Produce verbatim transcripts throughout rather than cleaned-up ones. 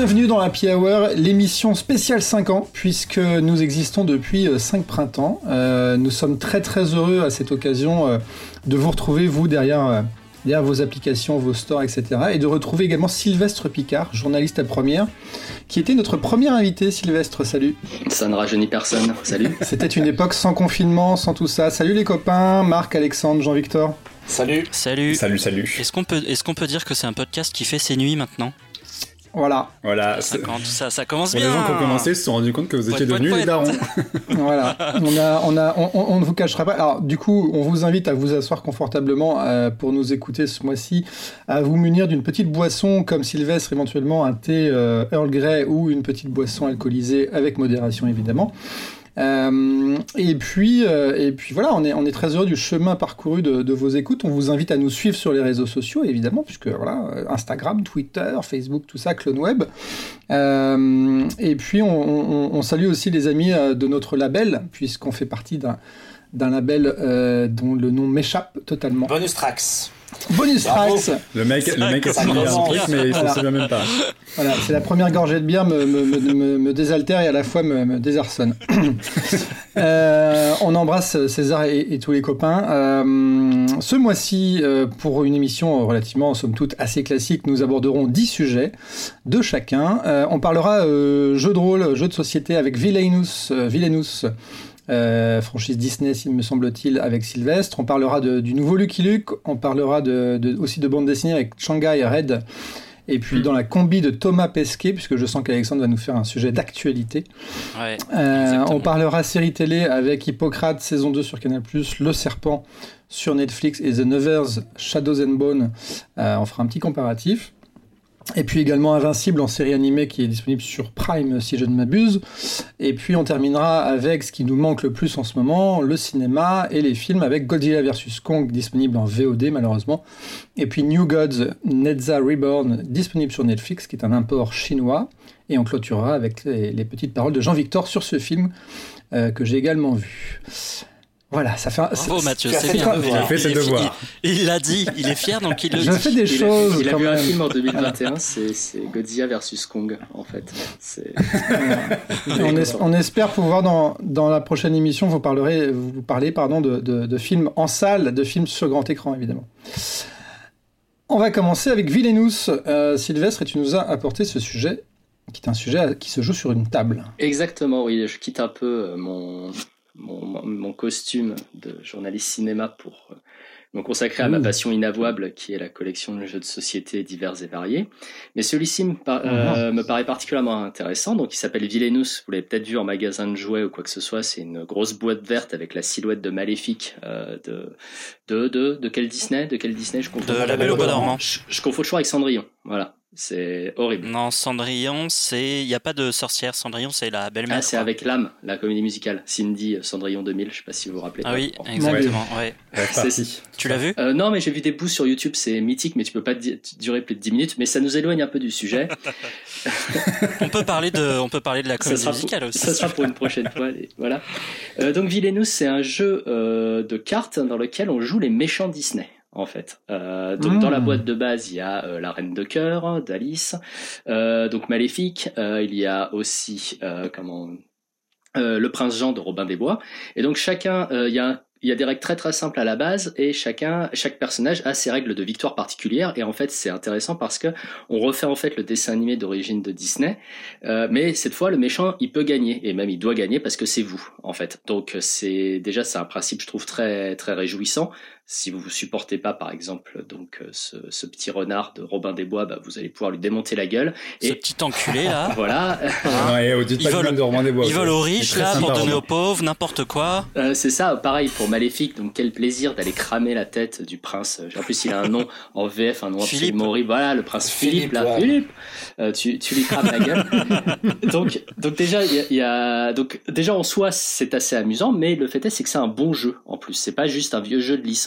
Bienvenue dans Happy Hour, l'émission spéciale cinq ans, puisque nous existons depuis cinq printemps. Euh, nous sommes très très heureux à cette occasion euh, de vous retrouver, vous, derrière, euh, derrière vos applications, vos stores, et cetera. Et de retrouver également Sylvestre Picard, journaliste à Première, qui était notre premier invité. Sylvestre, salut. Ça ne rajeunit personne, salut. C'était une époque sans confinement, sans tout ça. Salut les copains, Marc, Alexandre, Jean-Victor. Salut. Salut. Salut, salut. Est-ce qu'on peut, est-ce qu'on peut dire que c'est un podcast qui fait ses nuits maintenant ? Voilà. Voilà. Ça, ça, ça commence Pour bien. les gens qui ont commencé, se sont rendus compte que vous étiez Poète, devenus poète, les darons. Voilà. On a, on a, on, on ne vous cachera pas. Alors, du coup, on vous invite à vous asseoir confortablement euh, pour nous écouter ce mois-ci, à vous munir d'une petite boisson comme Sylvestre, éventuellement un thé euh, Earl Grey ou une petite boisson alcoolisée avec modération, évidemment. Euh, et puis, euh, et puis voilà, on est, on est très heureux du chemin parcouru de, de vos écoutes. On vous invite à nous suivre sur les réseaux sociaux, évidemment, puisque voilà, Instagram, Twitter, Facebook, tout ça, Clone Web. Euh, et puis, on, on, on salue aussi les amis de notre label, puisqu'on fait partie d'un, d'un label euh, dont le nom m'échappe totalement. Bonus Tracks. Bonus Tracks. Le mec, le mec a signé un truc, mais il s'en Voilà. souvient même pas. Voilà, c'est la première gorgée de bière me, me, me, me, me désaltère et à la fois me, me désarçonne. euh, on embrasse César et, et tous les copains. Euh, ce mois-ci, euh, pour une émission relativement, somme toute, assez classique, nous aborderons dix sujets de chacun. Euh, on parlera euh, jeux de rôle, jeux de société avec Villainous, euh, Villainous Euh, franchise Disney, il me semble-t-il, avec Sylvestre. On parlera de, du nouveau Lucky Luke. On parlera de, de, aussi de bande dessinée avec Shanghai Red. Et puis dans la combi de Thomas Pesquet, puisque je sens qu'Alexandre va nous faire un sujet d'actualité. Ouais, euh, on parlera série télé avec Hippocrate, saison deux sur Canal plus, Le Serpent sur Netflix et The Nevers, Shadows and Bone. Euh, on fera un petit comparatif. Et puis également Invincible en série animée qui est disponible sur Prime si je ne m'abuse. Et puis on terminera avec ce qui nous manque le plus en ce moment, le cinéma et les films avec Godzilla versus Kong disponible en V O D malheureusement. Et puis New Gods, Netza Reborn disponible sur Netflix qui est un import chinois. Et on clôturera avec les, les petites paroles de Jean-Victor sur ce film euh, que j'ai également vu. Voilà, ça fait un... Bravo Mathieu, c'est c'est bien. bien. Il a fait ses devoirs. Il, il l'a dit, il est fier donc il le Je dit. fais des Il choses a, il a quand vu même. un film en deux mille vingt et un, c'est, c'est Godzilla versus Kong en fait. C'est... Et on, es- on espère pouvoir dans, dans la prochaine émission vous parlerez vous parler pardon de, de, de films en salle, de films sur grand écran évidemment. On va commencer avec Villainous. Euh, Sylvestre, et tu nous as apporté ce sujet qui est un sujet à- qui se joue sur une table. Exactement, oui, je quitte un peu mon, mon, mon costume de journaliste cinéma pour me consacrer à ma Ouh. passion inavouable qui est la collection de jeux de société divers et variés. Mais celui-ci me, par- euh, me paraît particulièrement intéressant, donc il s'appelle Villainous, vous l'avez peut-être vu en magasin de jouets ou quoi que ce soit, c'est une grosse boîte verte avec la silhouette de Maléfique euh, de, de, de, de quel Disney De quel Disney je confonds De La Belle au Bois dormant. Je, je confonds toujours avec Cendrillon, voilà. C'est horrible. Non, Cendrillon, c'est, il y a pas de sorcière. Cendrillon, c'est la belle-mère. Ah, c'est quoi. avec l'âme, la comédie musicale. Cindy, Cendrillon deux mille, je sais pas si vous vous rappelez. Ah oui, Bon. exactement. Ouais. Ouais, C'est- parti. Tu l'as vu ? Euh, non, mais j'ai vu des bouts sur YouTube, c'est mythique, mais tu peux pas di- durer plus de dix minutes, mais ça nous éloigne un peu du sujet. On peut parler de, on peut parler de la ça, comédie sera musicale pour, aussi. ça sera pour une prochaine fois. Et voilà. Euh, donc Villainous, c'est un jeu euh, de cartes dans lequel on joue les méchants Disney. En fait, euh, donc Mmh. dans la boîte de base, il y a euh, la Reine de cœur d'Alice, euh, donc Maléfique. Euh, il y a aussi euh, comment euh, le Prince Jean de Robin des Bois. Et donc chacun, euh, il y a un Il y a des règles très très simples à la base et chacun, chaque personnage a ses règles de victoire particulières et en fait c'est intéressant parce que on refait en fait le dessin animé d'origine de Disney, euh, mais cette fois le méchant il peut gagner et même il doit gagner parce que c'est vous en fait. Donc c'est déjà c'est un principe je trouve très très réjouissant. Si vous vous supportez pas par exemple donc ce, ce petit renard de Robin des Bois, bah, vous allez pouvoir lui démonter la gueule. Ce Et petit enculé là. voilà. Non, et dites Ils pas du volent- mal de Romain des Bois. Ils volent aux C'est riches très là pour sympa, donner Romain. aux pauvres, n'importe quoi. Euh, c'est ça, pareil pour Maléfique, donc quel plaisir d'aller cramer la tête du prince. En plus, il a un nom en V F, un nom Philippe. absolument horrible. Voilà, le prince Philippe, Philippe, là, ouais. Philippe. Euh, tu, tu lui crames la gueule. donc, donc déjà, il y a, il y a, donc déjà en soi, c'est assez amusant, mais le fait est, c'est que c'est un bon jeu en plus. C'est pas juste un vieux jeu de licence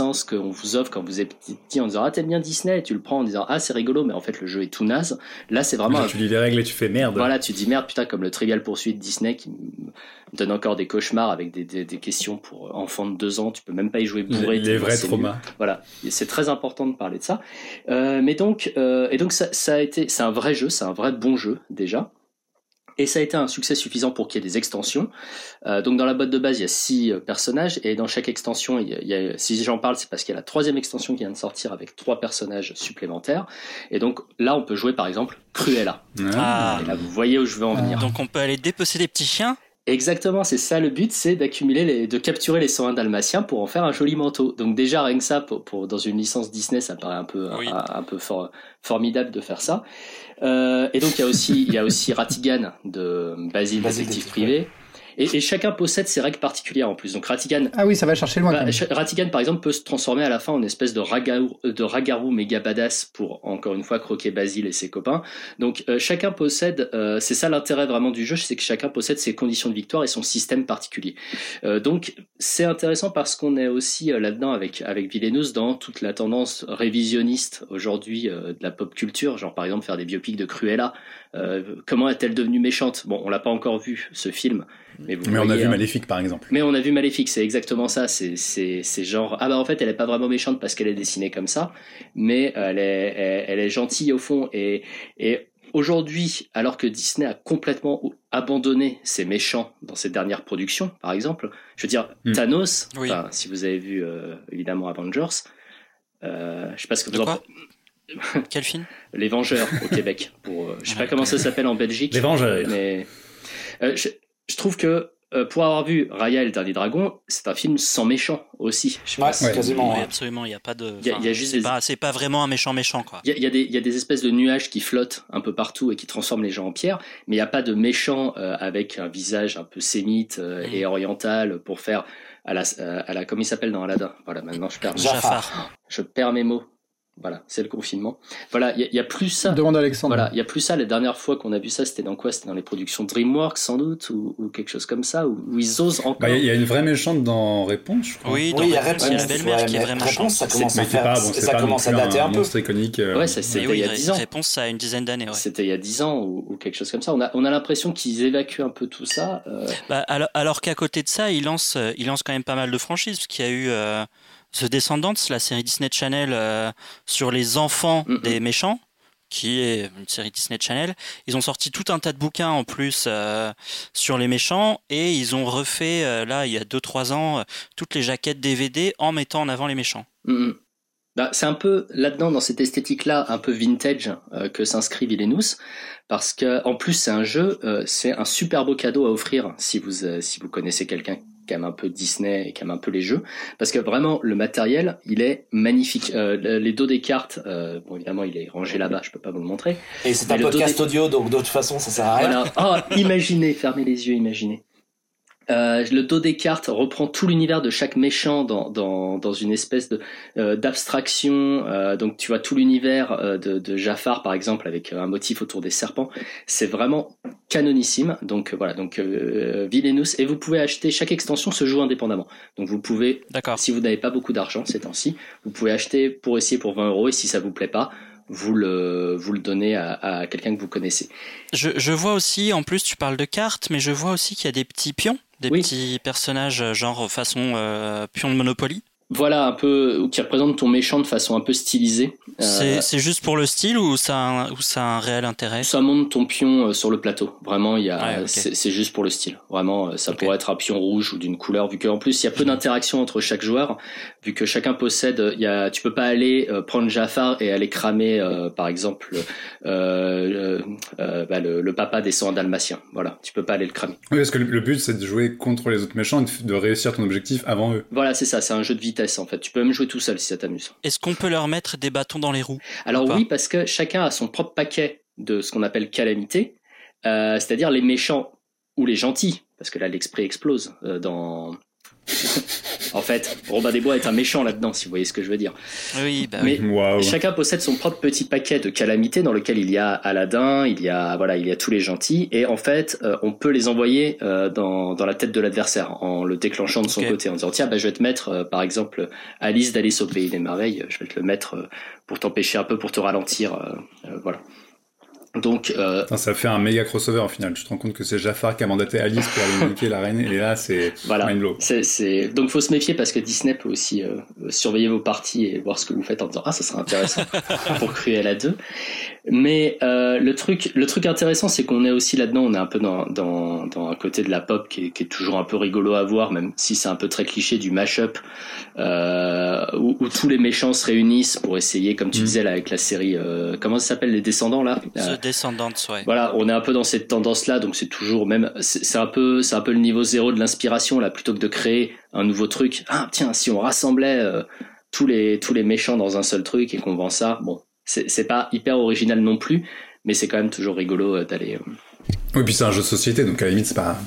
licence qu'on vous offre quand vous êtes petit en disant ah t'aimes bien Disney, et tu le prends en disant ah c'est rigolo, mais en fait le jeu est tout naze. Là c'est vraiment. Là, tu lis les règles et tu fais merde. Voilà, tu dis merde putain, comme le Trivial Pursuit Disney qui me donne encore des cauchemars avec des, des, des questions pour enfants de deux ans. Tu peux même pas y jouer bourré. Les, les vrais traumas. Nul. Voilà, et c'est très important de parler de ça. Euh, mais donc euh, et donc ça, ça a été, c'est un vrai jeu, c'est un vrai bon jeu déjà. Et ça a été un succès suffisant pour qu'il y ait des extensions. Euh, donc dans la boîte de base, il y a six euh, personnages, et dans chaque extension, il y a, il y a, si j'en parle, c'est parce qu'il y a la troisième extension qui vient de sortir avec trois personnages supplémentaires. Et donc là, on peut jouer par exemple Cruella. Ah. Et là, vous voyez où je veux en venir. Donc on peut aller dépecer des petits chiens. Exactement, c'est ça le but, c'est d'accumuler, les, de capturer les cent un dalmatiens pour en faire un joli manteau. Donc déjà rien que ça, pour, pour dans une licence Disney, ça paraît un peu oui. un, un peu for, formidable de faire ça. Euh, et donc il y a aussi il y a aussi Ratigan de Basile, détective privé. Et, et chacun possède ses règles particulières en plus. Donc Ratigan. Ah oui, ça va chercher loin. Bah, Ratigan par exemple peut se transformer à la fin en espèce de ragarou, de ragarou méga badass pour encore une fois croquer Basile et ses copains. Donc euh, chacun possède, euh, c'est ça l'intérêt vraiment du jeu, c'est que chacun possède ses conditions de victoire et son système particulier. Euh, donc c'est intéressant parce qu'on est aussi euh, là-dedans avec avec Villainous dans toute la tendance révisionniste aujourd'hui euh, de la pop culture, genre par exemple faire des biopics de Cruella. Euh, comment est-elle devenue méchante ? Bon, on l'a pas encore vu ce film. Mais, vous mais voyez, on a vu hein. Maléfique par exemple. Mais on a vu Maléfique, c'est exactement ça. C'est, c'est, c'est genre ah bah en fait elle est pas vraiment méchante parce qu'elle est dessinée comme ça, mais elle est, elle, elle est gentille au fond. Et, et aujourd'hui, alors que Disney a complètement abandonné ses méchants dans ses dernières productions, par exemple, je veux dire mm. Thanos. Oui. Enfin, si vous avez vu euh, évidemment Avengers, euh, je sais pas ce que De vous quoi en... Quel film ? Les Vengeurs au Québec. Pour, euh, je sais pas comment ça s'appelle en Belgique. Les Vengeurs. Mais euh, je, je trouve que euh, pour avoir vu Raya et le Dernier Dragon, c'est un film sans méchant aussi. Je sais ouais, pas si quasiment. Oui, Ouais. absolument. Il n'y a pas de. Il y a, il y a juste c'est des... pas, c'est pas vraiment un méchant méchant quoi. Il y a, il y a des, il y a des espèces de nuages qui flottent un peu partout et qui transforment les gens en pierre, mais il n'y a pas de méchant euh, avec un visage un peu sémite euh, mmh. et oriental pour faire à la, à la, comment il s'appelle dans Aladdin. Voilà, maintenant je perds. Jafar. Je perds mes mots. Voilà, c'est le confinement. Voilà, il y, y a plus ça. Demande à Alexandre. Voilà, il y a plus ça. La dernière fois qu'on a vu ça, c'était dans quoi ? C'était dans les productions DreamWorks sans doute, ou, ou quelque chose comme ça, où, où ils osent encore. Il bah, y, y a une vraie méchante dans Réponse, je crois. Oui, dans oui, il y a Réponse, il y a la belle-mère ouais, qui est vraiment Réponse, ça commence mais à faire, pas, bon, ça pas commence à dater un, un peu. monstre iconique. Euh... Ouais, ça, c'était oui, il y a dix ans. Réponse, ça a une dizaine d'années. Ouais. C'était il y a dix ans ou, ou quelque chose comme ça. On a, on a l'impression qu'ils évacuent un peu tout ça. Euh... Bah, alors, alors qu'à côté de ça, ils lancent, ils lancent quand même pas mal de franchises, parce qu'il y a eu. Euh... The Descendants, la série Disney Channel euh, sur les enfants mm-hmm. des méchants, qui est une série Disney Channel. Ils ont sorti tout un tas de bouquins en plus euh, sur les méchants, et ils ont refait, euh, là, il y a deux trois ans, euh, toutes les jaquettes D V D en mettant en avant les méchants. Mm-hmm. Bah, c'est un peu là-dedans, dans cette esthétique-là, un peu vintage, euh, que s'inscrit Villainous, parce que en plus c'est un jeu, euh, c'est un super beau cadeau à offrir si vous euh, si vous connaissez quelqu'un qui aime un peu Disney et qui aime un peu les jeux, parce que vraiment le matériel il est magnifique. Euh, les dos des cartes, euh, bon évidemment il est rangé là-bas, je peux pas vous le montrer. Et c'est un podcast des... audio, donc de toute façon ça sert à rien. Voilà. Oh, imaginez, fermez les yeux, imaginez. Euh, le dos des cartes reprend tout l'univers de chaque méchant dans dans dans une espèce de euh, d'abstraction. Euh, donc tu vois tout l'univers euh, de, de Jafar par exemple avec un motif autour des serpents. C'est vraiment canonissime. Donc euh, voilà. Donc euh, Villainous, et vous pouvez acheter, chaque extension se joue indépendamment. Donc vous pouvez, D'accord. si vous n'avez pas beaucoup d'argent ces temps-ci, vous pouvez acheter pour essayer pour vingt euros, et si ça vous plaît pas, vous le vous le donnez à, à quelqu'un que vous connaissez. Je je vois aussi, en plus tu parles de cartes, mais je vois aussi qu'il y a des petits pions. Des oui. petits personnages genre façon euh, pion de Monopoly. Voilà, un peu, qui représente ton méchant de façon un peu stylisée. C'est, euh, c'est juste pour le style ou ça, a un, ou ça a un réel intérêt ? Ça monte ton pion sur le plateau. Vraiment, il y a, ouais, okay. c'est, c'est juste pour le style. Vraiment, ça okay. pourrait être un pion rouge ou d'une couleur, vu qu'en plus, il y a peu d'interaction entre chaque joueur, vu que chacun possède, il y a, tu peux pas aller euh, prendre Jafar et aller cramer, euh, par exemple, euh, euh, bah, le, le papa des cent dalmatiens. Voilà, tu peux pas aller le cramer. Oui, parce que le, le but, c'est de jouer contre les autres méchants et de, de réussir ton objectif avant eux. Voilà, c'est ça, c'est un jeu de vitesse. En fait, tu peux même jouer tout seul si ça t'amuse. Est-ce qu'on peut leur mettre des bâtons dans les roues ? Alors oui, parce que chacun a son propre paquet de ce qu'on appelle calamités, euh, c'est-à-dire les méchants ou les gentils, parce que là l'exprès explose euh, dans En fait, Robin des Bois est un méchant là-dedans, si vous voyez ce que je veux dire. Oui, bah mais oui. Wow. Chacun possède son propre petit paquet de calamités dans lequel il y a Aladdin, il y a voilà, il y a tous les gentils, et en fait, euh, on peut les envoyer euh, dans dans la tête de l'adversaire en le déclenchant de son Okay. côté, en disant tiens, bah je vais te mettre euh, par exemple Alice d'Alice au pays des merveilles, je vais te le mettre euh, pour t'empêcher un peu, pour te ralentir, euh, euh, voilà. Donc, euh... Attends, ça fait un méga crossover au final. Tu te rends compte que c'est Jafar qui a mandaté Alice pour aller niquer la reine, et là c'est voilà. mind blow. C'est, c'est... Donc faut se méfier parce que Disney peut aussi euh, surveiller vos parties et voir ce que vous faites en disant ah ça serait intéressant pour Cruella deux. Mais euh, le truc, le truc intéressant, c'est qu'on est aussi là-dedans, on est un peu dans dans dans un côté de la pop qui est, qui est toujours un peu rigolo à voir, même si c'est un peu très cliché du mash-up euh, où, où tous les méchants se réunissent pour essayer, comme tu mmh. disais là avec la série, euh, comment ça s'appelle, Les Descendants là. The Descendants, ouais. Voilà, on est un peu dans cette tendance-là, donc c'est toujours même, c'est, c'est un peu, c'est un peu le niveau zéro de l'inspiration là, plutôt que de créer un nouveau truc. Ah tiens, si on rassemblait euh, tous les tous les méchants dans un seul truc et qu'on vend ça, bon. C'est, c'est pas hyper original non plus, mais c'est quand même toujours rigolo d'aller. Euh... Oui, puis c'est un jeu de société, donc à la limite, c'est pas.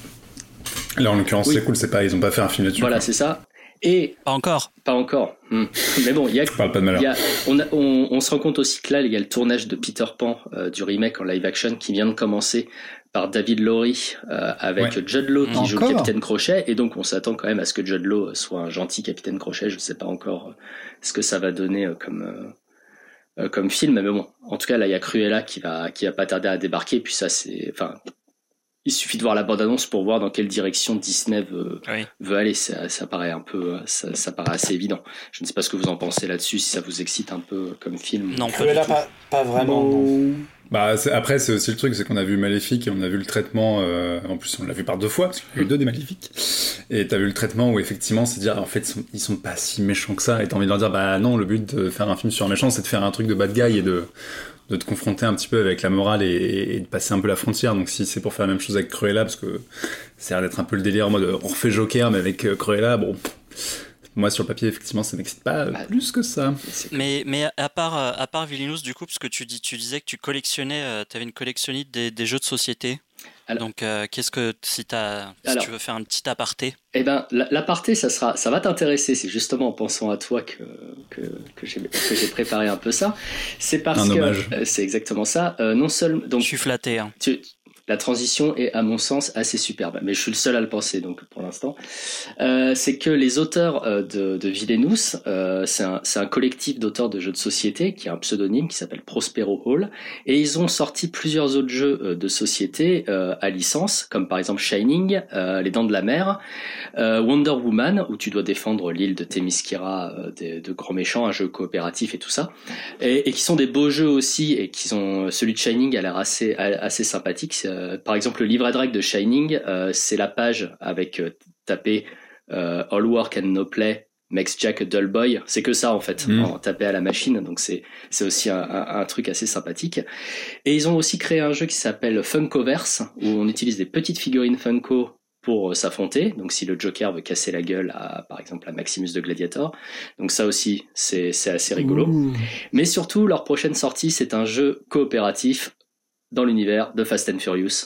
Là, en l'occurrence, oui. c'est cool, c'est pas, ils ont pas fait un film là-dessus. Voilà, quoi. C'est ça. Et. Pas encore. Pas encore. Hum. Mais bon, il y a. Je parle pas de malheur. Y a, on, a, on, on se rend compte aussi que là, il y a le tournage de Peter Pan, euh, du remake en live action, qui vient de commencer par David Lowery, euh, avec ouais. Jude Law qui encore joue le Capitaine Crochet, et donc on s'attend quand même à ce que Jude Law soit un gentil Capitaine Crochet. Je sais pas encore euh, ce que ça va donner euh, comme. Euh, Euh, comme film, mais bon, en tout cas là il y a Cruella qui va qui va pas tarder à débarquer, puis ça c'est, enfin, il suffit de voir la bande-annonce pour voir dans quelle direction Disney veut oui. veut aller. Ça, ça paraît un peu, ça, ça paraît assez évident. Je ne sais pas ce que vous en pensez là-dessus, si ça vous excite un peu comme film. Non, Cruella pas, pas vraiment. Non. Bah c'est, après c'est aussi le truc, c'est qu'on a vu Maléfique et on a vu le traitement. Euh, en plus on l'a vu par deux fois parce qu'il y a eu deux des Maléfiques. Et t'as vu le traitement où effectivement c'est dire en fait ils sont, ils sont pas si méchants que ça. Et t'as envie de leur dire bah non, le but de faire un film sur un méchant c'est de faire un truc de bad guy et de de te confronter un petit peu avec la morale et, et de passer un peu la frontière. Donc si c'est pour faire la même chose avec Cruella, parce que ça a l'air d'être un peu le délire en mode on refait Joker mais avec Cruella, bon. Moi, sur le papier, effectivement, ça m'excite pas bah, plus que ça. Mais, mais à part, à part Villainous, du coup, parce que tu, dis, tu disais que tu collectionnais, euh, tu avais une collectionnite des, des jeux de société. Alors, donc, euh, qu'est-ce que, si, t'as, si alors, tu veux faire un petit aparté. Eh ben, l'aparté, ça sera, ça va t'intéresser. C'est justement en pensant à toi que, que, que, j'ai, que j'ai préparé un peu ça. C'est parce un que, hommage. Euh, c'est exactement ça. Euh, non seulement, donc. Je suis flatté, hein. Tu, La transition est, à mon sens, assez superbe, mais je suis le seul à le penser, donc pour l'instant. Euh, c'est que les auteurs euh, de, de Villainous, euh, c'est, un, c'est un collectif d'auteurs de jeux de société qui a un pseudonyme qui s'appelle Prospero Hall, et ils ont sorti plusieurs autres jeux euh, de société euh, à licence, comme par exemple Shining, euh, Les Dents de la Mer, euh, Wonder Woman, où tu dois défendre l'île de Themyscira euh, de, de grands méchants, un jeu coopératif et tout ça, et, et qui sont des beaux jeux aussi, et qui sont celui de Shining a l'air assez assez sympathique. C'est, Euh, par exemple, le livret de règles de Shining, euh, c'est la page avec euh, tapé euh, All work and no play makes Jack a dull boy. C'est que ça en fait, mmh. en tapé à la machine. Donc c'est c'est aussi un, un, un truc assez sympathique. Et ils ont aussi créé un jeu qui s'appelle Funkoverse, où on utilise des petites figurines Funko pour euh, s'affronter. Donc si le Joker veut casser la gueule à, par exemple, à Maximus de Gladiator. Donc ça aussi, c'est c'est assez rigolo. Mmh. Mais surtout, leur prochaine sortie, c'est un jeu coopératif dans l'univers de Fast and Furious.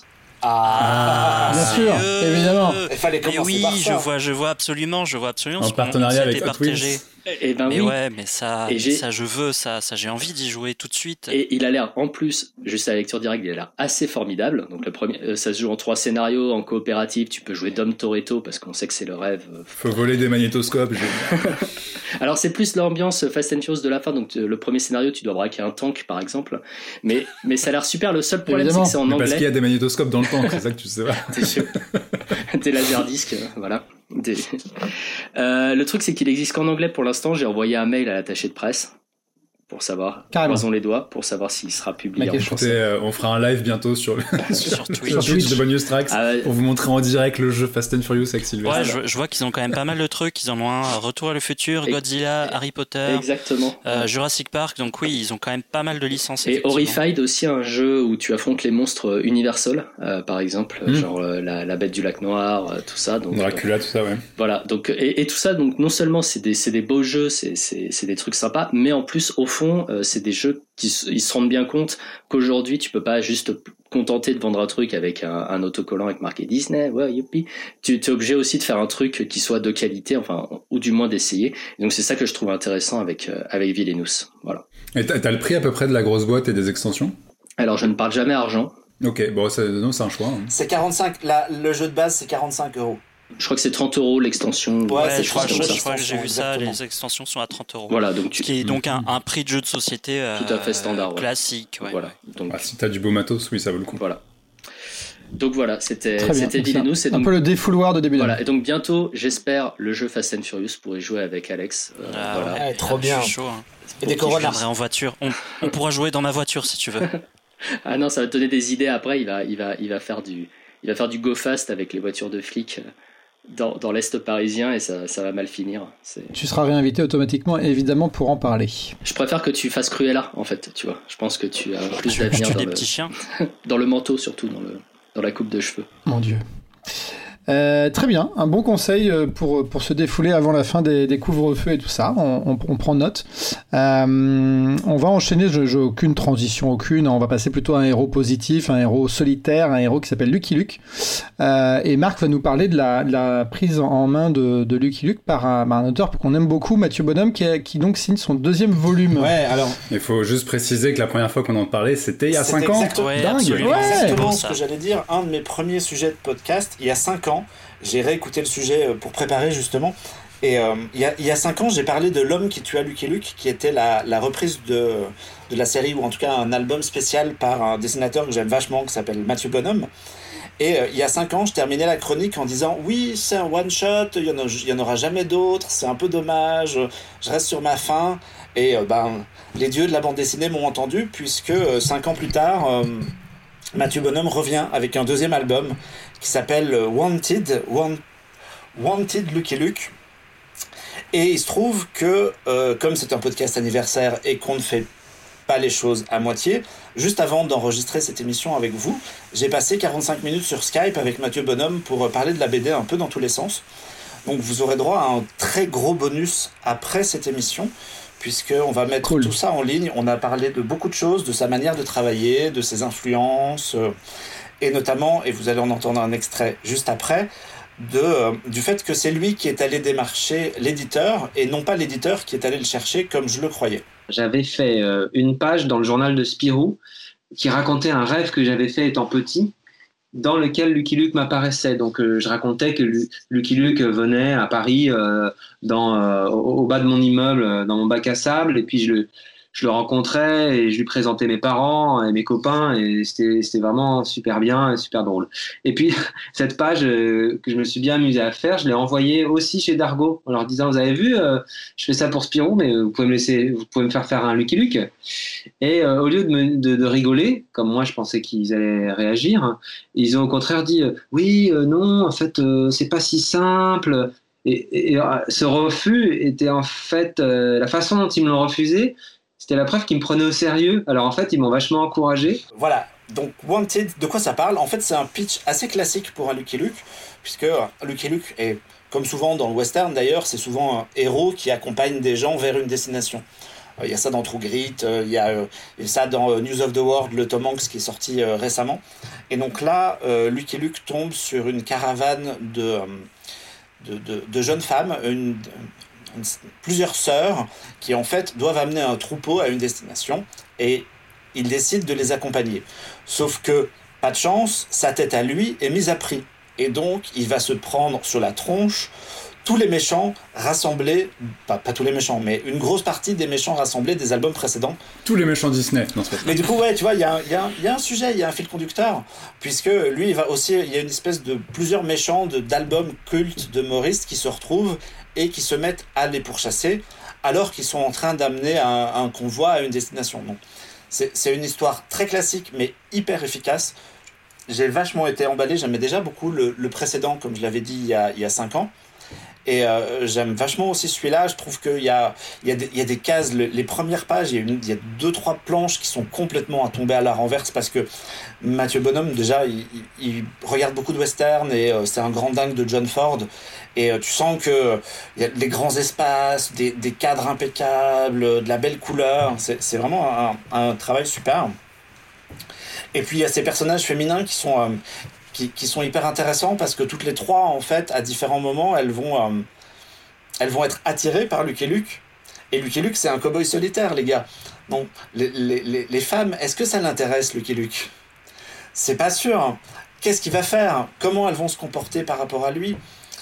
Ah, bien sûr, euh, évidemment. Il fallait commencer oui, par ça. je vois, je vois absolument, je vois absolument. En partenariat avec Hot Wheels. Et ben mais oui. ouais, mais ça, ça je veux, ça, ça j'ai envie d'y jouer tout de suite. Et il a l'air, en plus, juste à la lecture directe, il a l'air assez formidable. Donc le premier, euh, ça se joue en trois scénarios, en coopératif. Tu peux jouer Dom Toretto parce qu'on sait que c'est le rêve. Faut voler des magnétoscopes. Alors c'est plus l'ambiance Fast and Furious de la fin. Donc le premier scénario, tu dois braquer un tank, par exemple. Mais mais ça a l'air super. Le seul problème, évidemment. c'est que c'est en mais anglais. Parce qu'il y a des magnétoscopes dans le tank, c'est ça que tu sais pas. Des laserdiscs, voilà. Des... Euh, le truc c'est qu'il existe qu'en anglais pour l'instant. J'ai envoyé un mail à l'attaché de presse pour savoir, croisons les doigts, pour savoir s'il sera publié en français. Euh, on fera un live bientôt sur, le, sur Twitch, sur Twitch de Bonus Tracks ah ouais. pour vous montrer en direct le jeu Fast and Furious avec Sylvester. Ouais, je, je vois qu'ils ont quand même pas mal de trucs. Ils en ont un Retour à le futur, Godzilla, et, Harry Potter, exactement. Euh, Jurassic Park. Donc oui, ils ont quand même pas mal de licences. Et Horrified aussi, un jeu où tu affrontes les monstres Universal, euh, par exemple, mmh. genre euh, la, la Bête du Lac Noir, euh, tout ça. Donc, Dracula, euh, tout ça, ouais. Voilà. Donc et, et tout ça, donc non seulement c'est des c'est des beaux jeux, c'est c'est c'est des trucs sympas, mais en plus au fond, euh, c'est des jeux qui ils se rendent bien compte qu'aujourd'hui tu peux pas juste contenter de vendre un truc avec un, un autocollant avec marqué Disney, ouais, youpi. Tu es obligé aussi de faire un truc qui soit de qualité, enfin, où ou du moins d'essayer. Et donc c'est ça que je trouve intéressant avec euh, avec Villainous. Voilà. Et t'as, t'as le prix à peu près de la grosse boîte et des extensions ? Alors je ne parle jamais argent. Ok, bon, c'est, non, c'est un choix. Hein. C'est quarante-cinq, la, le jeu de base c'est quarante-cinq euros. Je crois que c'est trente euros l'extension. Ouais, Ouais, c'est je crois, trente je, euros je crois que j'ai vu ça, exactement. les extensions sont à trente euros. Voilà, donc tu... Ce qui est donc un, un prix de jeu de société euh, Tout à fait standard, ouais. classique. Ouais. Voilà. Donc Ah, si t'as du beau matos, oui, ça vaut le coup. voilà. Donc voilà, c'était Très bien. c'était Donc, c'est Villainous. un, Et donc un peu le défouloir de début voilà. d'année. Et donc bientôt, j'espère, le jeu Fast and Furious pour y jouer avec Alex. Euh, Ah, voilà. ouais. Ouais, trop Ah, bien. Je suis chaud. Hein. Et des Je Coronas. viendrai en voiture. On, on pourra jouer dans ma voiture si tu veux. Ah non, ça va te donner des idées après. Il va, il va, il va faire du, il va faire du go fast avec les voitures de flics dans, dans l'est parisien et ça, ça va mal finir. C'est... Tu seras réinvité automatiquement, évidemment, pour en parler. Je préfère que tu fasses Cruella, en fait. Tu vois, je pense que tu as plus Je d'avenir tue dans des le, petits chiens. dans le manteau, surtout dans le, dans la coupe de cheveux. Mon Dieu. Euh, très bien, un bon conseil pour, pour se défouler avant la fin des, des couvre-feux et tout ça, on, on, on prend note. Euh, on va enchaîner, je n'ai aucune transition, aucune, on va passer plutôt à un héros positif, un héros solitaire, un héros qui s'appelle Lucky Luke. Euh, et Marc va nous parler de la, de la prise en main de, de Lucky Luke par un, par un auteur qu'on aime beaucoup, Mathieu Bonhomme, qui, a, qui donc signe son deuxième volume. Ouais, alors. Il faut juste préciser que la première fois qu'on en parlait, c'était il y a cinq ans. Exactement, Ouais, Dingue. absolument. Ouais. C'est exactement pour ce ça. que j'allais dire. Un de mes premiers sujets de podcast, il y a cinq ans, j'ai réécouté le sujet pour préparer justement. Et euh, il, y a, il y a cinq ans, j'ai parlé de L'homme qui tua Lucky Luke, qui était la, la reprise de, de la série, ou en tout cas un album spécial par un dessinateur que j'aime vachement, qui s'appelle Mathieu Bonhomme. Et euh, il y a cinq ans, je terminais la chronique en disant « Oui, c'est un one-shot, il n'y en, en aura jamais d'autres, c'est un peu dommage, je reste sur ma faim. » Et euh, ben, les dieux de la bande dessinée m'ont entendu, puisque euh, cinq ans plus tard, euh, Mathieu Bonhomme revient avec un deuxième album qui s'appelle Wanted, Want, Wanted Lucky Luke. Et il se trouve que, euh, comme c'est un podcast anniversaire et qu'on ne fait pas les choses à moitié, juste avant d'enregistrer cette émission avec vous, j'ai passé quarante-cinq minutes sur Skype avec Mathieu Bonhomme pour parler de la B D un peu dans tous les sens. Donc vous aurez droit à un très gros bonus après cette émission, puisqu'on va mettre Cool. tout ça en ligne. On a parlé de beaucoup de choses, de sa manière de travailler, de ses influences, euh, et notamment, et vous allez en entendre un extrait juste après, de, euh, du fait que c'est lui qui est allé démarcher l'éditeur, et non pas l'éditeur qui est allé le chercher comme je le croyais. J'avais fait euh, une page dans le journal de Spirou qui racontait un rêve que j'avais fait étant petit, dans lequel Lucky Luke m'apparaissait. Donc euh, je racontais que Lu- Lucky Luke venait à Paris euh, dans, euh, au, au bas de mon immeuble, euh, dans mon bac à sable, et puis je le, je le rencontrais et je lui présentais mes parents et mes copains, et c'était, c'était vraiment super bien et super drôle. Et puis cette page euh, que je me suis bien amusé à faire, je l'ai envoyée aussi chez Dargo en leur disant « Vous avez vu, euh, je fais ça pour Spirou, mais vous pouvez me laisser, vous pouvez me faire faire un Lucky Luke ». Et euh, au lieu de, me, de, de rigoler, comme moi je pensais qu'ils allaient réagir, ils ont au contraire dit euh, « Oui, euh, non, en fait, euh, c'est pas si simple ». Et, et, et euh, ce refus était en fait, euh, la façon dont ils me l'ont refusé, c'était la preuve qu'ils me prenaient au sérieux. Alors en fait, ils m'ont vachement encouragé. Voilà, donc Wanted, de quoi ça parle ? En fait, c'est un pitch assez classique pour un Lucky Luke, puisque Lucky Luke est, comme souvent dans le western d'ailleurs, c'est souvent un héros qui accompagne des gens vers une destination. Il y a ça dans True Grit, il y a ça dans News of the World, le Tom Hanks qui est sorti récemment. Et donc là, Lucky Luke tombe sur une caravane de, de, de, de jeunes femmes, une, une, plusieurs sœurs, qui en fait doivent amener un troupeau à une destination, et il décide de les accompagner. Sauf que, pas de chance, sa tête à lui est mise à prix. Et donc, il va se prendre sur la tronche tous les méchants rassemblés, pas, pas tous les méchants, mais une grosse partie des méchants rassemblés des albums précédents. Tous les méchants Disney. Non, c'est pas ça. Mais du coup, ouais, tu vois, il y, y, y a un sujet, il y a un fil conducteur, puisque lui, il va aussi, il y a une espèce de plusieurs méchants de, d'albums cultes de Maurice qui se retrouvent et qui se mettent à les pourchasser, alors qu'ils sont en train d'amener un, un convoi à une destination. Donc, c'est, c'est une histoire très classique, mais hyper efficace. J'ai vachement été emballé, j'aimais déjà beaucoup le, le précédent, comme je l'avais dit il y a, il y a cinq ans. Et euh, j'aime vachement aussi celui-là. Je trouve qu'il y a, il y a, des, il y a des cases, le, les premières pages, il y, a une, il y a deux, trois planches qui sont complètement à tomber à la renverse, parce que Mathieu Bonhomme, déjà, il, il, il regarde beaucoup de western, et euh, c'est un grand dingue de John Ford. Et euh, tu sens qu'il euh, y a des grands espaces, des, des cadres impeccables, de la belle couleur. C'est, c'est vraiment un, un travail super. Et puis il y a ces personnages féminins qui sont... Euh, Qui, qui sont hyper intéressants, parce que toutes les trois, en fait, à différents moments, elles vont, euh, elles vont être attirées par Lucky Luke. Et Lucky Luke, c'est un cow-boy solitaire, les gars. Donc, les, les, les, les femmes, est-ce que ça l'intéresse, Lucky Luke ? C'est pas sûr. Qu'est-ce qu'il va faire ? Comment elles vont se comporter par rapport à lui ?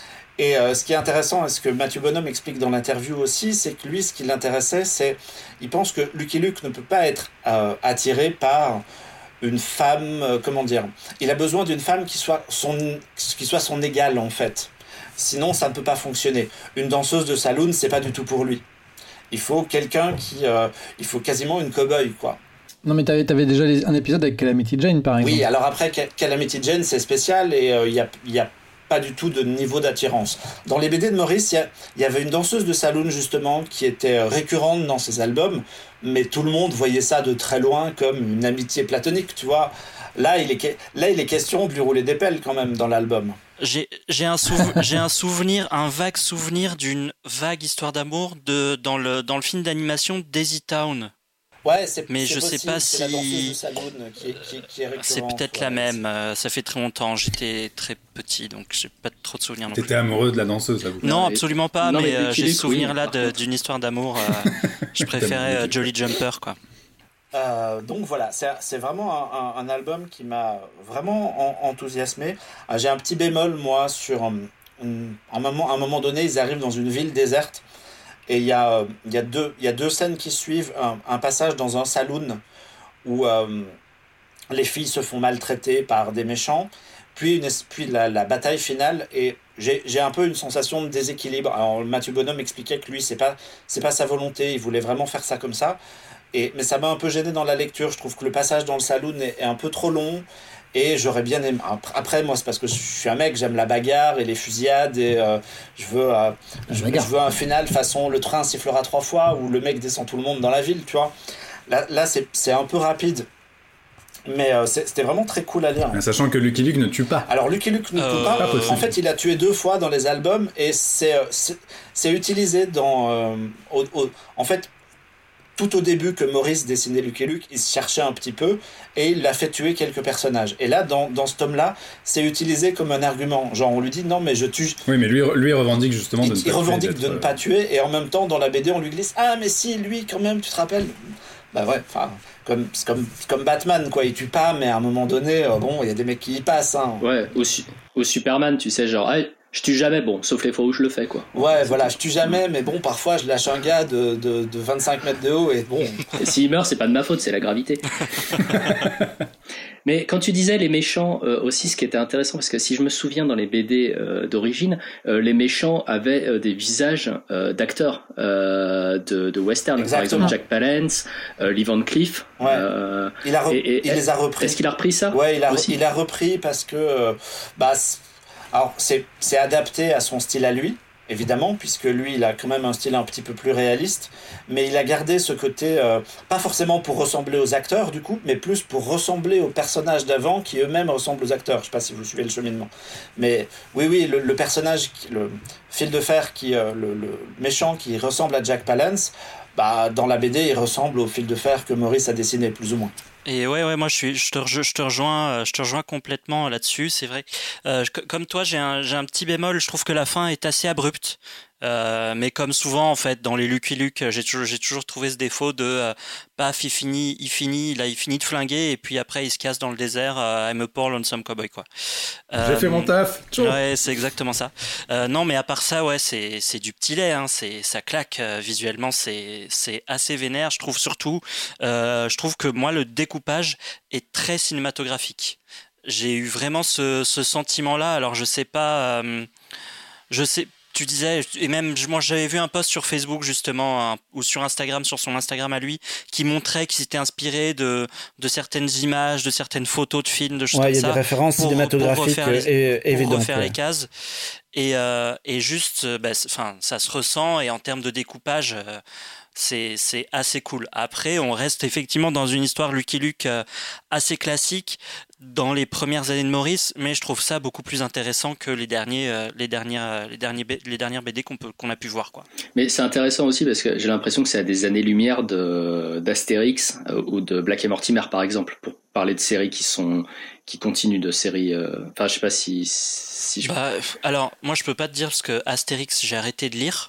Et euh, ce qui est intéressant, et ce que Matthew Bonhomme explique dans l'interview aussi, c'est que lui, ce qui l'intéressait, c'est... Il pense que Lucky Luke ne peut pas être euh, attiré par une femme... Euh, comment dire ? Il a besoin d'une femme qui soit son, qui soit son égale, en fait. Sinon, ça ne peut pas fonctionner. Une danseuse de saloon, c'est pas du tout pour lui. Il faut quelqu'un qui... Euh, il faut quasiment une cow-boy, quoi. Non, mais t'avais, t'avais déjà les, un épisode avec Calamity Jane, par exemple. Oui, alors après, Calamity Jane, c'est spécial et il euh, y a... Y a pas du tout de niveau d'attirance. Dans les B D de Maurice, il y, y avait une danseuse de saloon justement qui était récurrente dans ses albums, mais tout le monde voyait ça de très loin comme une amitié platonique, tu vois. Là, il est, là, il est question de lui rouler des pelles quand même dans l'album. J'ai, j'ai, un, souv- j'ai un souvenir, un vague souvenir d'une vague histoire d'amour de, dans, le, dans le film d'animation Daisy Town. Ouais, c'est, mais c'est je possible, sais pas c'est si la danseuse de saloon qui est, qui, qui est récurrente. C'est peut-être ouais, la même. c'est... Euh, ça fait très longtemps. J'étais très petit, donc j'ai pas trop de souvenirs. Non T'étais plus. amoureux de la danseuse, là. Non, non absolument pas. Non, mais, mais euh, j'ai Luke, ce souvenir-là oui, de, d'une histoire d'amour. Euh, je préférais euh, Jolly Jumper, quoi. Euh, donc voilà, c'est, c'est vraiment un, un, un album qui m'a vraiment en, enthousiasmé. Euh, j'ai un petit bémol, moi, sur un, un, moment, un moment donné, ils arrivent dans une ville déserte. Et il y a, euh, y, a y a deux scènes qui suivent, un, un passage dans un saloon où euh, les filles se font maltraiter par des méchants, puis, une, puis la, la bataille finale, et j'ai, j'ai un peu une sensation de déséquilibre. Alors Matthew Bonhomme expliquait que lui, c'est pas, c'est pas sa volonté, il voulait vraiment faire ça comme ça, et, mais ça m'a un peu gêné dans la lecture. Je trouve que le passage dans le saloon est, est un peu trop long, et j'aurais bien aimé... Après, moi, c'est parce que je suis un mec, j'aime la bagarre et les fusillades, et euh, je, veux, euh, je, je veux un final façon le train sifflera trois fois, où le mec descend tout le monde dans la ville, tu vois. Là, là c'est, c'est un peu rapide, mais euh, c'est, c'était vraiment très cool à lire. Sachant que Lucky Luke ne tue pas. Alors, Lucky Luke ne euh, tue pas. pas en fait, il a tué deux fois dans les albums, et c'est, c'est, c'est utilisé dans... Euh, au, au, en fait... Tout au début que Maurice dessinait Lucky Luke, il se cherchait un petit peu et il l'a fait tuer quelques personnages. Et là, dans, dans ce tome-là, c'est utilisé comme un argument. Genre, on lui dit non, mais je tue. Oui, mais lui, lui revendique justement il, de ne il pas revendique tuer. de ne pas tuer et en même temps, dans la B D, on lui glisse ah, mais si, lui, quand même, tu te rappelles ? Bah ouais, enfin, comme, c'est comme, c'est comme Batman, quoi. Il tue pas, mais à un moment donné, euh, bon, il y a des mecs qui y passent. Hein. Ouais, au, au Superman, tu sais, genre. Hey, je tue jamais, bon, sauf les fois où je le fais, quoi. Ouais, c'est voilà, tout. Je tue jamais, mais bon, parfois je lâche un gars de, de, de vingt-cinq mètres de haut et bon. Et s'il meurt, c'est pas de ma faute, c'est la gravité. Mais quand tu disais les méchants euh, aussi, ce qui était intéressant, parce que si je me souviens dans les B D euh, d'origine, euh, les méchants avaient euh, des visages euh, d'acteurs euh, de, de western. Exactement. Par exemple, Jack Palance, euh, Lee Van Cleef. Ouais. Euh, il a re- et, et, il les a repris. Est-ce qu'il a repris ça ? Ouais, il a, aussi il a repris parce que euh, bah. Alors, c'est, c'est adapté à son style à lui, évidemment, puisque lui, il a quand même un style un petit peu plus réaliste, mais il a gardé ce côté, euh, pas forcément pour ressembler aux acteurs, du coup, mais plus pour ressembler aux personnages d'avant qui eux-mêmes ressemblent aux acteurs. Je ne sais pas si vous suivez le cheminement. Mais oui, oui, le, le personnage, le fil de fer, qui, euh, le, le méchant qui ressemble à Jack Palance, bah, dans la B D, il ressemble au fil de fer que Maurice a dessiné, plus ou moins. Et ouais, ouais, moi je suis, je te, je te rejoins, je te rejoins complètement là-dessus. C'est vrai. Euh, je, comme toi, j'ai un, j'ai un petit bémol. Je trouve que la fin est assez abrupte. Euh, mais comme souvent en fait dans les Lucky Luke, j'ai toujours, j'ai toujours trouvé ce défaut de euh, paf, il finit, il finit, là il finit de flinguer et puis après il se casse dans le désert. Euh, I'm a poor lonesome cowboy quoi. Euh, j'ai fait mon taf. Tchou. Ouais, c'est exactement ça. Euh, non, mais à part ça, ouais, c'est c'est du petit lait. Hein, c'est ça claque euh, visuellement, c'est c'est assez vénère. Je trouve surtout, euh, je trouve que moi le découpage est très cinématographique. J'ai eu vraiment ce ce sentiment-là. Alors je sais pas, euh, je sais. Tu disais, et même moi j'avais vu un post sur Facebook justement, un, ou sur Instagram, sur son Instagram à lui, qui montrait qu'il s'était inspiré de, de certaines images, de certaines photos de films, de choses ouais, comme ça. Il y a des références pour, cinématographiques pour les, et, évidentes. Pour refaire ouais. les cases. Et, euh, et juste, bah, enfin, ça se ressent, et en termes de découpage, euh, c'est, c'est assez cool. Après, on reste effectivement dans une histoire Lucky Luke euh, assez classique dans les premières années de Maurice, mais je trouve ça beaucoup plus intéressant que les derniers, euh, les dernières, les derniers, les dernières B D qu'on peut, qu'on a pu voir, quoi. Mais c'est intéressant aussi parce que j'ai l'impression que c'est à des années-lumière de d'Astérix euh, ou de Black et Mortimer par exemple, pour parler de séries qui sont qui continuent de séries. Euh... Enfin, je sais pas si si je. Bah, alors, moi, je peux pas te dire parce que Astérix, j'ai arrêté de lire.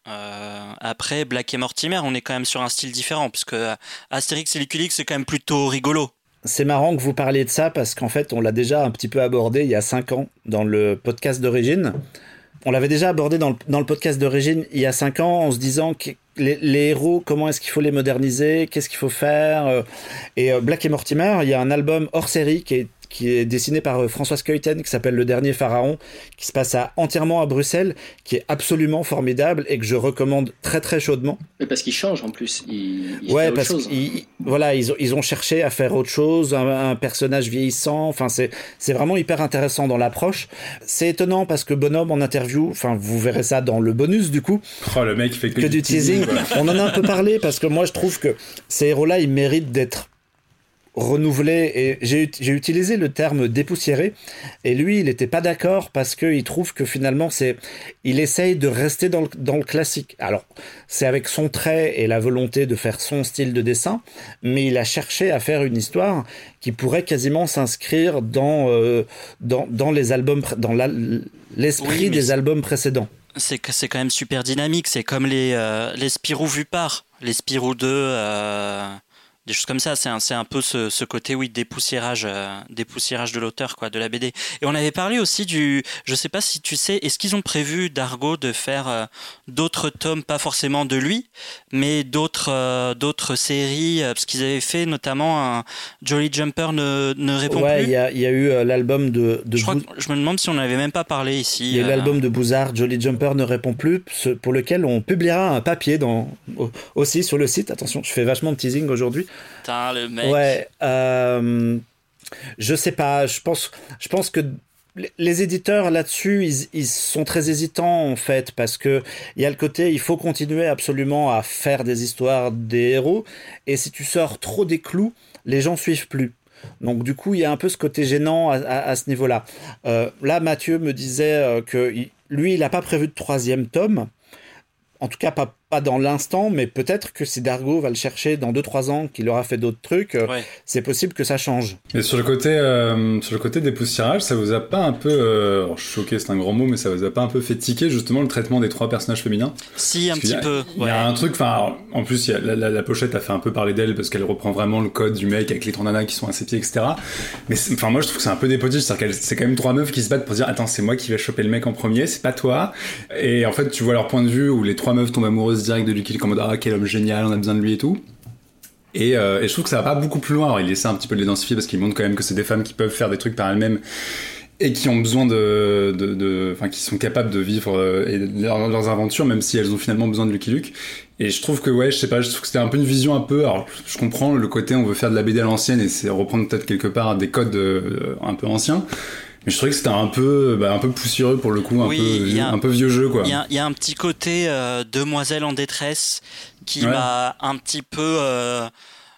Euh, après, Black et Mortimer, on est quand même sur un style différent, puisque Astérix et Lucky Luke, c'est quand même plutôt rigolo. C'est marrant que vous parliez de ça, parce qu'en fait, on l'a déjà un petit peu abordé il y a cinq ans dans le podcast d'origine. On l'avait déjà abordé dans le, dans le podcast d'origine il y a cinq ans, en se disant que les, les héros, comment est-ce qu'il faut les moderniser, qu'est-ce qu'il faut faire. Et Black et Mortimer, il y a un album hors série qui est qui est dessiné par Françoise Keuten, qui s'appelle Le Dernier Pharaon, qui se passe à, entièrement à Bruxelles, qui est absolument formidable et que je recommande très très chaudement. Mais parce qu'il change en plus, il, il ouais, fait autre parce chose. qu'ils voilà, ils ont, ils ont cherché à faire autre chose, un, un personnage vieillissant, enfin c'est, c'est vraiment hyper intéressant dans l'approche. C'est étonnant parce que Bonhomme en interview, enfin vous verrez ça dans le bonus du coup, oh, le mec fait que, que du teasing, teasing on en a un peu parlé parce que moi je trouve que ces héros-là, ils méritent d'être renouvelé, et j'ai, j'ai utilisé le terme dépoussiéré, et lui il n'était pas d'accord parce qu'il trouve que finalement c'est, il essaye de rester dans le, dans le classique. Alors c'est avec son trait et la volonté de faire son style de dessin, mais il a cherché à faire une histoire qui pourrait quasiment s'inscrire dans, euh, dans, dans les albums, dans la, l'esprit oui, des c'est... albums précédents. C'est, c'est quand même super dynamique, c'est comme les, euh, les Spirou vus par, les Spirou deux... Euh... des choses comme ça, c'est un, c'est un peu ce, ce côté, oui, dépoussiérage, euh, dépoussiérage de l'auteur, quoi, de la B D. Et on avait parlé aussi du, je sais pas si tu sais, est-ce qu'ils ont prévu, Dargaud, de faire euh, d'autres tomes, pas forcément de lui, mais d'autres, euh, d'autres séries, euh, parce qu'ils avaient fait notamment un Jolly Jumper ne, ne répond ouais, plus. Ouais, il y a, y a eu euh, l'album de, de je, Bou... crois que, je me demande si on n'avait même pas parlé ici. Il y a eu euh... l'album de Bouzard, Jolly Jumper ne répond plus, pour lequel on publiera un papier dans, aussi sur le site. Attention, je fais vachement de teasing aujourd'hui. Putain, le mec. Ouais, euh, je sais pas, je pense, je pense que les éditeurs là-dessus, ils, ils sont très hésitants en fait, parce que il y a le côté, il faut continuer absolument à faire des histoires des héros, et si tu sors trop des clous, les gens suivent plus. Donc du coup, il y a un peu ce côté gênant à, à, à ce niveau-là. Euh, là, Mathieu me disait euh, que il, lui, il n'a pas prévu de troisième tome. En tout cas, pas, pas dans l'instant, mais peut-être que si Dargaud va le chercher dans deux trois ans, qu'il aura fait d'autres trucs, ouais. C'est possible que ça change. Et sur le côté, euh, sur le côté dépoussiérage, ça vous a pas un peu... Euh, alors, choqué, c'est un grand mot, mais ça vous a pas un peu fait tiquer, justement, le traitement des trois personnages féminins ? Si, un petit a, peu. Il ouais. y a un truc, enfin, en plus, y a, la, la, la pochette a fait un peu parler d'elle, parce qu'elle reprend vraiment le code du mec avec les trois nanas qui sont à ses pieds, et cetera. Mais enfin, moi, je trouve que c'est un peu des potiches, c'est-à-dire que c'est quand même trois meufs qui se battent pour dire « Attends, c'est moi qui vais choper le mec en premier, c'est pas toi ». Et en fait, tu vois leur point de vue où les trois meufs tombent amoureuses direct de Lucky Luke en mode ah quel homme génial, on a besoin de lui et tout. Et, euh, et je trouve que ça va pas beaucoup plus loin. Alors il essaie un petit peu de les densifier parce qu'il montre quand même que c'est des femmes qui peuvent faire des trucs par elles-mêmes et qui ont besoin de, de, de, enfin qui sont capables de vivre euh, et de leur, leurs aventures même si elles ont finalement besoin de Lucky Luke. Et je trouve que ouais, je sais pas, je trouve que c'était un peu une vision un peu. Alors je comprends le côté on veut faire de la B D à l'ancienne et c'est reprendre peut-être quelque part des codes euh, un peu anciens. Mais je trouvais que c'était un peu, bah, un peu poussiéreux pour le coup, un, oui, peu, vieux, un, un peu vieux jeu, quoi. Il y, y a un petit côté euh, demoiselle en détresse qui ouais. m'a un petit peu, euh,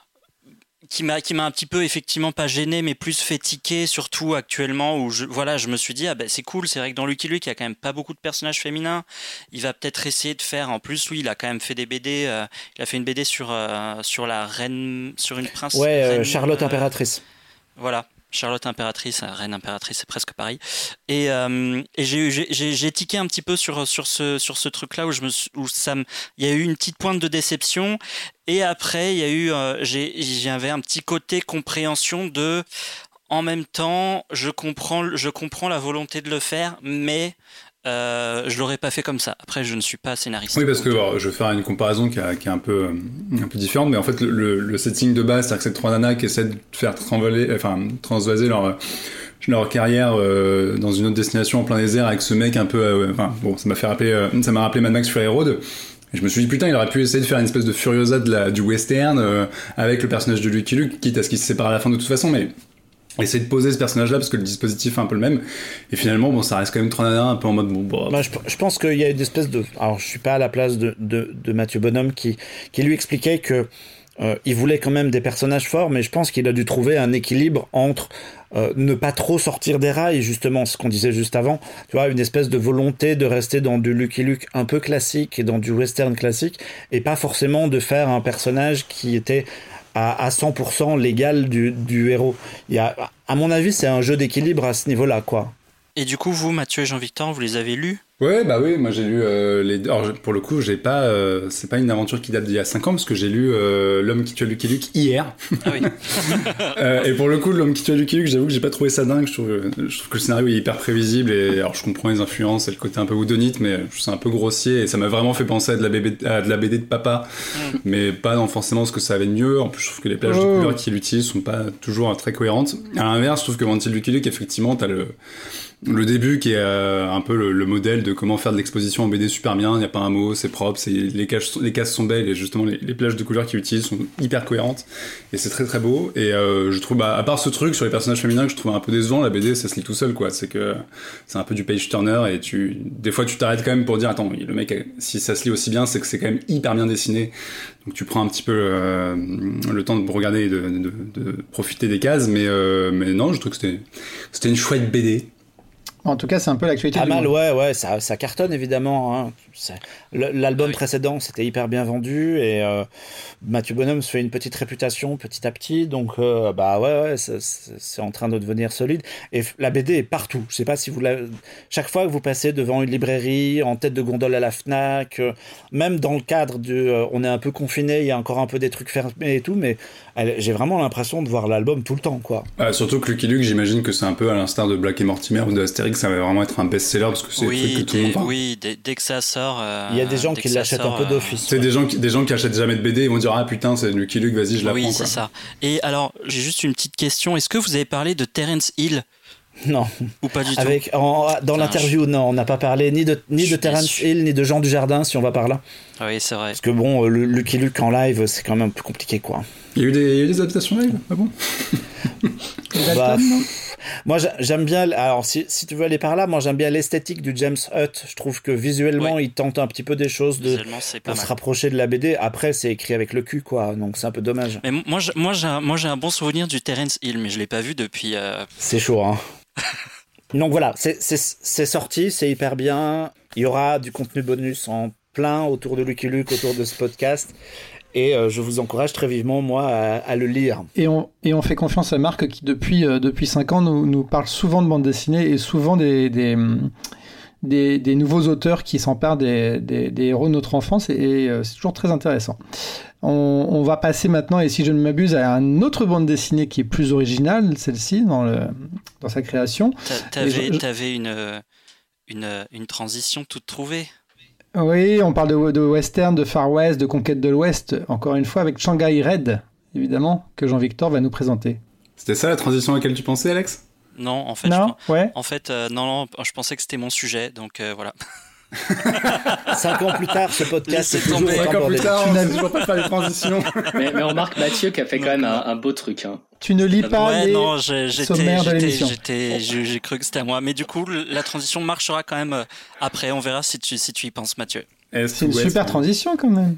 qui m'a, qui m'a un petit peu effectivement pas gêné, mais plus fait tiquer, surtout actuellement où je, voilà, je me suis dit ah ben c'est cool, c'est vrai que dans Lucky Luke il y a quand même pas beaucoup de personnages féminins. Il va peut-être essayer de faire, en plus lui il a quand même fait des B D, euh, il a fait une B D sur euh, sur la reine, sur une princesse. Ouais, reine, euh, Charlotte euh, impératrice. Voilà. Charlotte impératrice, reine impératrice, c'est presque pareil. Et, euh, et j'ai, j'ai, j'ai tiqué un petit peu sur, sur ce, sur ce truc-là où, je me, où ça me, il y a eu une petite pointe de déception. Et après, il y a eu, euh, j'ai, j'avais un petit côté compréhension de, en même temps, je comprends, je comprends la volonté de le faire, mais Euh, je l'aurais pas fait comme ça. Après, je ne suis pas scénariste. Oui, parce que bon, je vais faire une comparaison qui, a, qui est un peu, un peu différente, mais en fait, le, le, le setting de base, c'est-à-dire que c'est trois nanas qui essaient de faire transvaler, enfin, transvaser leur, leur carrière euh, dans une autre destination en plein désert avec ce mec un peu, euh, enfin, bon, ça m'a fait rappeler, euh, ça m'a rappelé Mad Max Fury Road. Et je me suis dit, putain, il aurait pu essayer de faire une espèce de Furiosa de la, du western euh, avec le personnage de Lucky Luke, quitte à ce qu'il se sépare à la fin de toute façon, mais essayer de poser ce personnage-là parce que le dispositif est un peu le même. Et finalement, bon, ça reste quand même trois nanas un peu en mode bon. bon bah, je, je pense qu'il y a une espèce de. Alors, je suis pas à la place de, de, de Mathieu Bonhomme qui, qui lui expliquait que euh, il voulait quand même des personnages forts, mais je pense qu'il a dû trouver un équilibre entre euh, ne pas trop sortir des rails, justement, ce qu'on disait juste avant. Tu vois, une espèce de volonté de rester dans du Lucky Luke un peu classique et dans du western classique, et pas forcément de faire un personnage qui était à, à cent pour cent l'égal du, du héros. Il y a, à mon avis, c'est un jeu d'équilibre à ce niveau-là, quoi. Et du coup, vous, Mathieu et Jean-Victor, vous les avez lus ? Ouais, bah oui, moi j'ai lu euh, les deux. Alors pour le coup, j'ai pas, euh, c'est pas une aventure qui date d'il y a cinq ans parce que j'ai lu euh, L'homme qui tua Lucky Luke hier. Ah oui. euh, et pour le coup, L'homme qui tua Lucky Luke, j'avoue que j'ai pas trouvé ça dingue. Je trouve, je trouve que le scénario est hyper prévisible et alors je comprends les influences et le côté un peu houdonite, mais je trouve ça un peu grossier et ça m'a vraiment fait penser à de la, bébé, à de la B D de papa, mm. mais pas dans forcément ce que ça avait de mieux. En plus, je trouve que les plages oh. de couleurs qu'il utilise sont pas toujours très cohérentes. À l'inverse, je trouve que When Till Lucky Luke, effectivement, t'as le Le début qui est euh, un peu le, le modèle de comment faire de l'exposition en B D super bien, il n'y a pas un mot, c'est propre, c'est, les, cases, les cases sont belles et justement les, les plages de couleurs qu'il utilise sont hyper cohérentes et c'est très très beau et euh, je trouve, bah, à part ce truc sur les personnages féminins que je trouve un peu décevant, la B D ça se lit tout seul quoi, c'est que c'est un peu du page turner et tu, des fois tu t'arrêtes quand même pour dire attends, le mec si ça se lit aussi bien c'est que c'est quand même hyper bien dessiné, donc tu prends un petit peu euh, le temps de regarder et de, de, de, de profiter des cases mais, euh, mais non je trouve que c'était, c'était une chouette B D. En tout cas, c'est un peu l'actualité. Pas du mal, monde. ouais, ouais, ça, ça cartonne évidemment. Hein. L'album oui. précédent, c'était hyper bien vendu et euh, Mathieu Bonhomme se fait une petite réputation petit à petit, donc euh, bah ouais, ouais, c'est, c'est en train de devenir solide. Et la B D est partout. Je sais pas si vous l'avez. Chaque fois que vous passez devant une librairie, en tête de gondole à la Fnac, euh, même dans le cadre du, euh, on est un peu confiné, il y a encore un peu des trucs fermés et tout, mais elle, j'ai vraiment l'impression de voir l'album tout le temps, quoi. Ah, surtout que Lucky Luke, j'imagine que c'est un peu à l'instar de Black et Mortimer ou de Astérix, ça va vraiment être un best-seller parce que c'est oui, des trucs que tout le monde. Oui, dès, dès que ça sort. Euh, il y a des gens qui l'achètent sort, un peu d'office. C'est ouais. des gens qui, des gens qui achètent jamais de B D, ils vont dire ah putain c'est Lucky Luke, vas-y je la oui, prends. Oui, c'est quoi. ça. Et alors j'ai juste une petite question. Est-ce que vous avez parlé de Terence Hill? Non. Ou pas du Avec, tout. En, dans Putain, l'interview, je... non, on n'a pas parlé ni de ni de Terence Hill ni de Jean Dujardin si on va par là. Oui, c'est vrai. Parce que bon, le Lucky Luke en live, c'est quand même un peu compliqué, quoi. Il y a eu des, il y a eu des adaptations live, ah bon bah, moi j'aime bien, alors si, si tu veux aller par là, moi j'aime bien l'esthétique du James Hutt. Je trouve que visuellement oui. il tente un petit peu des choses de, pour se rapprocher de la B D. Après c'est écrit avec le cul quoi, donc c'est un peu dommage. Mais moi, je, moi, j'ai, un, moi j'ai un bon souvenir du Terence Hill, mais je l'ai pas vu depuis. Euh... C'est chaud hein. Donc voilà, c'est, c'est, c'est sorti, c'est hyper bien. Il y aura du contenu bonus en plein autour de Lucky Luke, autour de ce podcast. Et euh, je vous encourage très vivement, moi, à, à le lire. Et on, et on fait confiance à Marc qui, depuis, euh, depuis cinq ans, nous, nous parle souvent de bande dessinée et souvent des, des, des, des nouveaux auteurs qui s'emparent des, des, des héros de notre enfance. Et, et euh, c'est toujours très intéressant. On, on va passer maintenant, et si je ne m'abuse, à une autre bande dessinée qui est plus originale, celle-ci, dans, le, dans sa création. T'avais, je... t'avais une, une, une transition toute trouvée. Oui, on parle de, de western, de Far West, de conquête de l'Ouest, encore une fois avec Shanghai Red, évidemment, que Jean-Victor va nous présenter. C'était ça la transition à laquelle tu pensais, Alex ? Non, en fait, non, je, ouais. en fait euh, non, non, je pensais que c'était mon sujet, donc euh, voilà. Cinq ans plus tard, ce podcast c'est tombé. Cinq ans plus tard, on n'a toujours pas fait les transitions. mais, mais on remarque Mathieu qui a fait quand même un, un beau truc. Hein. Tu ne lis pas ouais, les non, j'ai, j'étais, sommaires de j'étais, l'émission. J'étais, j'ai, j'ai cru que c'était à moi, mais du coup, la transition marchera quand même après. On verra si tu, si tu y penses, Mathieu. Est-ce c'est une super transition quand même.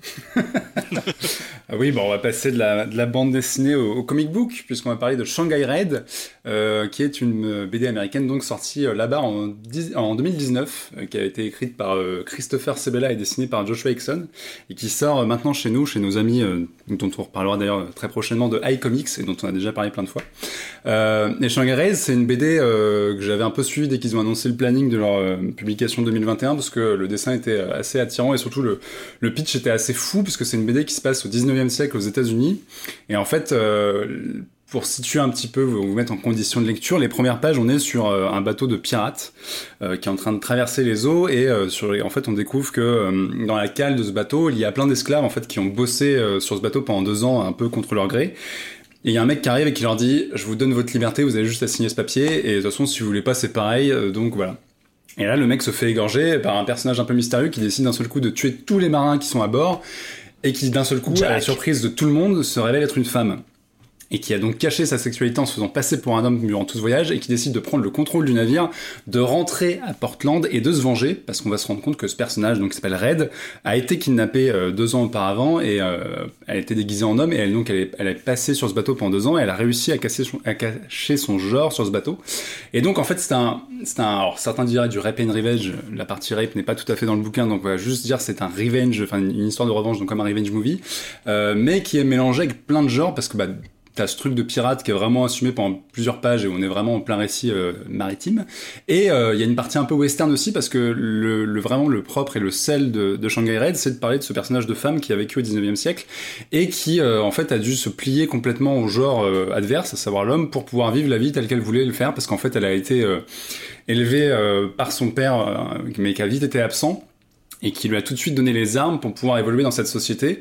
Ah oui, bon, on va passer de la, de la bande dessinée au, au comic book, puisqu'on va parler de Shanghai Red, euh, qui est une B D américaine donc sortie euh, là-bas en, dix, en deux mille dix-neuf, euh, qui a été écrite par euh, Christopher Sebela et dessinée par Joshua Hickson, et qui sort euh, maintenant chez nous, chez nos amis, euh, dont on reparlera d'ailleurs très prochainement, de iComics, et dont on a déjà parlé plein de fois. Euh, et Shanghai Red, c'est une B D euh, que j'avais un peu suivi dès qu'ils ont annoncé le planning de leur euh, publication deux mille vingt et un, parce que le dessin était assez attirant, et surtout le, le pitch était assez fou parce que c'est une B D qui se passe au dix-neuvième siècle aux États-Unis et en fait euh, pour situer un petit peu, vous, vous mettre en condition de lecture, les premières pages on est sur euh, un bateau de pirates euh, qui est en train de traverser les eaux et euh, sur les, en fait on découvre que euh, dans la cale de ce bateau il y a plein d'esclaves en fait qui ont bossé euh, sur ce bateau pendant deux ans un peu contre leur gré. Et il y a un mec qui arrive et qui leur dit je vous donne votre liberté, vous avez juste à signer ce papier et de toute façon si vous voulez pas c'est pareil, euh, donc voilà. Et là, le mec se fait égorger par un personnage un peu mystérieux qui décide d'un seul coup de tuer tous les marins qui sont à bord et qui, d'un seul coup, Jack. à la surprise de tout le monde, se révèle être une femme. Et qui a donc caché sa sexualité en se faisant passer pour un homme durant tout ce voyage et qui décide de prendre le contrôle du navire, de rentrer à Portland et de se venger parce qu'on va se rendre compte que ce personnage, donc qui s'appelle Red, a été kidnappé euh, deux ans auparavant et euh, elle était déguisée en homme et elle donc elle est, elle est passée sur ce bateau pendant deux ans et elle a réussi à, casser son, à cacher son genre sur ce bateau. Et donc en fait c'est un, c'est un, alors certains diraient du rape and revenge, la partie rape n'est pas tout à fait dans le bouquin donc on va juste dire c'est un revenge, enfin une histoire de revanche donc comme un revenge movie, euh, mais qui est mélangé avec plein de genres parce que bah t'as ce truc de pirate qui est vraiment assumé pendant plusieurs pages et où on est vraiment en plein récit euh, maritime. Et il euh, y a une partie un peu western aussi parce que le, le vraiment le propre et le sel de, de Shanghai Red, c'est de parler de ce personnage de femme qui a vécu au dix-neuvième siècle et qui euh, en fait a dû se plier complètement au genre euh, adverse, à savoir l'homme, pour pouvoir vivre la vie telle qu'elle voulait le faire parce qu'en fait elle a été euh, élevée euh, par son père euh, mais qui a vite été absent et qui lui a tout de suite donné les armes pour pouvoir évoluer dans cette société.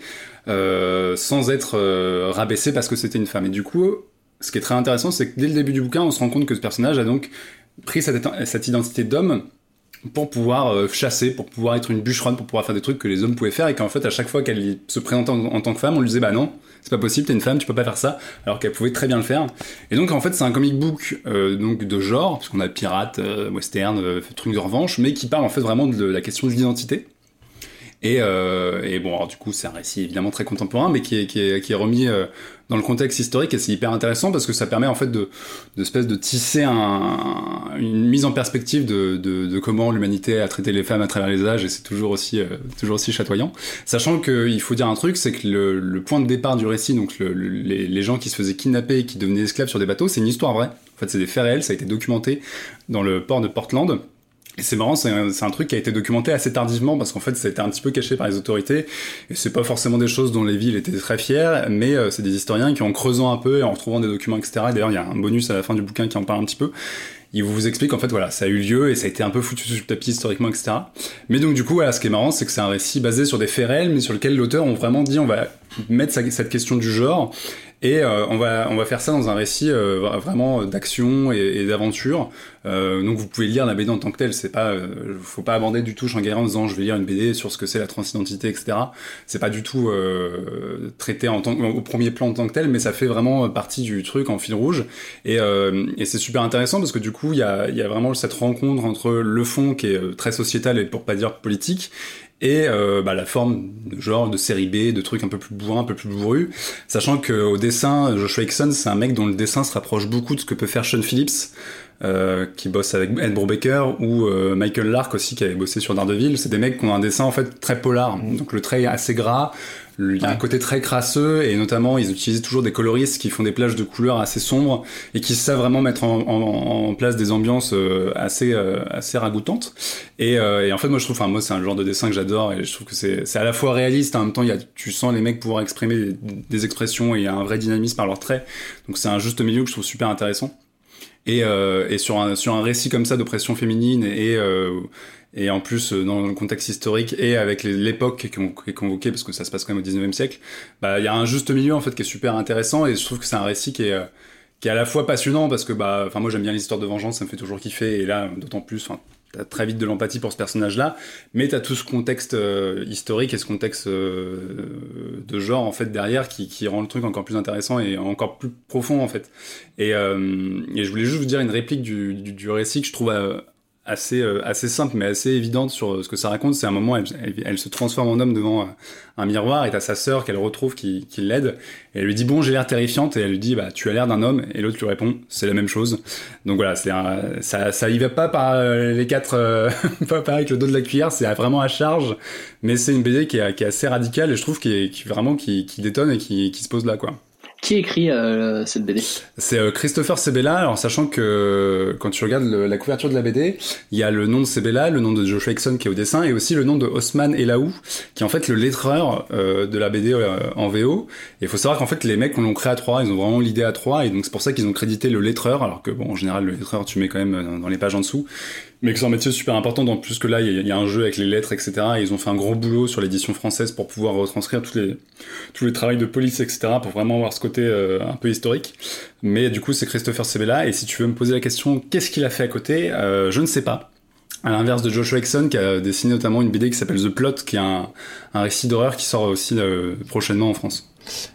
Euh, sans être euh, rabaissé parce que c'était une femme. Et du coup, ce qui est très intéressant, c'est que dès le début du bouquin, on se rend compte que ce personnage a donc pris cette, cette identité d'homme pour pouvoir euh, chasser, pour pouvoir être une bûcheronne, pour pouvoir faire des trucs que les hommes pouvaient faire, et qu'en fait, à chaque fois qu'elle se présentait en, en tant que femme, on lui disait « Bah non, c'est pas possible, t'es une femme, tu peux pas faire ça », alors qu'elle pouvait très bien le faire. Et donc, en fait, c'est un comic book euh, donc de genre, parce qu'on a pirate, euh, western, euh, truc de revanche, mais qui parle en fait vraiment de la question de l'identité. Et, euh, et bon, alors du coup, c'est un récit évidemment très contemporain, mais qui est, qui est, qui est remis euh, dans le contexte historique, et c'est hyper intéressant parce que ça permet en fait de, de, espèce de tisser un, une mise en perspective de, de, de comment l'humanité a traité les femmes à travers les âges, et c'est toujours aussi, euh, toujours aussi chatoyant. Sachant qu'il faut dire un truc, c'est que le, le point de départ du récit, donc le, le, les, les gens qui se faisaient kidnapper et qui devenaient esclaves sur des bateaux, c'est une histoire vraie. En fait, c'est des faits réels, ça a été documenté dans le port de Portland. Et c'est marrant, c'est un, c'est un truc qui a été documenté assez tardivement parce qu'en fait ça a été un petit peu caché par les autorités et c'est pas forcément des choses dont les villes étaient très fières, mais euh, c'est des historiens qui en creusant un peu et en retrouvant des documents et cetera. Et d'ailleurs il y a un bonus à la fin du bouquin qui en parle un petit peu. Il vous explique en fait voilà, ça a eu lieu et ça a été un peu foutu sous le tapis historiquement, et cetera. Mais donc du coup voilà, ce qui est marrant, c'est que c'est un récit basé sur des faits réels, mais sur lequel l'auteur a vraiment dit on va mettre sa, cette question du genre. Et euh, on va on va faire ça dans un récit euh, vraiment d'action et, et d'aventure. Euh, donc vous pouvez lire la B D en tant que telle. C'est pas, euh, faut pas aborder du tout Shanghai en disant je vais lire une B D sur ce que c'est la transidentité, et cetera. C'est pas du tout euh, traité en tant, au premier plan en tant que tel, mais ça fait vraiment partie du truc en fil rouge. Et, euh, et c'est super intéressant parce que du coup il y a il y a vraiment cette rencontre entre le fond qui est très sociétal et pour pas dire politique. Et euh, bah, la forme de genre de série B, de trucs un peu plus bourrin, un peu plus bourru, sachant qu'au dessin, Joshua Hixson, c'est un mec dont le dessin se rapproche beaucoup de ce que peut faire Sean Phillips, euh, qui bosse avec Ed Brubaker, ou euh, Michael Lark aussi, qui avait bossé sur Daredevil. C'est des mecs qui ont un dessin en fait très polar, donc le trait est assez gras, il y a un côté très crasseux, et notamment ils utilisent toujours des coloristes qui font des plages de couleurs assez sombres et qui savent vraiment mettre en, en, en place des ambiances euh, assez euh, assez ragoûtantes. Et, euh, et en fait moi je trouve, enfin moi c'est un genre de dessin que j'adore et je trouve que c'est c'est à la fois réaliste, en même temps il y a, tu sens les mecs pouvoir exprimer des, des expressions et il y a un vrai dynamisme par leurs traits. Donc c'est un juste milieu que je trouve super intéressant. Et, euh, et sur un sur un récit comme ça d'oppression féminine et euh, et en plus dans le contexte historique et avec les, l'époque qui est convoquée parce que ça se passe quand même au dix-neuvième siècle, bah il y a un juste milieu en fait qui est super intéressant et je trouve que c'est un récit qui est qui est à la fois passionnant parce que bah enfin moi j'aime bien les histoires de vengeance, ça me fait toujours kiffer et là d'autant plus, enfin t'as très vite de l'empathie pour ce personnage-là, mais t'as tout ce contexte euh, historique et ce contexte euh, de genre en fait derrière qui, qui rend le truc encore plus intéressant et encore plus profond en fait. Et, euh, et je voulais juste vous dire une réplique du, du, du récit que je trouve euh, assez euh, assez simple mais assez évidente sur euh, ce que ça raconte. C'est un moment elle, elle, elle se transforme en homme devant euh, un miroir et t'as sa sœur qu'elle retrouve qui, qui l'aide et elle lui dit bon j'ai l'air terrifiante et elle lui dit bah tu as l'air d'un homme et l'autre lui répond c'est la même chose. Donc voilà, c'est un, ça ça y va pas par euh, les quatre euh, pas par avec le dos de la cuillère, c'est vraiment à charge, mais c'est une B D qui est, qui est assez radicale et je trouve qui est qui vraiment qui, qui détonne et qui, qui se pose là quoi. Qui écrit euh, cette B D ? C'est euh, Christopher Sebela, alors sachant que quand tu regardes le, la couverture de la B D, il y a le nom de Sebela, le nom de Joshua Hixson qui est au dessin, et aussi le nom de Osman Elaou, qui est en fait le lettreur euh, de la B D euh, en V O. Et il faut savoir qu'en fait les mecs on l'ont créé à trois, ils ont vraiment l'idée à trois, et donc c'est pour ça qu'ils ont crédité le lettreur, alors que bon en général le lettreur tu mets quand même dans, dans les pages en dessous. Mais que c'est un métier super important, dans plus que là, il y, y a un jeu avec les lettres, et cetera. Et ils ont fait un gros boulot sur l'édition française pour pouvoir retranscrire tous les, tous les travaux de police, et cetera, pour vraiment avoir ce côté euh, un peu historique. Mais du coup, c'est Christopher Sebela. Et si tu veux me poser la question, qu'est-ce qu'il a fait à côté, euh, je ne sais pas. À l'inverse de Joshua Hixson, qui a dessiné notamment une B D qui s'appelle The Plot, qui est un, un récit d'horreur qui sort aussi euh, prochainement en France.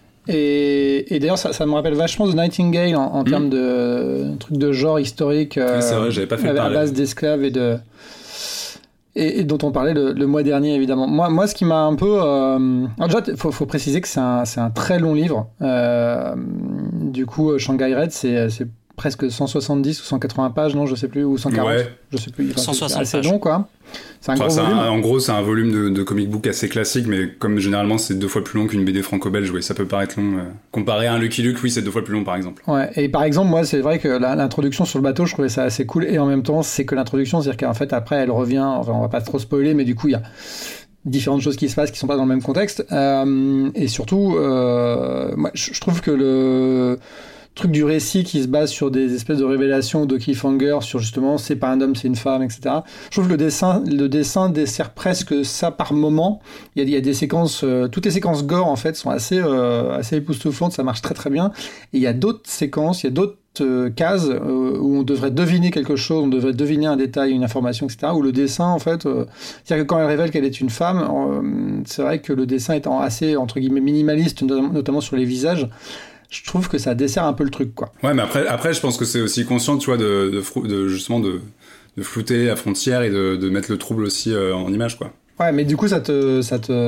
Et, et d'ailleurs, ça, ça me rappelle vachement The Nightingale en, en mmh. termes de trucs de genre historique. Euh, oui, c'est vrai, j'avais pas fait le à base d'esclaves et de et, et dont on parlait le, le mois dernier évidemment. Moi, moi, ce qui m'a un peu, euh... alors déjà, faut, faut préciser que c'est un, c'est un très long livre. Euh... Du coup, Shanghai Red, c'est, c'est presque cent soixante-dix ou cent quatre-vingts pages, non, je sais plus, ou cent quarante, ouais. je sais plus. Enfin, cent soixante c'est assez pages. long, quoi. C'est un Enfin, gros c'est volume. un, en gros, c'est un volume de, de comic book assez classique, mais comme généralement c'est deux fois plus long qu'une B D franco-belge, oui, ça peut paraître long. Euh, comparé à un Lucky Luke, oui, c'est deux fois plus long, par exemple. Ouais, et par exemple, moi, c'est vrai que la, l'introduction sur le bateau, je trouvais ça assez cool, et en même temps, c'est que l'introduction, c'est-à-dire qu'en fait, après, elle revient, enfin, on va pas trop spoiler, mais du coup, il y a différentes choses qui se passent qui sont pas dans le même contexte, euh, et surtout, euh, moi, je, je trouve que le truc du récit qui se base sur des espèces de révélations de cliffhanger sur justement c'est pas un homme c'est une femme, etc., je trouve que le dessin le dessin dessert presque ça par moment. Il y a, il y a des séquences, euh, toutes les séquences gore en fait sont assez euh, assez époustouflantes, ça marche très très bien, et il y a d'autres séquences, il y a d'autres euh, cases euh, où on devrait deviner quelque chose, on devrait deviner un détail, une information, etc., où le dessin en fait euh, c'est-à-dire que quand elle révèle qu'elle est une femme, euh, c'est vrai que le dessin étant assez entre guillemets minimaliste, notamment sur les visages, je trouve que ça dessert un peu le truc, quoi. Ouais, mais après, après je pense que c'est aussi conscient, tu vois, de, de, frou- de justement de, de flouter la frontière et de, de mettre le trouble aussi euh, en image, quoi. Ouais, mais du coup, ça te, ça te,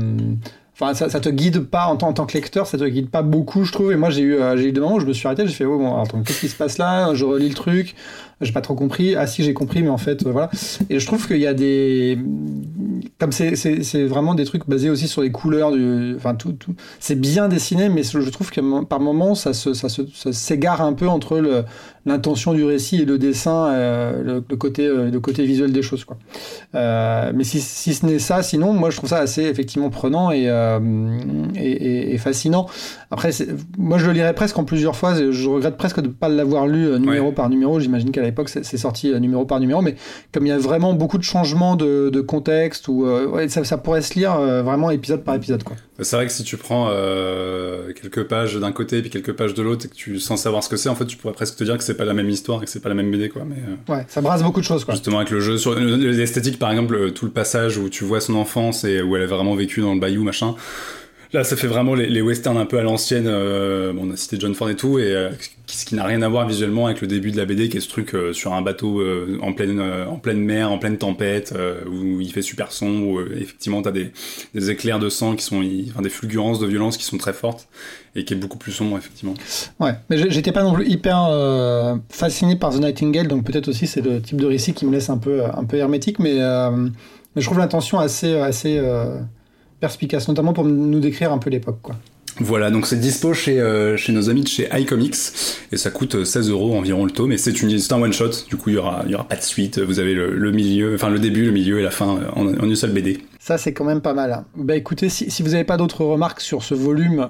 enfin, ça, ça te guide pas en tant, en tant que lecteur, ça te guide pas beaucoup, je trouve. Et moi, j'ai eu, euh, j'ai eu des moments où je me suis arrêté, j'ai fait, oh, bon, attends, qu'est-ce qui se passe là? Je relis le truc, j'ai pas trop compris. Ah si, j'ai compris, mais en fait, euh, voilà. Et je trouve qu'il y a des, comme c'est, c'est, c'est vraiment des trucs basés aussi sur les couleurs du, enfin, tout, tout, c'est bien dessiné, mais je trouve que par moments, ça se, ça se, ça s'égare un peu entre le, l'intention du récit et le dessin, euh, le, le côté, euh, le côté visuel des choses, quoi. Euh, mais si, si ce n'est ça, sinon, moi, je trouve ça assez effectivement prenant et, euh, et, et, et fascinant. Après, c'est, moi, je le lirais presque en plusieurs fois. Je regrette presque de ne pas l'avoir lu euh, numéro ouais. par numéro. J'imagine qu'à l'époque, c'est, c'est sorti euh, numéro par numéro. Mais comme il y a vraiment beaucoup de changements de, de contexte, ou euh, ouais, ça, ça pourrait se lire euh, vraiment épisode par épisode, quoi. C'est vrai que si tu prends euh, quelques pages d'un côté et puis quelques pages de l'autre et que tu, sans savoir ce que c'est, en fait, tu pourrais presque te dire que c'est pas la même histoire et que c'est pas la même B D, quoi. Mais euh, ouais, ça brasse beaucoup de choses, quoi. Justement avec le jeu sur l'esthétique, par exemple, tout le passage où tu vois son enfance et où elle a vraiment vécu dans le bayou, machin. Là, ça fait vraiment les, les westerns un peu à l'ancienne. Euh, bon, on a cité John Ford et tout, et euh, ce qui n'a rien à voir visuellement avec le début de la B D, qui est ce truc euh, sur un bateau euh, en pleine euh, en pleine mer, en pleine tempête, euh, où il fait super sombre, où euh, effectivement t'as des des éclairs de sang qui sont, enfin des fulgurances de violence qui sont très fortes et qui est beaucoup plus sombre effectivement. Ouais, mais j'étais pas non plus hyper euh, fasciné par The Nightingale, donc peut-être aussi c'est le type de récit qui me laisse un peu un peu hermétique, mais euh, mais je trouve l'intention assez assez euh, perspicace, notamment pour nous décrire un peu l'époque, quoi. Voilà, donc c'est dispo chez, euh, chez nos amis de chez iComics, et ça coûte seize euros environ le tome, et c'est, une, c'est un one-shot, du coup il y aura, il y aura pas de suite, vous avez le, le milieu, enfin le début, le milieu et la fin en, en une seule B D. Ça, c'est quand même pas mal, hein. Bah écoutez, si, si vous n'avez pas d'autres remarques sur ce volume,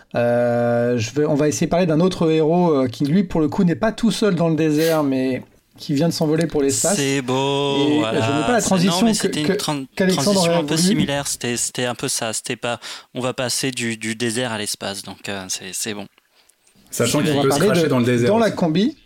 euh, je vais, on va essayer de parler d'un autre héros euh, qui, lui, pour le coup, n'est pas tout seul dans le désert, mais qui vient de s'envoler pour l'espace. C'est beau, et voilà. Je ne veux pas la transition non, mais que, c'était que, une tra- qu'Alexandre transition un peu voulu. similaire, c'était, c'était un peu ça, c'était pas, on va passer du, du désert à l'espace, donc euh, c'est, c'est bon. Sachant qu'il on peut se cracher de, dans le désert. Dans aussi. la combi...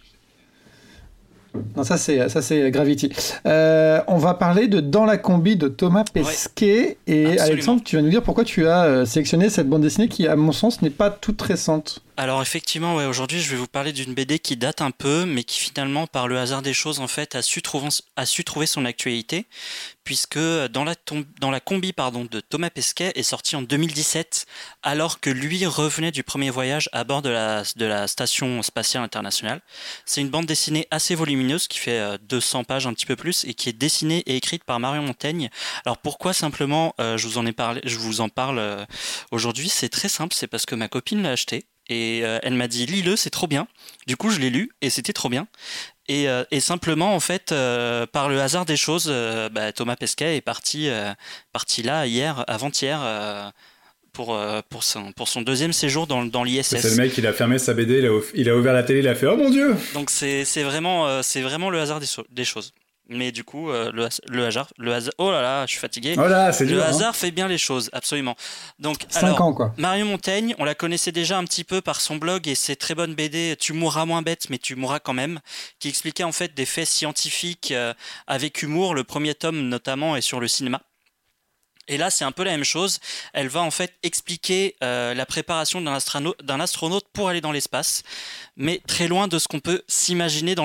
Non, ça c'est, ça c'est Gravity. Euh, on va parler de Dans la combi de Thomas Pesquet. Ouais, et absolument. Alexandre, tu vas nous dire pourquoi tu as euh, sélectionné cette bande dessinée qui, à mon sens, n'est pas toute récente. Alors effectivement, ouais, aujourd'hui, je vais vous parler d'une B D qui date un peu, mais qui finalement, par le hasard des choses, en fait, a su trouver, a su trouver son actualité, puisque dans la, tom- dans la combi pardon, de Thomas Pesquet est sortie en deux mille dix-sept, alors que lui revenait du premier voyage à bord de la, de la Station Spatiale Internationale. C'est une bande dessinée assez volumineuse, qui fait euh, deux cents pages, un petit peu plus, et qui est dessinée et écrite par Marion Montaigne. Alors pourquoi simplement euh, je vous en ai parlé, je vous en parle euh, aujourd'hui? C'est très simple, c'est parce que ma copine l'a acheté. Et euh, elle m'a dit lis-le, c'est trop bien. Du coup, je l'ai lu et c'était trop bien. Et, euh, et simplement, en fait, euh, par le hasard des choses, euh, bah, Thomas Pesquet est parti, euh, parti là hier, avant-hier, euh, pour, euh, pour, son, pour son deuxième séjour dans, dans l'I S S. C'est le mec, il a fermé sa B D, il a, il a ouvert la télé, il a fait oh mon Dieu. Donc c'est, c'est, vraiment, euh, c'est vraiment le hasard des, so- des choses. Mais du coup, euh, le, le hasard, le hasard, oh là là, je suis fatigué. Oh là, c'est le dur, hasard hein. fait bien les choses, absolument. Donc, Cinq alors, ans, quoi. Marion Montaigne, on la connaissait déjà un petit peu par son blog et ses très bonnes B D. Tu mourras moins bête, mais tu mourras quand même, qui expliquait en fait des faits scientifiques euh, avec humour. Le premier tome notamment est sur le cinéma. Et là, c'est un peu la même chose. Elle va en fait expliquer euh, la préparation d'un, astrano- d'un astronaute pour aller dans l'espace, mais très loin de ce qu'on peut s'imaginer dans les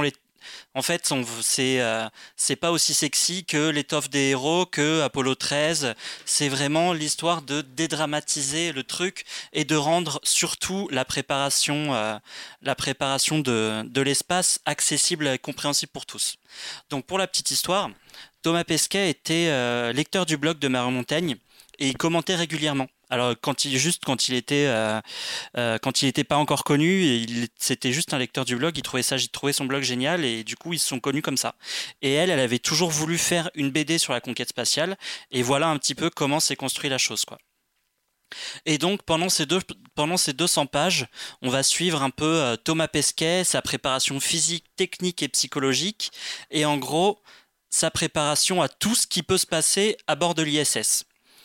En fait, on, c'est, euh, c'est pas aussi sexy que l'étoffe des héros, que Apollo treize. C'est vraiment l'histoire de dédramatiser le truc et de rendre surtout la préparation, euh, la préparation de, de l'espace accessible et compréhensible pour tous. Donc, pour la petite histoire, Thomas Pesquet était euh, lecteur du blog de Mario Montaigne et il commentait régulièrement. Alors quand il juste quand il était euh, euh, quand il était pas encore connu, il, c'était juste un lecteur du blog, il trouvait ça, il trouvait son blog génial et du coup ils se sont connus comme ça. Et elle, elle avait toujours voulu faire une B D sur la conquête spatiale et voilà un petit peu comment s'est construit la chose, quoi. Et donc pendant ces deux pendant ces deux cents pages, on va suivre un peu euh, Thomas Pesquet, sa préparation physique, technique et psychologique et en gros sa préparation à tout ce qui peut se passer à bord de l'I S S.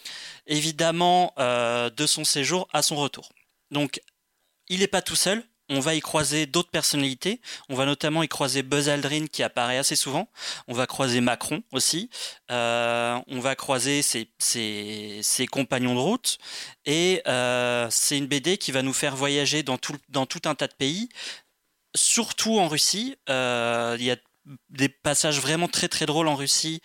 Évidemment, euh, de son séjour à son retour. Donc, il n'est pas tout seul. On va y croiser d'autres personnalités. On va notamment y croiser Buzz Aldrin qui apparaît assez souvent. On va croiser Macron aussi. Euh, on va croiser ses, ses, ses compagnons de route. Et euh, c'est une B D qui va nous faire voyager dans tout, dans tout un tas de pays, surtout en Russie. Euh, il y a des passages vraiment très très drôles en Russie.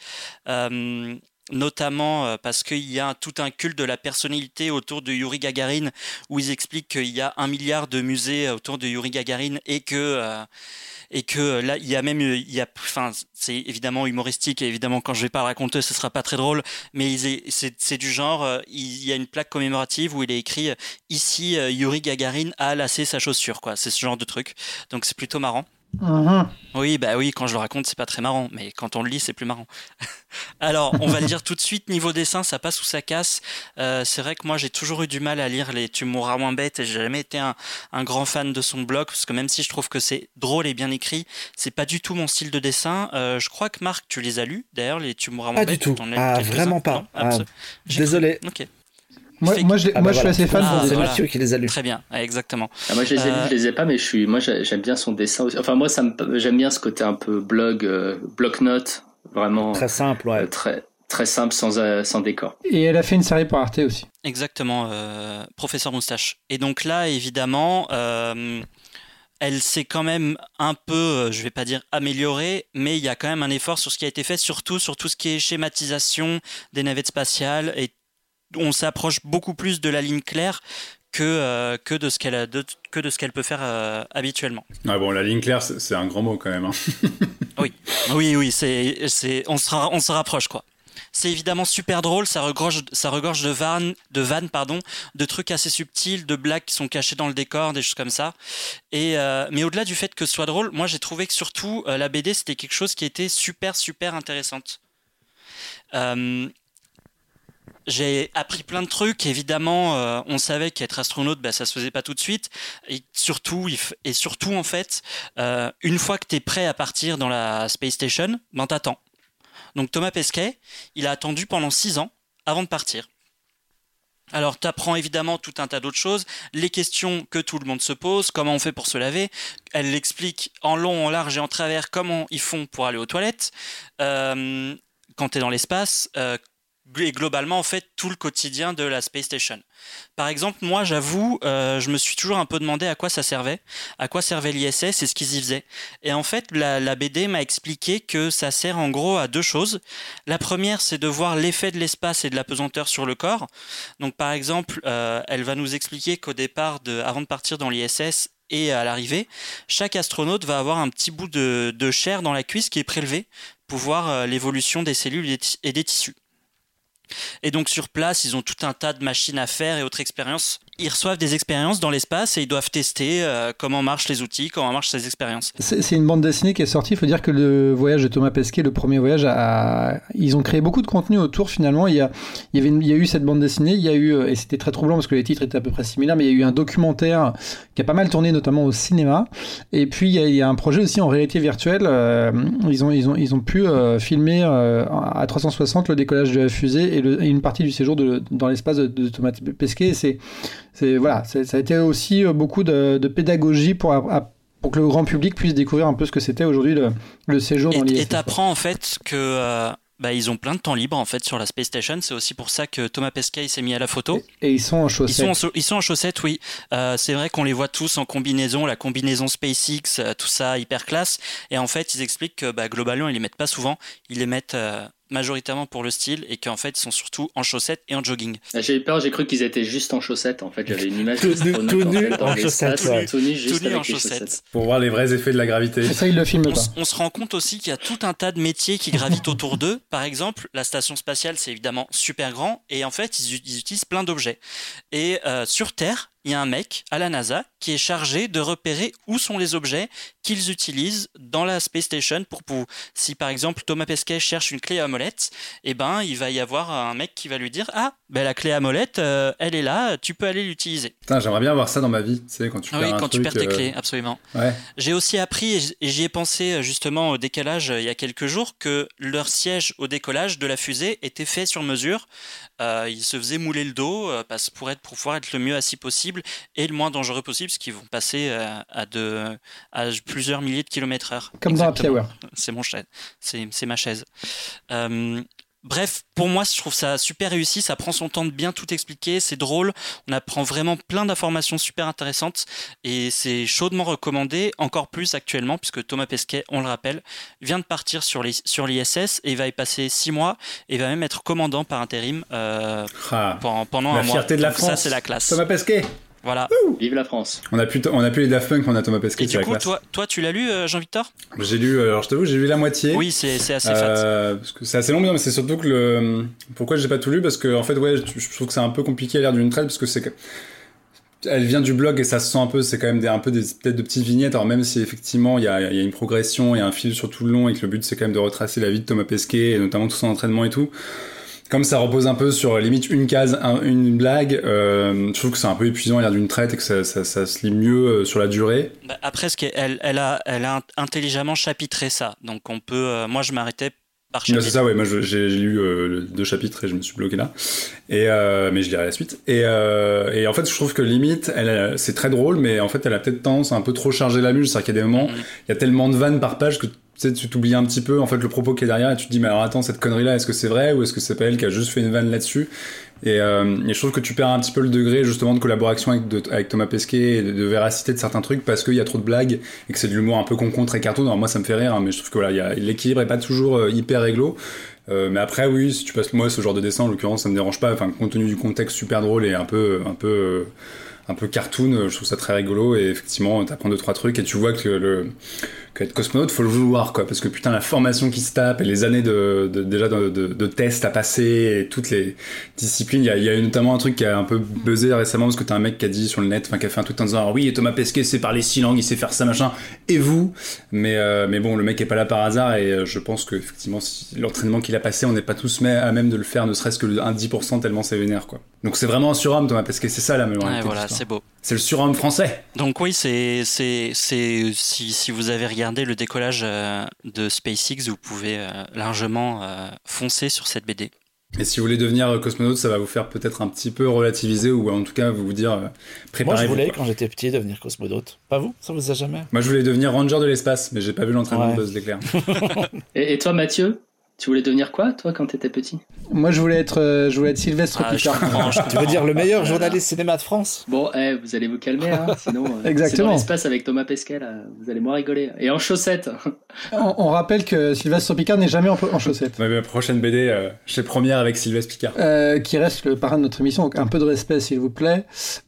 Euh, Notamment parce qu'il y a tout un culte de la personnalité autour de Yuri Gagarin, où ils expliquent qu'il y a un milliard de musées autour de Yuri Gagarin et que euh, et que là il y a même il y a enfin c'est évidemment humoristique et évidemment quand je vais pas le raconter ce sera pas très drôle, mais il, c'est c'est du genre il y a une plaque commémorative où il est écrit ici Yuri Gagarin a lacé sa chaussure, quoi. C'est ce genre de truc, donc c'est plutôt marrant. Mmh. Oui, bah oui, quand je le raconte, c'est pas très marrant, mais quand on le lit, c'est plus marrant. Alors, on va le dire tout de suite, niveau dessin, ça passe ou ça casse. Euh, c'est vrai que moi, j'ai toujours eu du mal à lire les Tu mourras moins bête et j'ai jamais été un, un grand fan de son blog, parce que même si je trouve que c'est drôle et bien écrit, c'est pas du tout mon style de dessin. Euh, je crois que Marc, tu les as lus, d'ailleurs, les Tu mourras moins pas bête. Pas du tout, ah, vraiment pas. Non, ah, désolé. Ok. Moi, moi, je, ah moi bah je voilà. suis assez fan. Ah, de c'est voilà. Mathieu qui les a lus. Très bien, exactement. Ah, moi, je les ai euh... lus, je les ai pas, mais je suis, moi, j'aime bien son dessin aussi. Enfin, moi, ça me, j'aime bien ce côté un peu blog, euh, bloc-notes, vraiment. Très simple, ouais. Euh, très, très simple, sans, euh, sans décor. Et elle a fait une série pour Arte aussi. Exactement, euh, Professeur Moustache. Et donc là, évidemment, euh, elle s'est quand même un peu, je vais pas dire améliorée, mais il y a quand même un effort sur ce qui a été fait, surtout sur tout ce qui est schématisation des navettes spatiales, et on s'approche beaucoup plus de la ligne claire que, euh, que, de, ce qu'elle a, de, que de ce qu'elle peut faire euh, habituellement. Ah bon, la ligne claire, c'est, c'est un grand mot quand même. Hein. Oui, oui, oui, c'est, c'est, on, se, on se rapproche, quoi. C'est évidemment super drôle, ça regorge, ça regorge de vannes, de vannes, pardon, de trucs assez subtils, de blagues qui sont cachées dans le décor, des choses comme ça. Et euh, mais au-delà du fait que ce soit drôle, moi j'ai trouvé que surtout euh, la B D c'était quelque chose qui était super super intéressante. Euh, J'ai appris plein de trucs. Évidemment, euh, on savait qu'être astronaute, bah, ça se faisait pas tout de suite. Et surtout, il f... et surtout en fait, euh, une fois que tu es prêt à partir dans la Space Station, ben t'attends. Donc Thomas Pesquet, il a attendu pendant six ans avant de partir. Alors, tu apprends évidemment tout un tas d'autres choses, les questions que tout le monde se pose, comment on fait pour se laver. Elle l'explique en long, en large et en travers comment ils font pour aller aux toilettes. Euh, quand tu es dans l'espace, euh, et globalement en fait tout le quotidien de la Space Station. Par exemple, moi j'avoue, euh, je me suis toujours un peu demandé à quoi ça servait, à quoi servait l'I S S et ce qu'ils y faisaient. Et en fait, la, la B D m'a expliqué que ça sert en gros à deux choses. La première, c'est de voir l'effet de l'espace et de la pesanteur sur le corps. Donc par exemple, euh, elle va nous expliquer qu'au départ, de, avant de partir dans l'I S S, et à l'arrivée, chaque astronaute va avoir un petit bout de, de chair dans la cuisse qui est prélevé pour voir euh, l'évolution des cellules et, t- et des tissus. Et donc sur place, ils ont tout un tas de machines à faire et autres expériences. Ils reçoivent des expériences dans l'espace et ils doivent tester euh, comment marchent les outils, comment marchent ces expériences. C'est, c'est une bande dessinée qui est sortie. Il faut dire que le voyage de Thomas Pesquet, le premier voyage, a... ils ont créé beaucoup de contenu autour finalement. Il y a, il y avait une... il y a eu cette bande dessinée, il y a eu, et c'était très troublant parce que les titres étaient à peu près similaires, mais il y a eu un documentaire qui a pas mal tourné, notamment au cinéma. Et puis il y a, il y a un projet aussi en réalité virtuelle. Euh, ils, ont, ils, ont, ils ont pu euh, filmer euh, à trois cent soixante le décollage de la fusée et, le, et une partie du séjour de, dans l'espace de, de Thomas Pesquet. Et c'est C'est, voilà, c'est, ça a été aussi beaucoup de, de pédagogie pour, à, pour que le grand public puisse découvrir un peu ce que c'était aujourd'hui le, le séjour dans l'I S S. Et t'apprends en fait que euh, Bah, ils ont plein de temps libre en fait sur la Space Station. C'est aussi pour ça que Thomas Pesquet s'est mis à la photo. Et, et ils sont en chaussettes. Ils sont en, ils sont en chaussettes, oui. Euh, c'est vrai qu'on les voit tous en combinaison, la combinaison SpaceX, euh, tout ça hyper classe. Et en fait, ils expliquent que bah, globalement, ils les mettent pas souvent. Ils les mettent euh, majoritairement pour le style et qu'en fait, ils sont surtout en chaussettes et en jogging. J'ai eu peur, j'ai cru qu'ils étaient juste en chaussettes. En fait, j'avais une image tout, d'astronaute tout en, nu fait, dans en chaussettes, ouais. tout nu, juste tout nu avec en les chaussettes. chaussettes. Pour voir les vrais effets de la gravité. Et ça, ils le filment On, pas. on se rend compte aussi qu'il y a tout un tas de métiers qui gravitent autour d'eux. Par exemple, la station spatiale, c'est évidemment super grand et en fait, ils, ils utilisent plein d'objets. Et euh, sur Terre, il y a un mec à la NASA qui est chargé de repérer où sont les objets qu'ils utilisent dans la Space Station pour, pour si par exemple Thomas Pesquet cherche une clé à molette, eh ben il va y avoir un mec qui va lui dire ah ben la clé à molette euh, elle est là, tu peux aller l'utiliser. Putain, j'aimerais bien avoir ça dans ma vie, tu sais, quand tu Ah perds oui, un quand truc, tu perds tes euh... clés, absolument. Ouais. J'ai aussi appris, et j- et j'y ai pensé justement au décalage euh, il y a quelques jours, que leur siège au décollage de la fusée était fait sur mesure. Euh, ils se faisaient mouler le dos euh, parce, pour, être, pour pouvoir être le mieux assis possible et le moins dangereux possible, parce qu'ils vont passer euh, à, de, à plusieurs milliers de kilomètres heure. Comme dans Happy Exactement. Hour. C'est mon chaise, c'est, c'est ma chaise. Euh, Bref, pour moi, je trouve ça super réussi. Ça prend son temps de bien tout expliquer. C'est drôle. On apprend vraiment plein d'informations super intéressantes. Et c'est chaudement recommandé, encore plus actuellement, puisque Thomas Pesquet, on le rappelle, vient de partir sur, les, sur l'I S S et il va y passer six mois et va même être commandant par intérim euh, Ah, pendant, pendant la un mois. fierté de la Donc France. ça, c'est la classe. Thomas Pesquet. Voilà. Vive la France. On a plus, t- on a plus les Daft Punk, on a Thomas Pesquet. Et c'est du la coup, classe. toi, toi, tu l'as lu, euh, Jean-Victor ? J'ai lu, alors je t'avoue, j'ai lu la moitié. Oui, c'est, c'est assez fat. Euh, parce que c'est assez long, mais c'est surtout que le. Pourquoi j'ai pas tout lu ? Parce que en fait, ouais, je trouve que c'est un peu compliqué à lire d'une traite, parce que c'est que. Elle vient du blog et ça se sent un peu, c'est quand même des, un peu des, peut-être de petites vignettes. Alors même si effectivement il y a, il y a une progression, il y a un fil sur tout le long et que le but c'est quand même de retracer la vie de Thomas Pesquet et notamment tout son entraînement et tout. Comme ça repose un peu sur limite une case, un, une blague, euh, je trouve que c'est un peu épuisant à lire d'une traite et que ça, ça, ça se lit mieux sur la durée. Bah, après, ce qu'elle, elle a, elle a intelligemment chapitré ça. Donc on peut, euh, moi je m'arrêtais par chapitre. C'est ça, ouais. Moi j'ai, j'ai lu euh, deux chapitres et je me suis bloqué là. Et euh, mais je lirai la suite. Et, euh, et en fait, je trouve que limite, elle, a, c'est très drôle, mais en fait, elle a peut-être tendance à un peu trop charger la mule. C'est-à-dire qu'il y a des moments, il mm-hmm. y a tellement de vannes par page que tu sais, tu t'oublies un petit peu en fait le propos qui est derrière et tu te dis mais alors attends, cette connerie là, est-ce que c'est vrai ou est-ce que c'est pas elle qui a juste fait une vanne là-dessus? Et, euh, et je trouve que tu perds un petit peu le degré justement de collaboration avec, de, avec Thomas Pesquet et de, de véracité de certains trucs parce qu'il y a trop de blagues et que c'est de l'humour un peu con-con, très cartoon. Alors moi ça me fait rire, hein, mais je trouve que voilà, y a, l'équilibre est pas toujours euh, hyper réglo. Euh, mais après oui, si tu passes moi ce genre de dessin en l'occurrence ça me dérange pas. Enfin compte tenu du contexte super drôle et un peu un peu euh, un peu cartoon, je trouve ça très rigolo et effectivement t'apprends deux trois trucs et tu vois que le qu'être cosmonaute faut le vouloir quoi, parce que putain la formation qui se tape et les années de, de déjà de, de, de tests à passer et toutes les disciplines, il y a, y a notamment un truc qui a un peu buzzé récemment parce que t'as un mec qui a dit sur le net, enfin qui a fait un tweet en disant ah, oui Thomas Pesquet sait parler six langues, il sait faire ça machin et vous, mais euh, mais bon le mec est pas là par hasard et euh, je pense que effectivement si, l'entraînement qu'il a passé on n'est pas tous à même de le faire ne serait-ce que un dix pour cent tellement c'est vénère quoi. Donc c'est vraiment un surhomme Thomas Pesquet, c'est ça la mémoire. Ouais, voilà, c'est beau. C'est le surhomme français. Donc oui, c'est c'est c'est si si vous avez regardé le décollage euh, de SpaceX, vous pouvez euh, largement euh, foncer sur cette B D. Et si vous voulez devenir cosmonaute, ça va vous faire peut-être un petit peu relativiser ou en tout cas vous vous dire euh, préparez-vous. Moi je voulais quoi. Quand j'étais petit devenir cosmonaute. Pas vous? Ça vous a jamais? Moi je voulais devenir ranger de l'espace, mais j'ai pas vu l'entraînement ouais. de Buzz l'éclair. et, et toi Mathieu? Tu voulais devenir quoi, toi, quand t'étais petit? Moi, je voulais être, euh, je voulais être Sylvestre Ah, Picard. Tu veux dire le meilleur journaliste cinéma de France? Bon, eh, vous allez vous calmer, hein, sinon. Euh, Exactement. C'est dans l'espace avec Thomas Pesquet, là. Vous allez moins rigoler. Et en chaussettes. on, on rappelle que Sylvestre Picard n'est jamais en, en chaussettes. Ma prochaine B D, euh, chez Première avec Sylvestre Picard. Euh, qui reste le parrain de notre émission, donc un peu de respect, s'il vous plaît.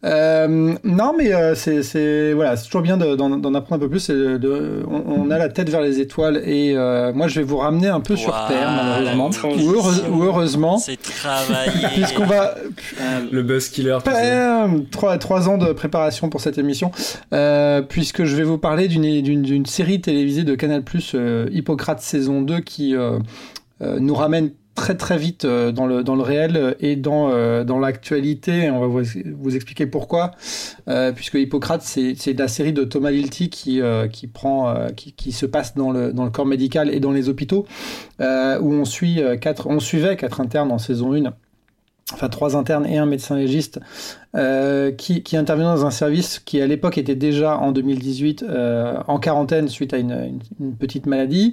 Euh, non, mais euh, c'est, c'est, voilà, c'est toujours bien de, d'en, d'en apprendre un peu plus. De, de, on, on a la tête vers les étoiles et euh, moi, je vais vous ramener un peu wow, sur Terre, malheureusement. Ou, heureuse, ou heureusement. C'est travaillé. Puisqu'on va. Le buzz killer. Euh, trois, trois ans de préparation pour cette émission. Euh, puisque je vais vous parler d'une, d'une, d'une série télévisée de Canal+, euh, Hippocrate saison deux, qui euh, euh, nous ramène très très vite euh, dans le dans le réel et dans euh, dans l'actualité. On va vous, vous expliquer pourquoi. Euh, puisque Hippocrate, c'est c'est la série de Thomas Lilti qui euh, qui prend euh, qui qui se passe dans le dans le corps médical et dans les hôpitaux, euh, où on suit euh, quatre on suivait quatre internes en saison un. Enfin, trois internes et un médecin légiste euh, qui, qui intervient dans un service qui, à l'époque, était déjà en deux mille dix-huit euh, en quarantaine suite à une, une, une petite maladie.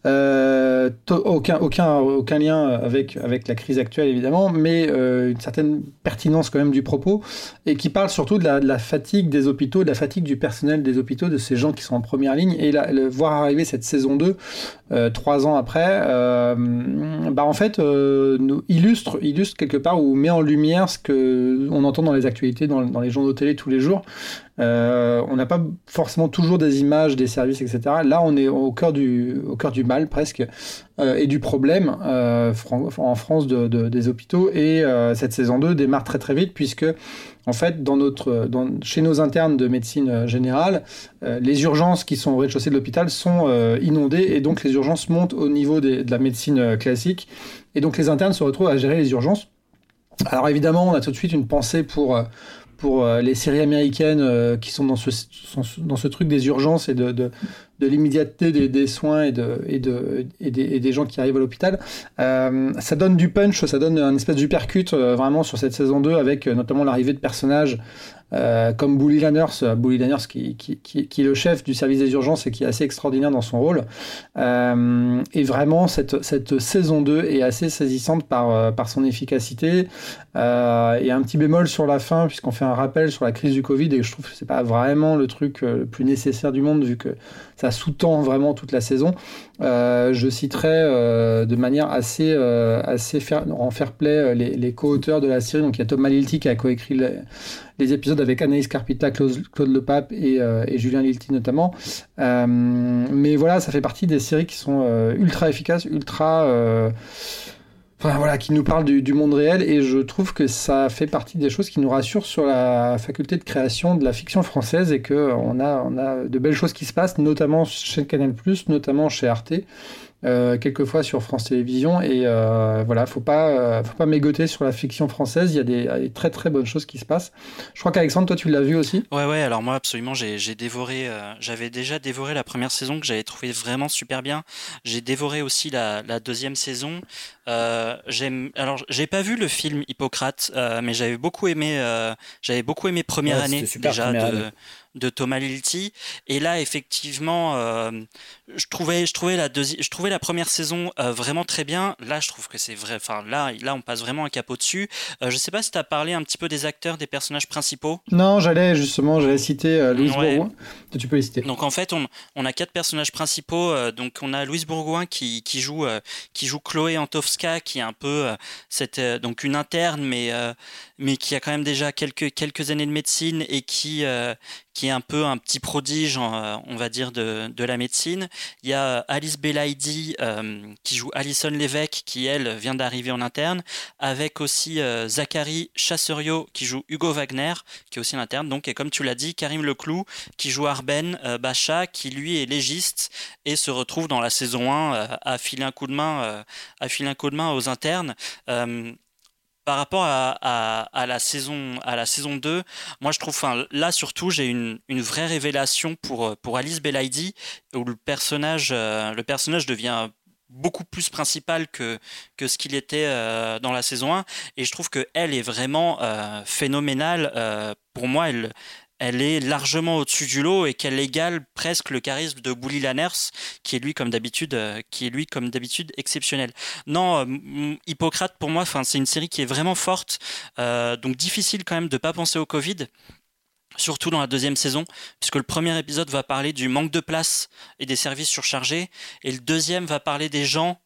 Euh, to- aucun, aucun, aucun lien avec, avec la crise actuelle, évidemment, mais euh, une certaine pertinence quand même du propos, et qui parle surtout de la, de la fatigue des hôpitaux, de la fatigue du personnel des hôpitaux, de ces gens qui sont en première ligne, et la, le, voir arriver cette saison deux, euh, trois ans après, euh, bah en fait, euh, nous illustre, illustre quelque part, ou met en lumière ce qu'on entend dans les actualités, dans, dans les journaux télé tous les jours. Euh, on n'a pas forcément toujours des images des services, et cetera. Là, on est au cœur du, au cœur du mal presque, euh, et du problème euh, en France de, de, des hôpitaux. Et euh, cette saison deux démarre très très vite, puisque en fait, dans notre, dans, chez nos internes de médecine générale, euh, les urgences qui sont au rez-de-chaussée de l'hôpital sont euh, inondées, et donc les urgences montent au niveau des, de la médecine classique. Et donc les internes se retrouvent à gérer les urgences. Alors évidemment, on a tout de suite une pensée pour pour les séries américaines euh, qui sont dans ce, dans ce truc des urgences et de, de, de l'immédiateté des, des soins et, de, et, de, et, des, et des gens qui arrivent à l'hôpital. Euh, ça donne du punch, ça donne un espèce d'uppercut euh, vraiment sur cette saison deux, avec euh, notamment l'arrivée de personnages Euh, comme Bully Lanners, Bully Lanners qui, qui, qui, qui est le chef du service des urgences et qui est assez extraordinaire dans son rôle. Euh, et vraiment, cette, cette saison deux est assez saisissante par, par son efficacité. Euh, et un petit bémol sur la fin, puisqu'on fait un rappel sur la crise du Covid, et je trouve que c'est pas vraiment le truc le plus nécessaire du monde, vu que ça sous-tend vraiment toute la saison. Euh, je citerai euh, de manière assez, euh, assez fair, en fair play les, les co-auteurs de la série. Donc il y a Tom Malilty qui a coécrit les, les épisodes avec Anaïs Carpita, Claude, Claude Lepape et, euh, et Julien Lilty notamment. Euh, mais voilà, ça fait partie des séries qui sont euh, ultra efficaces, ultra... Euh, Enfin, voilà, qui nous parle du, du monde réel, et je trouve que ça fait partie des choses qui nous rassurent sur la faculté de création de la fiction française, et qu'on a, on a de belles choses qui se passent, notamment chez Canal plus, notamment chez Arte, euh, quelquefois sur France Télévisions, et euh, voilà, faut pas, euh, faut pas mégoter sur la fiction française, il y a des, des très très bonnes choses qui se passent. Je crois qu'Alexandre, toi tu l'as vu aussi ? Ouais, ouais, alors moi absolument, j'ai, j'ai dévoré, euh, j'avais déjà dévoré la première saison que j'avais trouvé vraiment super bien. J'ai dévoré aussi la, la deuxième saison. Euh, j'aime, alors j'ai pas vu le film Hippocrate, euh, mais j'avais beaucoup aimé, euh, j'avais beaucoup aimé Première Ouais, année c'était super, déjà Première de, année. de Thomas Lilty. Et là, effectivement, euh, je trouvais, je trouvais la deuxi- je trouvais la première saison euh, vraiment très bien. Là, je trouve que c'est vrai. Enfin, là, là, on passe vraiment un cap au-dessus. Euh, je sais pas si tu as parlé un petit peu des acteurs, des personnages principaux. Non, j'allais justement, j'allais citer euh, Louise Ouais. Bourgoin. Tu peux les citer. Donc en fait, on, on a quatre personnages principaux. euh, donc on a Louise Bourgoin qui, qui joue euh, qui joue Chloé Antowska, qui est un peu euh, cette euh, donc une interne, mais euh, mais qui a quand même déjà quelques quelques années de médecine, et qui euh, qui est un peu un petit prodige, en, on va dire, de, de la médecine. Il y a Alice Belaïdi euh, qui joue Alison Lévesque, qui elle vient d'arriver en interne, avec aussi euh, Zachary Chasseriot qui joue Hugo Wagner, qui est aussi en interne. Donc, et comme tu l'as dit, Karim Leclou qui joue Arben euh, Bacha, qui lui est légiste et se retrouve dans la saison un euh, à filer un coup de main, euh, à filer un coup de main aux internes. Euh, Par rapport à, à, à la saison à la saison deux, moi je trouve, enfin là surtout j'ai une, une vraie révélation pour pour Alice Belaïdi, où le personnage euh, le personnage devient beaucoup plus principal que que ce qu'il était euh, dans la saison un, et je trouve que elle est vraiment euh, phénoménale. Euh, pour moi, elle elle est largement au-dessus du lot, et qu'elle égale presque le charisme de Bully Lanners, qui est lui comme d'habitude, euh, qui est lui comme d'habitude exceptionnel. Non, euh, Hippocrate pour moi, enfin c'est une série qui est vraiment forte, euh, donc difficile quand même de pas penser au Covid. Surtout dans la deuxième saison, puisque le premier épisode va parler du manque de place et des services surchargés, et le deuxième va parler des gens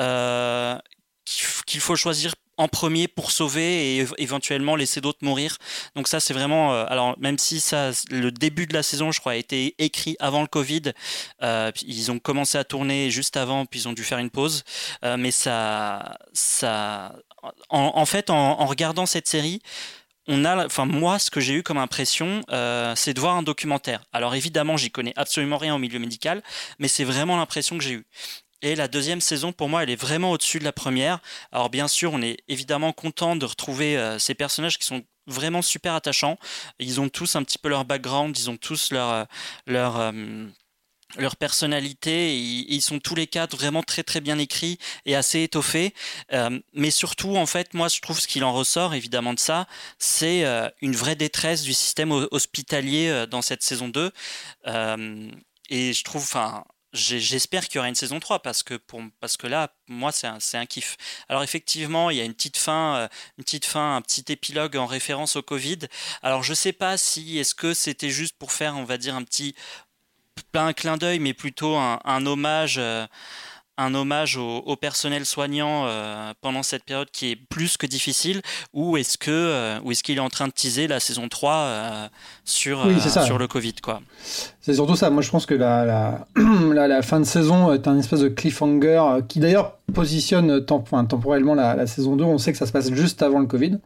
euh, qu'il faut choisir en premier pour sauver, et éventuellement laisser d'autres mourir. Donc ça, c'est vraiment... Euh, alors, même si ça, le début de la saison, je crois, a été écrit avant le Covid, euh, ils ont commencé à tourner juste avant, puis ils ont dû faire une pause. Euh, mais ça... ça en, en fait, en, en regardant cette série, on a, enfin moi, ce que j'ai eu comme impression, euh, c'est de voir un documentaire. Alors évidemment, j'y connais absolument rien au milieu médical, mais c'est vraiment l'impression que j'ai eue. Et la deuxième saison, pour moi, elle est vraiment au-dessus de la première. Alors bien sûr, on est évidemment content de retrouver euh, ces personnages qui sont vraiment super attachants. Ils ont tous un petit peu leur background, ils ont tous leur... leur euh, leur personnalité, ils, ils sont tous les quatre vraiment très très bien écrits et assez étoffés. Euh, mais surtout, en fait, moi je trouve ce qu'il en ressort évidemment de ça, c'est euh, une vraie détresse du système hospitalier euh, dans cette saison deux. Euh, et je trouve, enfin, j'espère qu'il y aura une saison trois parce que, pour, parce que là, moi, c'est un, c'est un kiff. Alors effectivement, il y a une petite fin, euh, une petite fin, un petit épilogue en référence au Covid. Alors je sais pas si, est-ce que c'était juste pour faire, on va dire, un petit pas un clin d'œil, mais plutôt un, un hommage, euh, un hommage au, au personnel soignant euh, pendant cette période qui est plus que difficile, ou est-ce que, euh, ou est-ce qu'il est en train de teaser la saison trois euh, sur, oui, euh, ça, sur le Covid, quoi. C'est surtout ça. Moi, je pense que la, la, la, la fin de saison est un espèce de cliffhanger qui d'ailleurs positionne temp- enfin, temporellement la, la saison deux. On sait que ça se passe juste avant le Covid.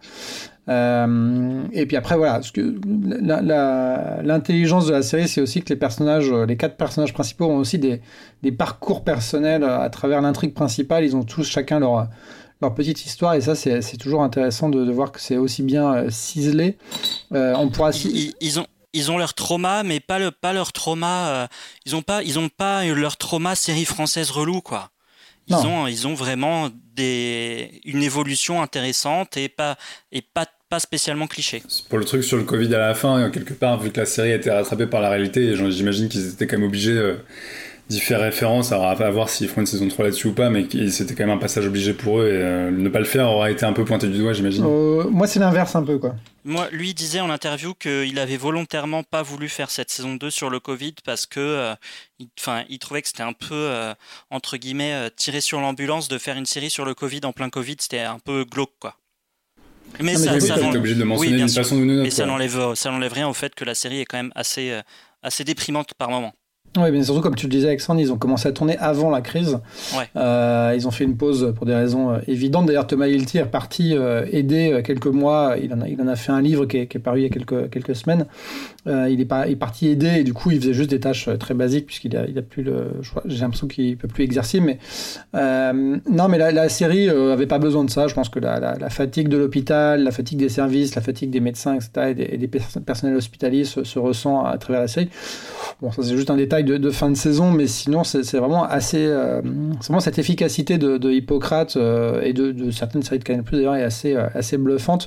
Euh, et puis après, voilà, ce que, la, la, l'intelligence de la série, c'est aussi que les personnages, les quatre personnages principaux ont aussi des, des parcours personnels à travers l'intrigue principale. Ils ont tous chacun leur, leur petite histoire, et ça, c'est, c'est toujours intéressant de, de voir que c'est aussi bien euh, ciselé. Euh, on pourra... Ils, ils, ils ont... Ils ont leur trauma, mais pas, le, pas leur trauma. Euh, ils n'ont pas, ils ont pas leur trauma série française relou, quoi. Ils ont, ils ont vraiment des, une évolution intéressante et pas, et pas, pas spécialement cliché. Pour le truc sur le Covid à la fin, quelque part, vu que la série a été rattrapée par la réalité, j'imagine qu'ils étaient quand même obligés euh, d'y faire référence, à, à voir s'ils feront une saison trois là-dessus ou pas, mais c'était quand même un passage obligé pour eux, et euh, ne pas le faire aurait été un peu pointé du doigt, j'imagine. Euh, moi, c'est l'inverse un peu, quoi. Moi, lui disait en interview qu'il avait volontairement pas voulu faire cette saison deux sur le Covid parce que, euh, il, il trouvait que c'était un peu, euh, entre guillemets, euh, tiré sur l'ambulance de faire une série sur le Covid en plein Covid, c'était un peu glauque, quoi. Mais, ah, ça, mais ça, oui, t'es obligé de le mentionner oui, d'une façon ou d'une autre. Mais ça n'enlève, ça n'enlève rien au fait que la série est quand même assez, euh, assez déprimante par moments. Oui, mais surtout, comme tu le disais, Alexandre, ils ont commencé à tourner avant la crise. Ouais. Euh, ils ont fait une pause pour des raisons euh, évidentes. D'ailleurs, Thomas Hilty est reparti euh, aider euh, quelques mois. Il en, a, il en a fait un livre qui est, qui est paru il y a quelques, quelques semaines. Euh, il, est pas, il est parti aider et du coup, il faisait juste des tâches très basiques puisqu'il a, il a plus le. Je crois, j'ai l'impression qu'il peut plus exercer. Mais euh, non, mais la, la série euh, avait pas besoin de ça. Je pense que la, la, la fatigue de l'hôpital, la fatigue des services, la fatigue des médecins, et cetera, et des, et des personnels hospitaliers se, se ressent à travers la série. Bon, ça c'est juste un détail de, de fin de saison, mais sinon c'est, c'est vraiment assez, euh, c'est vraiment cette efficacité de, de Hippocrate euh, et de, de certaines séries de Canal+, d'ailleurs, est assez, euh, assez bluffante.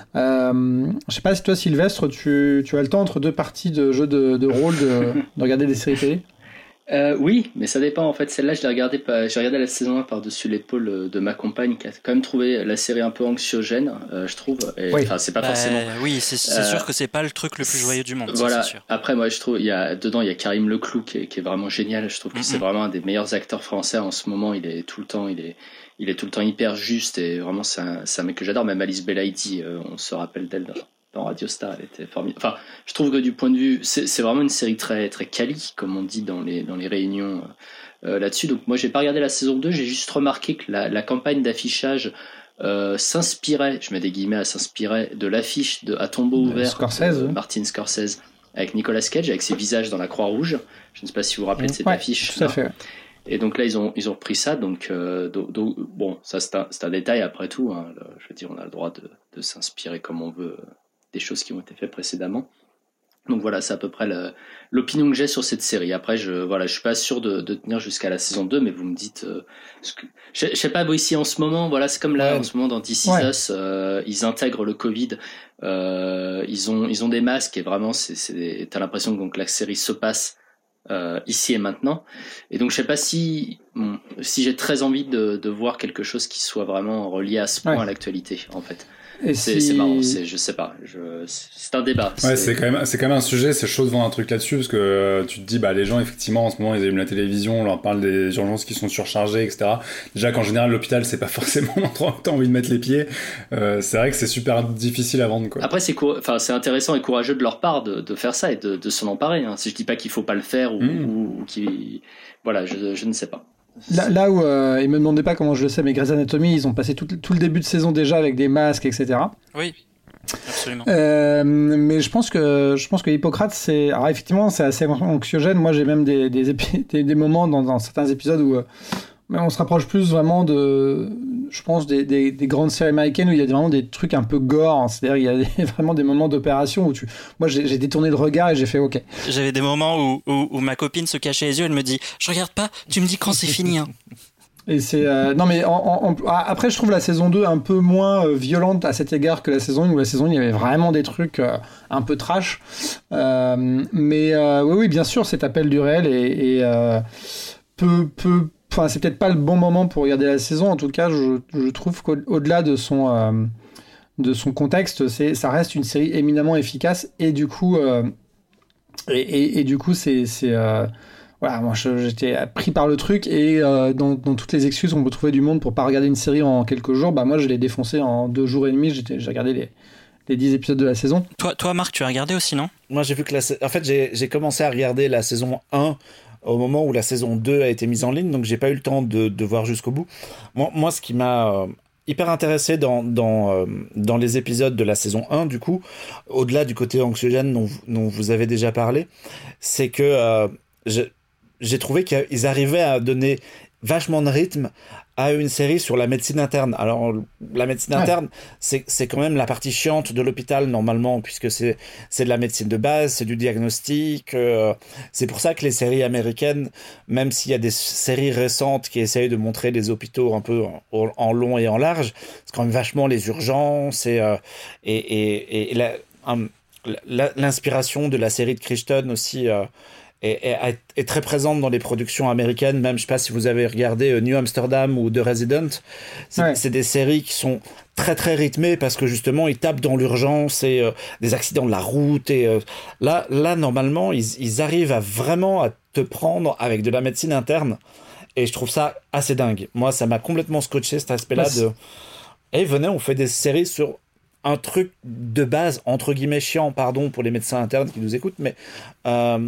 Euh, je sais pas si toi, Sylvestre, tu, tu as le temps entre deux parties de jeux de, de rôle de, de regarder des séries télé? Euh, oui, mais ça dépend en fait. Celle-là, je l'ai regardée, j'ai regardé la saison un par-dessus l'épaule de ma compagne qui a quand même trouvé la série un peu anxiogène, euh, je trouve. Et, oui, enfin, c'est pas bah, forcément. Oui, c'est, c'est euh, sûr que c'est pas le truc le plus joyeux du monde. Voilà. Ça, c'est sûr. Après, moi, je trouve, il y a dedans, il y a Karim Leclou qui est, qui est vraiment génial. Je trouve que mm-hmm. c'est vraiment un des meilleurs acteurs français en ce moment. Il est tout le temps, il est, il est tout le temps hyper juste et vraiment, c'est un, c'est un mec que j'adore. Même Alice Belaïdi, euh, on se rappelle d'elle dans, dans Radio Star, elle était formidable. Enfin, je trouve que du point de vue, c'est, c'est vraiment une série très, très quali, comme on dit dans les, dans les réunions euh, là-dessus. Donc, moi, j'ai pas regardé la saison deux, j'ai juste remarqué que la, la campagne d'affichage euh, s'inspirait, je mets des guillemets à s'inspirer, de l'affiche de À tombeau ouvert Scorsese, de Martin Scorsese avec Nicolas Cage, avec ses visages dans la Croix-Rouge. Je ne sais pas si vous vous rappelez de cette ouais, affiche. Tout à fait. Et donc là, ils ont, ils ont repris ça. Donc, euh, do, do, bon, ça, c'est un, c'est un détail après tout. Hein. Le, je veux dire, on a le droit de, de s'inspirer comme on veut des choses qui ont été faites précédemment. Donc voilà, c'est à peu près le, l'opinion que j'ai sur cette série. Après, je voilà, je suis pas sûr de, de tenir jusqu'à la saison deux, mais vous me dites... Euh, ce que, je, je sais pas, vous ici en ce moment, voilà, c'est comme là, ouais. en ce moment dans This Is ouais. Us, euh, ils intègrent le Covid, euh, ils, ont, ils ont des masques et vraiment, c'est, c'est, t'as l'impression que donc, la série se passe euh, ici et maintenant. Et donc, je sais pas si, bon, si j'ai très envie de, de voir quelque chose qui soit vraiment relié à ce point ouais. à l'actualité, en fait. Et c'est, si... c'est marrant, c'est, je sais pas, je, c'est un débat. Ouais, c'est... c'est quand même, c'est quand même un sujet, c'est chaud de vendre un truc là-dessus, parce que euh, tu te dis, bah, les gens, effectivement, en ce moment, ils allument la télévision, on leur parle des urgences qui sont surchargées, et cetera. Déjà qu'en général, l'hôpital, c'est pas forcément l'endroit où t'as envie de mettre les pieds. Euh, c'est vrai que c'est super difficile à vendre, quoi. Après, c'est, cour... enfin, c'est intéressant et courageux de leur part de, de faire ça et de, de s'en emparer, hein. Si je dis pas qu'il faut pas le faire ou, mmh. ou, ou qu'il, voilà, je, je ne sais pas. Là, là où euh, ils me demandaient pas comment je le sais, mais Grey's Anatomy, ils ont passé tout, tout le début de saison déjà avec des masques, et cetera. Oui, absolument. Euh, mais je pense que je pense que Hippocrate, c'est, alors effectivement, c'est assez anxiogène. Moi, j'ai même des des, épi... des, des moments dans, dans certains épisodes où euh, on se rapproche plus vraiment de. je pense, des, des, des grandes séries américaines où il y a vraiment des trucs un peu gore. Hein. C'est-à-dire il y a des, vraiment des moments d'opération où tu... Moi, j'ai, j'ai détourné le regard et j'ai fait OK. J'avais des moments où, où, où ma copine se cachait les yeux, elle me dit « Je regarde pas, tu me dis quand c'est fini. Hein. » Et c'est euh, non mais en, en, en, après je trouve la saison deux un peu moins euh, violente à cet égard que la saison un, où la saison un il y avait vraiment des trucs euh, un peu trash euh, mais euh, oui oui bien sûr cet appel du réel et, et euh, peu peu enfin c'est peut-être pas le bon moment pour regarder la saison, en tout cas je, je trouve qu'au-delà de son euh, de son contexte, c'est ça reste une série éminemment efficace et du coup euh, et, et, et du coup c'est c'est euh, voilà, moi je, j'étais pris par le truc et euh, dans, dans toutes les excuses qu'on peut trouver du monde pour pas regarder une série en quelques jours, bah moi je l'ai défoncé en deux jours et demi, j'étais, j'ai regardé les, les dix épisodes de la saison. Toi, toi Marc, tu as regardé aussi, non ? Moi j'ai vu que la, en fait j'ai, j'ai commencé à regarder la saison un au moment où la saison deux a été mise en ligne, donc j'ai pas eu le temps de, de voir jusqu'au bout. Moi, moi ce qui m'a euh, hyper intéressé dans, dans, euh, dans les épisodes de la saison un, du coup, au-delà du côté anxiogène dont, dont vous avez déjà parlé, c'est que euh, je, j'ai trouvé qu'ils arrivaient à donner vachement de rythme à une série sur la médecine interne. Alors, la médecine interne, ouais. c'est, c'est quand même la partie chiante de l'hôpital, normalement, puisque c'est, c'est de la médecine de base, c'est du diagnostic. Euh, c'est pour ça que les séries américaines, même s'il y a des séries récentes qui essayent de montrer les hôpitaux un peu en, en long et en large, c'est quand même vachement les urgences et, euh, et, et, et la, um, la, l'inspiration de la série de Crichton aussi... Euh, Est, est, est très présente dans les productions américaines, même je sais pas si vous avez regardé New Amsterdam ou The Resident, c'est, ouais. c'est des séries qui sont très très rythmées parce que justement ils tapent dans l'urgence et euh, des accidents de la route et euh, là, là normalement ils, ils arrivent à vraiment à te prendre avec de la médecine interne et je trouve ça assez dingue. Moi ça m'a complètement scotché cet aspect-là ouais, de hey, venez on fait des séries sur un truc de base entre guillemets chiant, pardon pour les médecins internes qui nous écoutent, mais euh,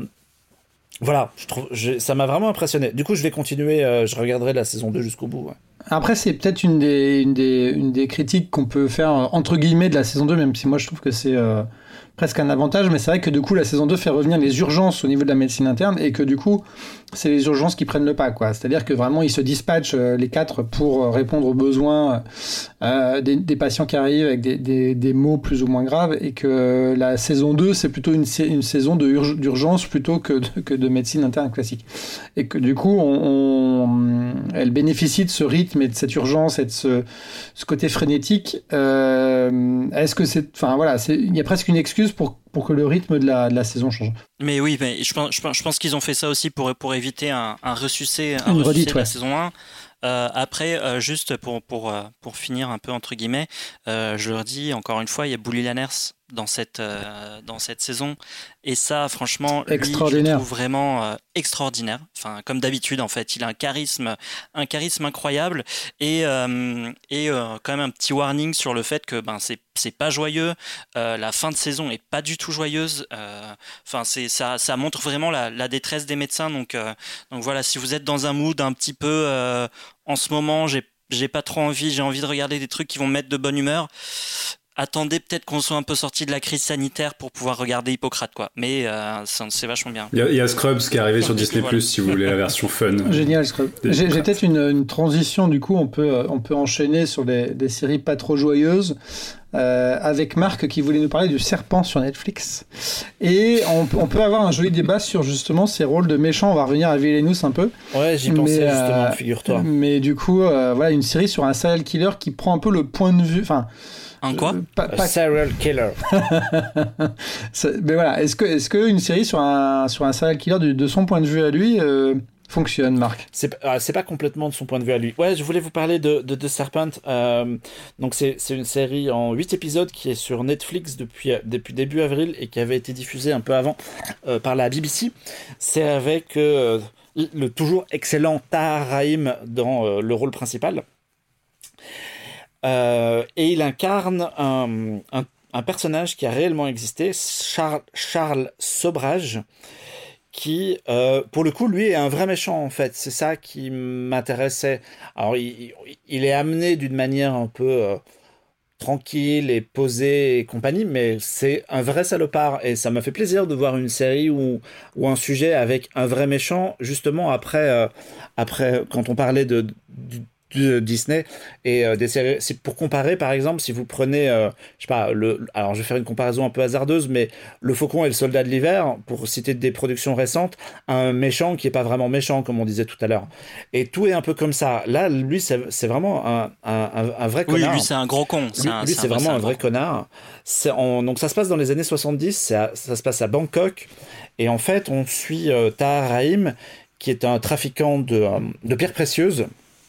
voilà, je trouve, je, ça m'a vraiment impressionné. Du coup, je vais continuer, euh, je regarderai la saison deux jusqu'au bout. Ouais. Après, c'est peut-être une des, une, des, une des critiques qu'on peut faire, entre guillemets, de la saison deux, même si moi je trouve que c'est euh, presque un avantage, mais c'est vrai que du coup, la saison deux fait revenir les urgences au niveau de la médecine interne, et que du coup, c'est les urgences qui prennent le pas, quoi. C'est-à-dire que vraiment, ils se dispatchent euh, les quatre pour répondre aux besoins euh, des, des patients qui arrivent avec des, des, des maux plus ou moins graves, et que la saison deux, c'est plutôt une, une saison de urg- d'urgence plutôt que de, que de médecine interne classique. Et que du coup, on, on, elle bénéficie de ce rythme et de cette urgence et de ce, ce côté frénétique. Euh, est-ce que c'est... Enfin, voilà, c'est, il y a presque une excuse pour pour que le rythme de la, de la saison change. Mais oui, mais je pense, je pense, je pense qu'ils ont fait ça aussi pour, pour éviter un, un ressucé, un ressucé redite, de la ouais. saison un. Euh, après, euh, juste pour, pour, euh, pour finir un peu entre guillemets, euh, je leur dis encore une fois, il y a Bouli Lanners dans cette, euh, dans cette saison. Et ça, franchement, lui, je le trouve vraiment euh, extraordinaire. Enfin, comme d'habitude, en fait, il a un charisme, un charisme incroyable. Et, euh, et euh, quand même un petit warning sur le fait que ben, c'est, c'est pas joyeux. Euh, la fin de saison est pas du tout joyeuse. Enfin, euh, c'est, ça, ça montre vraiment la, la détresse des médecins. Donc, euh, donc voilà, si vous êtes dans un mood un petit peu... Euh, en ce moment, j'ai, j'ai pas trop envie, j'ai envie de regarder des trucs qui vont me mettre de bonne humeur. Attendez peut-être qu'on soit un peu sorti de la crise sanitaire pour pouvoir regarder Hippocrate, quoi. Mais euh, c'est, c'est vachement bien. Il y a, il y a Scrubs qui est arrivé sur Disney+, voilà. Si vous voulez la version fun. Génial, Scrubs. J'ai, j'ai peut-être une, une transition, du coup, on peut, on peut enchaîner sur des, des séries pas trop joyeuses. Euh, avec Marc qui voulait nous parler du Serpent sur Netflix. Et on, on peut avoir un joli débat sur justement ces rôles de méchants. On va revenir à Villainous un peu. Ouais, j'y mais, pensais justement, euh, figure-toi. Mais du coup, euh, voilà, une série sur un serial killer qui prend un peu le point de vue... Enfin, un quoi euh, pas, pas... serial killer. Mais voilà, est-ce que, est-ce que une série sur un, sur un serial killer de, de son point de vue à lui... Euh, fonctionne, Marc? C'est, euh, c'est pas complètement de son point de vue à lui. Ouais, je voulais vous parler de, de The Serpent. Euh, donc c'est, c'est une série en huit épisodes qui est sur Netflix depuis, depuis début avril et qui avait été diffusée un peu avant euh, par la B B C. C'est avec euh, le toujours excellent Tahar Rahim dans euh, le rôle principal. Euh, et il incarne un, un, un personnage qui a réellement existé, Charles, Charles Sobhraj, qui, euh, pour le coup, lui, est un vrai méchant, en fait. C'est ça qui m'intéressait. Alors, il, il est amené d'une manière un peu euh, tranquille et posée et compagnie, mais c'est un vrai salopard. Et ça m'a fait plaisir de voir une série où, où un sujet avec un vrai méchant, justement, après, euh, après quand on parlait de, du, de Disney et euh, des séries. C'est pour comparer, par exemple, si vous prenez, euh, je sais pas, le, alors je vais faire une comparaison un peu hasardeuse, mais Le Faucon et le Soldat de l'hiver, pour citer des productions récentes, un méchant qui est pas vraiment méchant, comme on disait tout à l'heure. Et tout est un peu comme ça. Là, lui, c'est, c'est vraiment un, un, un vrai connard. Oui, lui, c'est un gros con. C'est lui, un, lui, c'est c'est un, vraiment c'est un vrai gros. connard. C'est en, donc ça se passe dans les années soixante-dix, c'est à, ça se passe à Bangkok, et en fait, on suit euh, Tahar Rahim, qui est un trafiquant de, euh, de pierres précieuses,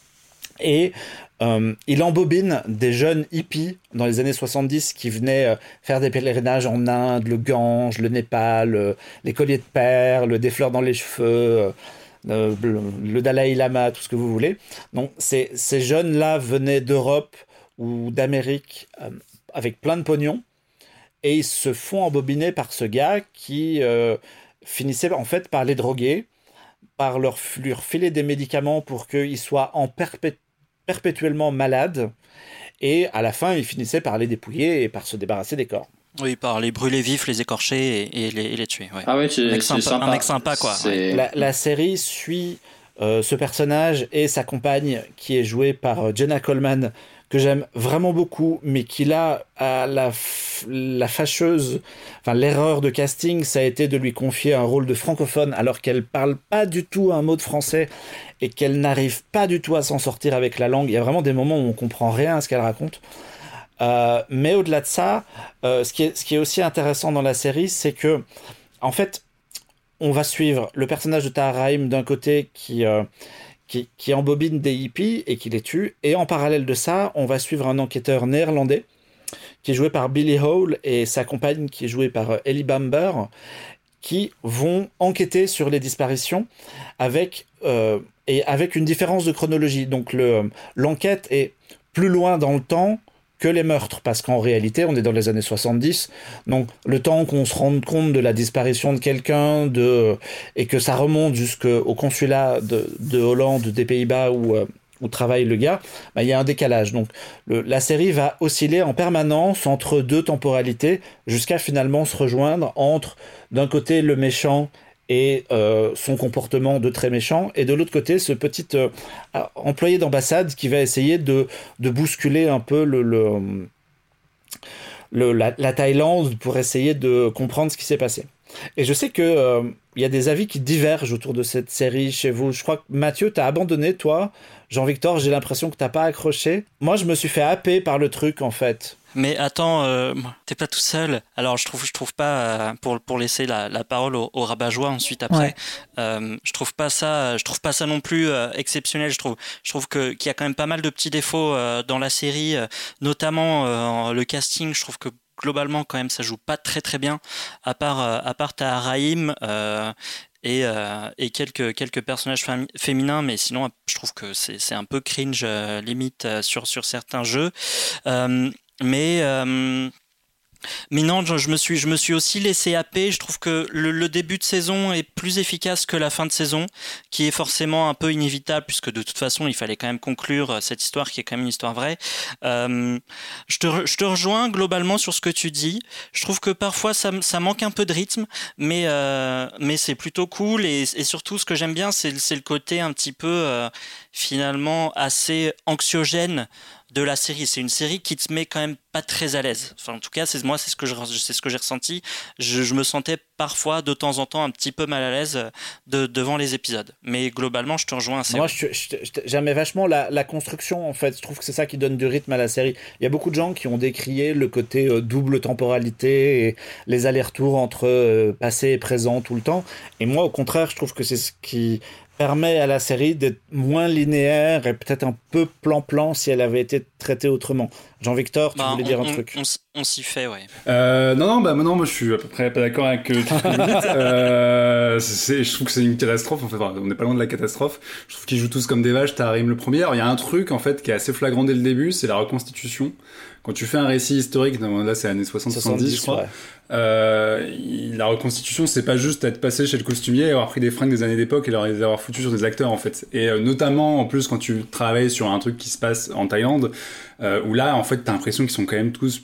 et euh, il embobine des jeunes hippies dans les années soixante-dix qui venaient euh, faire des pèlerinages en Inde, le Gange, le Népal, euh, les colliers de perles, des fleurs dans les cheveux, euh, le, le Dalai Lama, tout ce que vous voulez. Donc ces, ces jeunes-là venaient d'Europe ou d'Amérique euh, avec plein de pognon, et ils se font embobiner par ce gars qui euh, finissait en fait par les droguer, par leur, leur filer des médicaments pour qu'ils soient en perpé- perpétuellement malades, et à la fin, ils finissaient par les dépouiller et par se débarrasser des corps. Oui, par les brûler vifs, les écorcher et, et, les, et les tuer. Ouais. Ah ouais, un, c'est, mec c'est sympa, sympa. un mec sympa, quoi. C'est... Ouais. La, la série suit euh, ce personnage et sa compagne, qui est jouée par euh, Jenna Coleman, que j'aime vraiment beaucoup, mais qui là a la, f- la fâcheuse, enfin l'erreur de casting, ça a été de lui confier un rôle de francophone alors qu'elle parle pas du tout un mot de français et qu'elle n'arrive pas du tout à s'en sortir avec la langue. Il y a vraiment des moments où on comprend rien à ce qu'elle raconte. Euh, mais au-delà de ça, euh, ce qui est, ce qui est aussi intéressant dans la série, c'est que, en fait, on va suivre le personnage de Tahar Rahim d'un côté qui euh, Qui, qui embobine des hippies et qui les tue. Et en parallèle de ça, on va suivre un enquêteur néerlandais qui est joué par Billy Hole et sa compagne qui est jouée par Ellie Bamber, qui vont enquêter sur les disparitions avec, euh, et avec une différence de chronologie. Donc le, l'enquête est plus loin dans le temps que les meurtres, parce qu'en réalité, on est dans les années soixante-dix, donc le temps qu'on se rende compte de la disparition de quelqu'un, de, et que ça remonte jusqu'au consulat de, de Hollande, des Pays-Bas, où, euh, où travaille le gars, bah, il y a un décalage. Donc le, la série va osciller en permanence entre deux temporalités, jusqu'à finalement se rejoindre entre, d'un côté, le méchant et euh, son comportement de très méchant, et de l'autre côté ce petit euh, employé d'ambassade qui va essayer de, de bousculer un peu le, le, le, la, la Thaïlande pour essayer de comprendre ce qui s'est passé. Et je sais que euh, il y a des avis qui divergent autour de cette série chez vous. Je crois que Mathieu, t'as abandonné, toi. Jean-Victor, j'ai l'impression que t'as pas accroché. Moi, je me suis fait happer par le truc, en fait. Mais attends, euh, t'es pas tout seul. Alors je trouve, je trouve pas euh, pour pour laisser la, la parole au, au rabat-joie ensuite après. Ouais. Euh, je trouve pas ça, je trouve pas ça non plus euh, exceptionnel. Je trouve, je trouve que qu'il y a quand même pas mal de petits défauts euh, dans la série, euh, notamment euh, le casting. Je trouve que globalement quand même ça joue pas très très bien. À part euh, à part Tahar Rahim. Euh, Et, euh, et quelques, quelques personnages fami- féminins, mais sinon je trouve que c'est, c'est un peu cringe euh, limite euh, sur, sur certains jeux. Euh, mais, euh, mais non, je, je, me suis, je me suis aussi laissé happer. Je trouve que le, le début de saison est plus efficace que la fin de saison, qui est forcément un peu inévitable, puisque de toute façon il fallait quand même conclure cette histoire qui est quand même une histoire vraie. Euh, je, te, je te rejoins globalement sur ce que tu dis. Je trouve que parfois ça, ça manque un peu de rythme, mais, euh, mais c'est plutôt cool, et, et surtout ce que j'aime bien c'est, c'est le côté un petit peu euh, finalement assez anxiogène de la série. C'est une série qui te met quand même pas très à l'aise. Enfin, en tout cas, c'est, moi, c'est ce que, je, c'est ce que j'ai ressenti. Je, je me sentais parfois, de temps en temps, un petit peu mal à l'aise de, devant les épisodes. Mais globalement, je te rejoins assez. Moi, je, je, je, j'aimais vachement la, la construction, en fait. Je trouve que c'est ça qui donne du rythme à la série. Il y a beaucoup de gens qui ont décrié le côté euh, double temporalité et les allers-retours entre euh, passé et présent tout le temps. Et moi, au contraire, je trouve que c'est ce qui permet à la série d'être moins linéaire et peut-être un peu plan-plan si elle avait été traitée autrement. Jean-Victor, tu bah, voulais on, dire un on, truc on, on s'y fait, ouais. Euh, non, non, bah non, moi je suis à peu près pas d'accord avec tout ce que vous dites. Euh, c'est, je trouve que c'est une catastrophe. En fait, enfin, on n'est pas loin de la catastrophe. Je trouve qu'ils jouent tous comme des vaches. Tahar Rahim le premier. Alors, il y a un truc en fait qui est assez flagrant dès le début, c'est la reconstitution. Quand tu fais un récit historique, là c'est années soixante soixante-dix, je crois. Ouais. Euh, la reconstitution, c'est pas juste être passé chez le costumier et avoir pris des fringues des années d'époque et les avoir foutus sur des acteurs en fait. Et euh, notamment en plus quand tu travailles sur un truc qui se passe en Thaïlande, euh, où là en fait t'as l'impression qu'ils sont quand même tous putain de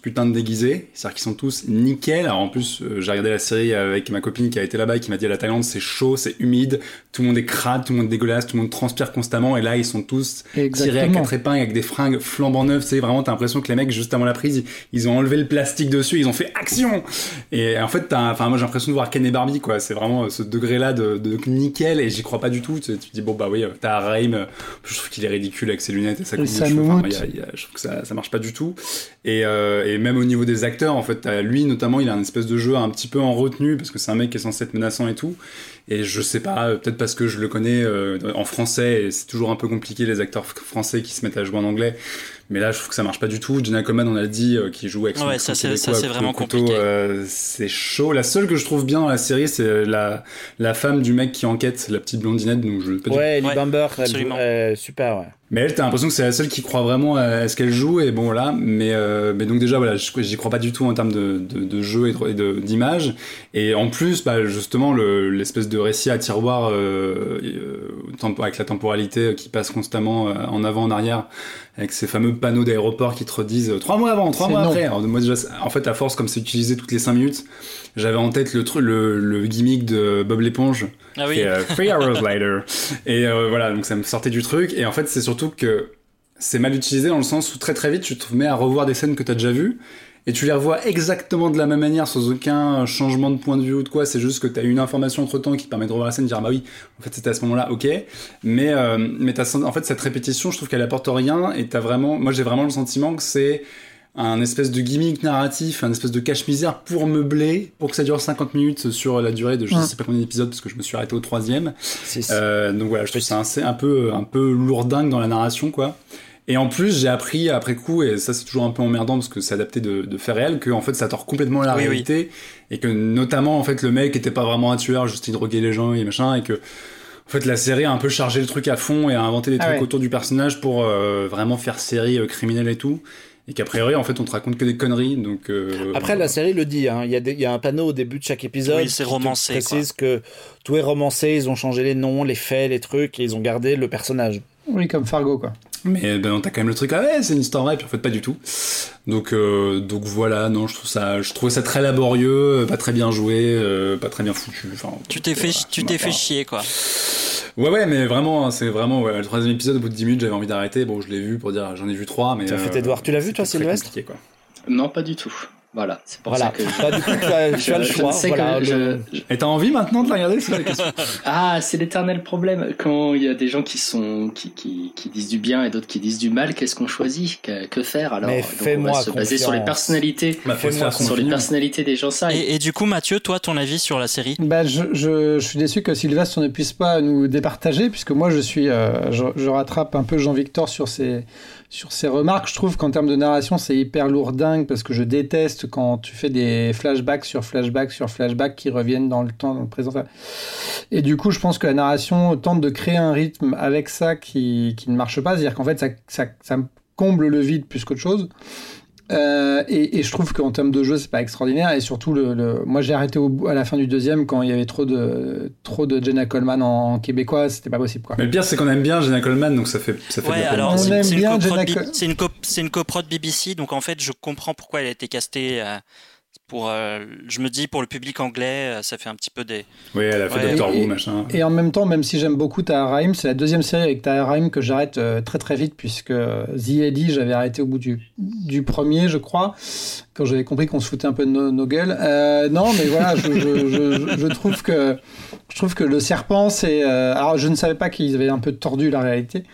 déguisés, c'est-à-dire qu'ils sont tous nickel. Alors en plus, euh, j'ai regardé la série avec ma copine qui a été là-bas et qui m'a dit à la Thaïlande, c'est chaud, c'est humide, tout le monde est crade, tout le monde est dégueulasse, tout le monde transpire constamment, et là ils sont tous Exactement. tirés à quatre épingles avec des fringues flambant neuves. Tu sais, vraiment, t'as l'impression que les mecs, juste avant la prise, ils, ils ont enlevé le plastique dessus, ils ont fait action. Et en fait, t'as, enfin moi j'ai l'impression de voir Ken et Barbie, quoi. C'est vraiment ce degré-là de, de nickel, et j'y crois pas du tout. Tu, tu te dis bon bah oui, t'as Raim, je trouve qu'il est ridicule avec ses lunettes et sa coupe de cheveux. Enfin, y a, y a, je trouve que ça, ça marche pas du tout. Et, euh, et même au niveau des acteurs, en fait, t'as lui notamment, il a une espèce de jeu un petit peu en retenue parce que c'est un mec qui est censé être menaçant et tout. Et je sais pas, peut-être parce que je le connais euh, en français, et c'est toujours un peu compliqué les acteurs français qui se mettent à jouer en anglais. Mais là, je trouve que ça marche pas du tout. Jenna Coleman, on a dit, euh, qui joue avec son ouais, ça c'est, ça, c'est vraiment couteau, compliqué. Euh, c'est chaud. La seule que je trouve bien dans la série, c'est la, la femme du mec qui enquête, la petite blondinette. Donc je peux ouais, Ellie ouais, Bamber, absolument. Elle, euh, super, ouais. Mais elle, t'as l'impression que c'est la seule qui croit vraiment à ce qu'elle joue, et bon là, mais euh, mais donc déjà voilà, j'y crois pas du tout en termes de de, de jeu et, de, et de, d'image, et en plus, bah justement le l'espèce de récit à tiroir euh, euh, avec la temporalité qui passe constamment euh, en avant en arrière, avec ces fameux panneaux d'aéroport qui te redisent trois mois avant, trois mois non. après. Alors, moi déjà, en fait, à force comme c'est utilisé toutes les cinq minutes, j'avais en tête le truc, le, le gimmick de Bob l'éponge. Ah oui. Et, euh, three hours later. Et euh, voilà, donc ça me sortait du truc. Et en fait, c'est surtout que c'est mal utilisé dans le sens où très très vite, tu te mets à revoir des scènes que t'as déjà vues. Et tu les revois exactement de la même manière, sans aucun changement de point de vue ou de quoi. C'est juste que t'as une information entre temps qui te permet de revoir la scène et de dire, ah bah oui, en fait, c'était à ce moment-là, ok. Mais, euh, mais t'as, en fait, cette répétition, je trouve qu'elle apporte rien. Et t'as vraiment, moi, j'ai vraiment le sentiment que c'est un espèce de gimmick narratif, un espèce de cache-misère pour meubler, pour que ça dure cinquante minutes sur la durée de je ouais. sais pas combien d'épisodes, parce que je me suis arrêté au troisième. Euh, donc voilà, je trouve que c'est un, un peu, un peu lourdingue dans la narration, quoi. Et en plus, j'ai appris après coup, et ça c'est toujours un peu emmerdant parce que c'est adapté de, de faits réels, que en fait ça tord complètement la oui, réalité, oui. et que notamment en fait le mec était pas vraiment un tueur, juste il droguait les gens et machin, et que en fait la série a un peu chargé le truc à fond et a inventé des ah trucs ouais. autour du personnage pour euh, vraiment faire série euh, criminelle et tout. Et qu'a priori, en fait, on te raconte que des conneries, donc... Euh... Après, la série le dit, hein. Il y a des, il y a un panneau au début de chaque épisode oui, c'est qui romancé, précise quoi. Que tout est romancé, ils ont changé les noms, les faits, les trucs, et ils ont gardé le personnage. Oui, comme Fargo, quoi. Mais ben, t'as quand même le truc, ah ouais, c'est une histoire vraie, puis en fait, pas du tout. Donc, euh, donc voilà, non, je trouve ça, je trouve ça très laborieux, pas très bien joué, euh, pas très bien foutu. Enfin, tu t'es fait, voilà, tu t'es fait chier, quoi. Ouais, ouais, mais vraiment, c'est vraiment, ouais, le troisième épisode, au bout de dix minutes, j'avais envie d'arrêter. Bon, je l'ai vu pour dire, j'en ai vu trois, mais. Tu as fait tes devoirs. Tu l'as vu, toi, Sylvestre? Quoi. Non, pas du tout. Voilà, c'est pour voilà. ça que. Je... Bah, du coup, tu as, tu as le choix. Voilà, que le... je... Et t'as envie maintenant de la regarder, c'est la question. Ah, c'est l'éternel problème. Quand il y a des gens qui sont, qui, qui, qui disent du bien et d'autres qui disent du mal, qu'est-ce qu'on choisit? Que, que faire alors? Mais donc on va se baser sur les personnalités, bah, sur les personnalités des gens. Ça. Et, et du coup, Mathieu, toi, ton avis sur la série? Bah, je, je, je suis déçu que Sylvestre ne puisse pas nous départager, puisque moi, je suis, euh, je, je rattrape un peu Jean-Victor sur ses. Sur ces remarques. Je trouve qu'en termes de narration, c'est hyper lourdingue parce que je déteste quand tu fais des flashbacks sur flashbacks sur flashbacks qui reviennent dans le temps, dans le présent. Et du coup, je pense que la narration tente de créer un rythme avec ça qui, qui ne marche pas. C'est-à-dire qu'en fait, ça, ça, ça comble le vide plus qu'autre chose. Euh, et, et je trouve qu'en termes de jeu, c'est pas extraordinaire. Et surtout, le, le... moi, j'ai arrêté au, à la fin du deuxième quand il y avait trop de, trop de Jenna Coleman en, en québécois. C'était pas possible, quoi. Mais le pire, c'est qu'on aime bien Jenna Coleman, donc ça fait, ça fait ouais, de la peine. alors, on c'est, aime c'est bien une Jenna Bi- Col- c'est une, cop- c'est une coprode B B C, donc en fait, je comprends pourquoi elle a été castée. Euh, pour, euh, je me dis, pour le public anglais, ça fait un petit peu des. Oui, elle a fait ouais. Doctor et, Who, machin. Et en même temps, même si j'aime beaucoup Tahar Rahim, c'est la deuxième série avec Tahar Rahim que j'arrête euh, très très vite, puisque The Eddie, j'avais arrêté au bout du, du premier, je crois, quand j'avais compris qu'on se foutait un peu de nos, nos gueules. Euh, non, mais voilà, je, je, je, je, trouve que, je trouve que le serpent, c'est... Euh, alors, je ne savais pas qu'ils avaient un peu tordu la réalité.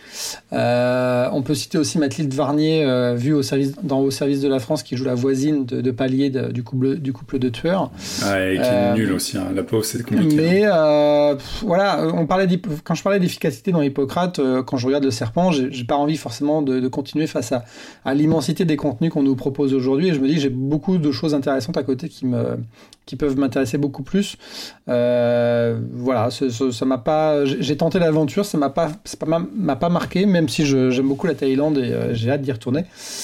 Euh, on peut citer aussi Mathilde Varnier, euh, vue au service, dans Au service de la France, qui joue la voisine de, de palier de, du, couple, du couple de tueurs. Ouais, et qui est euh, nulle aussi, hein. La pauvre, c'est compliqué. Mais euh, pff, voilà, on parlait quand je parlais d'efficacité dans Hippocrate, euh, quand je regarde le serpent, j'ai, j'ai pas envie forcément de, de continuer face à, à l'immensité des contenus qu'on nous propose aujourd'hui. Et je me dis que j'ai beaucoup de choses intéressantes à côté qui me qui peuvent m'intéresser beaucoup plus. Euh, voilà, ça, ça, ça m'a pas. J'ai tenté l'aventure, ça m'a pas, ça m'a, m'a pas marqué, même si je, j'aime beaucoup la Thaïlande et euh, j'ai hâte d'y retourner.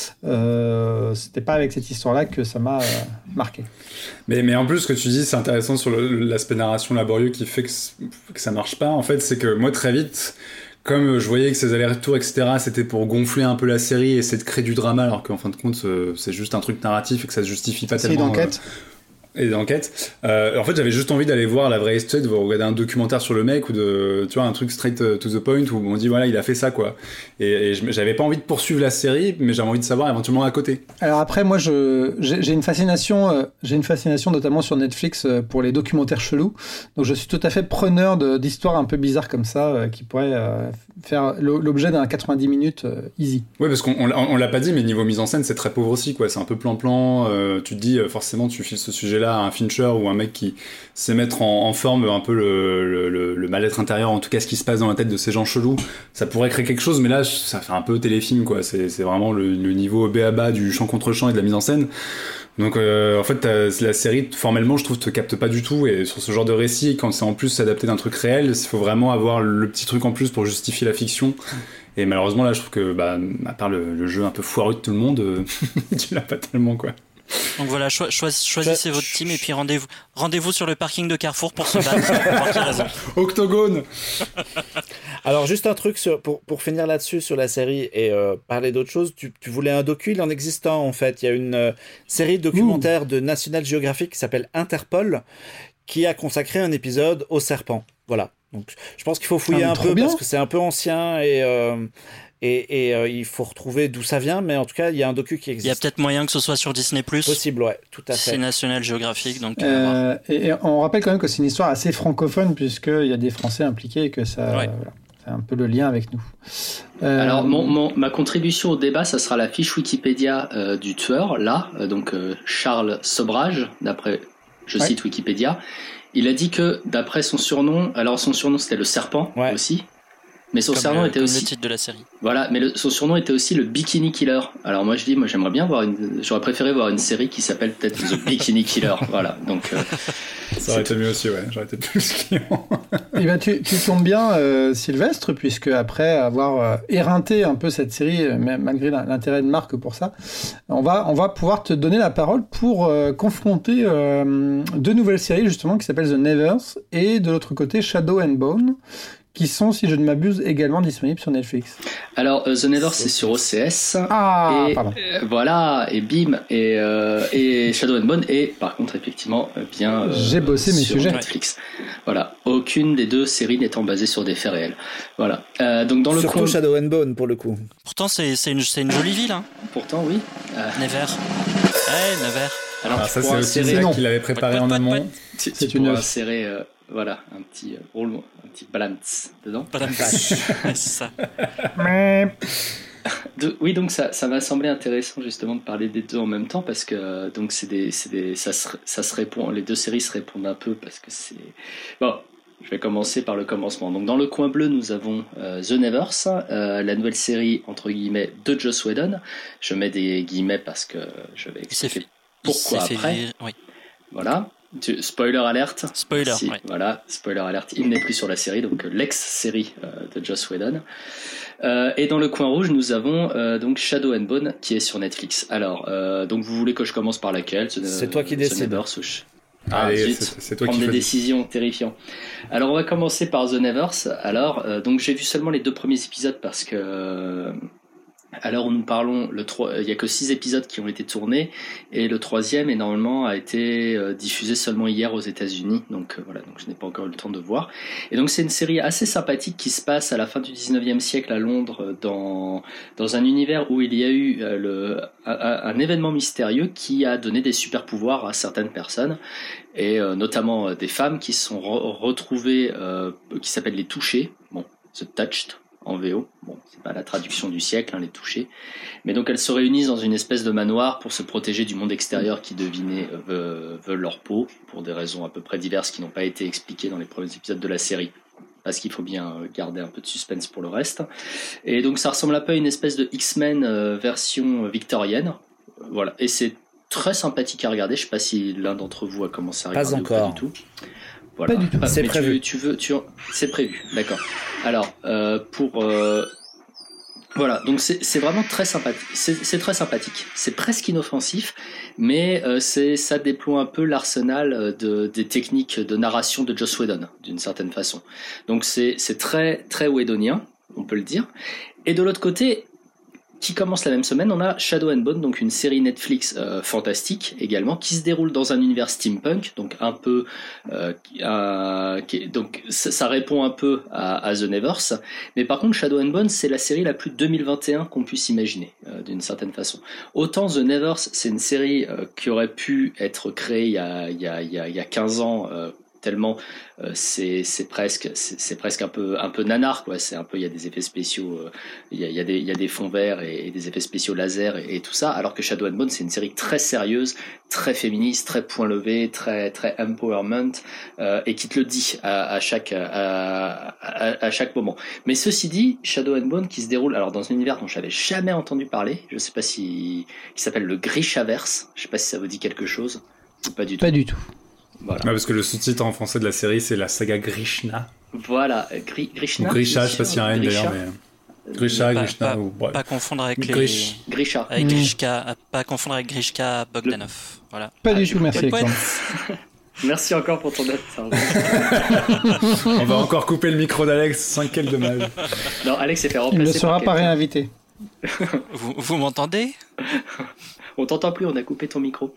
Euh, c'était pas avec cette histoire-là que ça m'a euh, marqué. Mais mais en plus, ce que tu dis, c'est intéressant sur le, l'aspect narration laborieux qui fait que, que ça marche pas. En fait, c'est que moi très vite. comme je voyais que ces allers-retours, et cetera, c'était pour gonfler un peu la série et essayer de créer du drama, alors qu'en fin de compte, c'est juste un truc narratif et que ça se justifie pas C'est tellement. d'enquête. Euh, et d'enquête. Euh, en fait, j'avais juste envie d'aller voir la vraie histoire, de regarder un documentaire sur le mec ou de, tu vois, un truc straight to the point où on dit voilà, il a fait ça quoi. Et, et j'avais pas envie de poursuivre la série, mais j'avais envie de savoir éventuellement à côté. Alors après, moi, je j'ai une fascination, euh, j'ai une fascination notamment sur Netflix euh, pour les documentaires chelous. Donc, je suis tout à fait preneur d'histoires un peu bizarres comme ça euh, qui pourraient euh, faire l'objet d'un quatre-vingt-dix minutes euh, easy. Ouais, parce qu'on on, on l'a pas dit, mais niveau mise en scène, c'est très pauvre aussi quoi. C'est un peu plan-plan. Euh, tu te dis euh, forcément, tu files ce sujet-là à un Fincher ou un mec qui sait mettre en, en forme un peu le, le, le, le mal-être intérieur, en tout cas ce qui se passe dans la tête de ces gens chelous. Ça pourrait créer quelque chose, mais là, ça fait un peu téléfilm, quoi. C'est vraiment le, le niveau B A B A du chant contre chant et de la mise en scène. Donc, euh, en fait, la série, formellement, je trouve, te capte pas du tout. Et sur ce genre de récit, quand c'est en plus adapté d'un truc réel, il faut vraiment avoir le petit truc en plus pour justifier la fiction. Et malheureusement, là, je trouve que, bah, à part le, le jeu un peu foireux de tout le monde, euh, tu l'as pas tellement, quoi. Donc voilà, cho cho choisissez votre team et puis rendez-vous rendez-vous sur le parking de Carrefour pour se battre. Pour quelle raison ? Octogone. Alors juste un truc sur, pour, pour finir là-dessus sur la série et euh, parler d'autre chose, tu, tu voulais un docu, il en existe un en fait. Il y a une euh, série documentaire Ouh. de National Geographic qui s'appelle Interpol qui a consacré un épisode au serpent. Voilà. Donc je pense qu'il faut fouiller ah, un peu bien. Parce que c'est un peu ancien et... Euh, Et, et euh, il faut retrouver d'où ça vient, mais en tout cas, il y a un docu qui existe. Il y a peut-être moyen que ce soit sur Disney plus. Possible, ouais, tout à fait. C'est National Geographic, donc. Euh, et, et on rappelle quand même que c'est une histoire assez francophone, puisqu'il y a des Français impliqués et que ça. Ouais. Voilà, c'est un peu le lien avec nous. Euh... Alors, mon, mon, ma contribution au débat, ça sera la fiche Wikipédia euh, du tueur, là, euh, donc euh, Charles Sobrage, d'après, je ouais. cite Wikipédia. Il a dit que, d'après son surnom, alors son surnom c'était le serpent ouais. aussi. Mais son comme surnom le, était comme aussi. le titre de la série. Voilà, mais le, son surnom était aussi le Bikini Killer. Alors moi je dis, moi j'aimerais bien voir une. J'aurais préféré voir une série qui s'appelle peut-être The Bikini Killer. Voilà, donc. Euh, ça aurait été mieux aussi, ouais. J'aurais été plus client. Et ben tu, tu tombes bien, euh, Sylvestre, puisque après avoir euh, éreinté un peu cette série, euh, malgré l'intérêt de Marc pour ça, on va on va pouvoir te donner la parole pour euh, confronter euh, deux nouvelles séries justement qui s'appellent The Nevers et de l'autre côté Shadow and Bone, qui sont, si je ne m'abuse, également disponibles sur Netflix. Alors, euh, The Never, c'est sur O C S. Ah, et, pardon. Euh, voilà, et bim, et, euh, et Shadow and Bone, et par contre, effectivement, bien euh, j'ai bossé mes sur sujets. Netflix. Voilà, aucune des deux séries n'étant basée sur des faits réels. Voilà. Euh, donc dans le Surtout coin... Shadow and Bone, pour le coup. Pourtant, c'est une, une jolie ville. Hein. Pourtant, oui. Euh... Never. Hey, Never. Alors, Alors ça, c'est aussi ça qu'il avait préparé en amont. C'est une insérer... Euh... Voilà, un petit roulement, un petit balance dedans. Balance, c'est ça. De, oui, donc ça, ça m'a semblé intéressant justement de parler des deux en même temps parce que donc c'est des, c'est des, ça se, ça se répond, les deux séries se répondent un peu parce que c'est bon. Je vais commencer par le commencement. Donc dans le coin bleu, nous avons euh, The Nevers, euh, la nouvelle série entre guillemets de Joss Whedon. Je mets des guillemets parce que je vais expliquer fait, pourquoi après. Fait, oui. Voilà. Tu, spoiler alerte. Spoiler. Si, ouais. Voilà, spoiler alerte. Il n'est plus sur la série, donc l'ex-série euh, de Joss Whedon. Euh, et dans le coin rouge, nous avons euh, donc Shadow and Bone qui est sur Netflix. Alors, euh, donc vous voulez que je commence par laquelle? C'est toi qui décides. Ah, Allez, zut, c'est toi prendre qui des décisions terrifiantes. Alors, on va commencer par The Nevers. Alors, euh, donc j'ai vu seulement les deux premiers épisodes parce que. Euh, À l'heure où nous parlons, le trois, il n'y a que six épisodes qui ont été tournés et le troisième est normalement a été euh, diffusé seulement hier aux États-Unis. Donc euh, voilà, donc je n'ai pas encore eu le temps de voir. Et donc c'est une série assez sympathique qui se passe à la fin du dix-neuvième siècle à Londres, dans dans un univers où il y a eu euh, le un, un événement mystérieux qui a donné des super pouvoirs à certaines personnes et euh, notamment euh, des femmes qui se sont re- retrouvées, euh, qui s'appellent les touchées. Bon, The Touched. En V O, bon, c'est pas la traduction du siècle, hein, les touchés. Mais donc elles se réunissent dans une espèce de manoir pour se protéger du monde extérieur qui devinait veut, veut leur peau, pour des raisons à peu près diverses qui n'ont pas été expliquées dans les premiers épisodes de la série, parce qu'il faut bien garder un peu de suspense pour le reste. Et donc ça ressemble un peu à une espèce de X-Men euh, version victorienne. Voilà, et c'est très sympathique à regarder. Je sais pas si l'un d'entre vous a commencé à regarder. Pas encore. Ou pas du tout. Voilà. Pas du tout. Ah, c'est prévu. Tu, tu veux, tu, c'est prévu. D'accord. Alors, euh, pour euh, voilà, donc c'est, c'est vraiment très sympathique. C'est, c'est très sympathique. C'est presque inoffensif, mais euh, c'est, ça déploie un peu l'arsenal de des techniques de narration de Joss Whedon d'une certaine façon. Donc c'est, c'est très très Whedonien. on peut le dire. Et de l'autre côté, qui commence la même semaine, on a Shadow and Bone, donc une série Netflix euh, fantastique également, qui se déroule dans un univers steampunk, donc un peu, euh, euh, qui, donc ça, ça répond un peu à, à The Nevers, mais par contre Shadow and Bone, c'est la série la plus deux mille vingt et un qu'on puisse imaginer, euh, d'une certaine façon. Autant The Nevers, c'est une série euh, qui aurait pu être créée il y a, il y a, il y a, il y a quinze ans, euh, tellement euh, c'est c'est presque c'est, c'est presque un peu un peu nanar quoi, c'est un peu, il y a des effets spéciaux, euh, il y a il y a des il y a des fonds verts et, et des effets spéciaux laser et, et tout ça, alors que Shadow and Bone, c'est une série très sérieuse, très féministe, très point levé, très très empowerment, euh, et qui te le dit à, à chaque à, à, à chaque moment. Mais ceci dit, Shadow and Bone qui se déroule alors dans un univers dont j'avais jamais entendu parler, je sais pas si qui s'appelle le Grishaverse, je sais pas si ça vous dit quelque chose ou pas du tout. Pas du tout. Voilà. Ouais, parce que le sous-titre en français de la série, c'est la saga Grishna. Voilà, Gri- Grishna. Ou Grisha, je sais pas s'il y a un N d'ailleurs, mais. Grisha, pas, Grishna, pas, ou bref. Pas confondre avec les. Grish. Grisha. Avec Mmh. Grishka, pas confondre avec Grishka Bogdanov. Le... Voilà. Pas ah, du tout, merci Alexandre. Merci encore pour ton aide. On va encore couper le micro d'Alex, sans quel dommage. Non, Alex s'est fait remplacer. Il ne sera par pas quelqu'un. réinvité. Vous, vous m'entendez? On t'entend plus, on a coupé ton micro.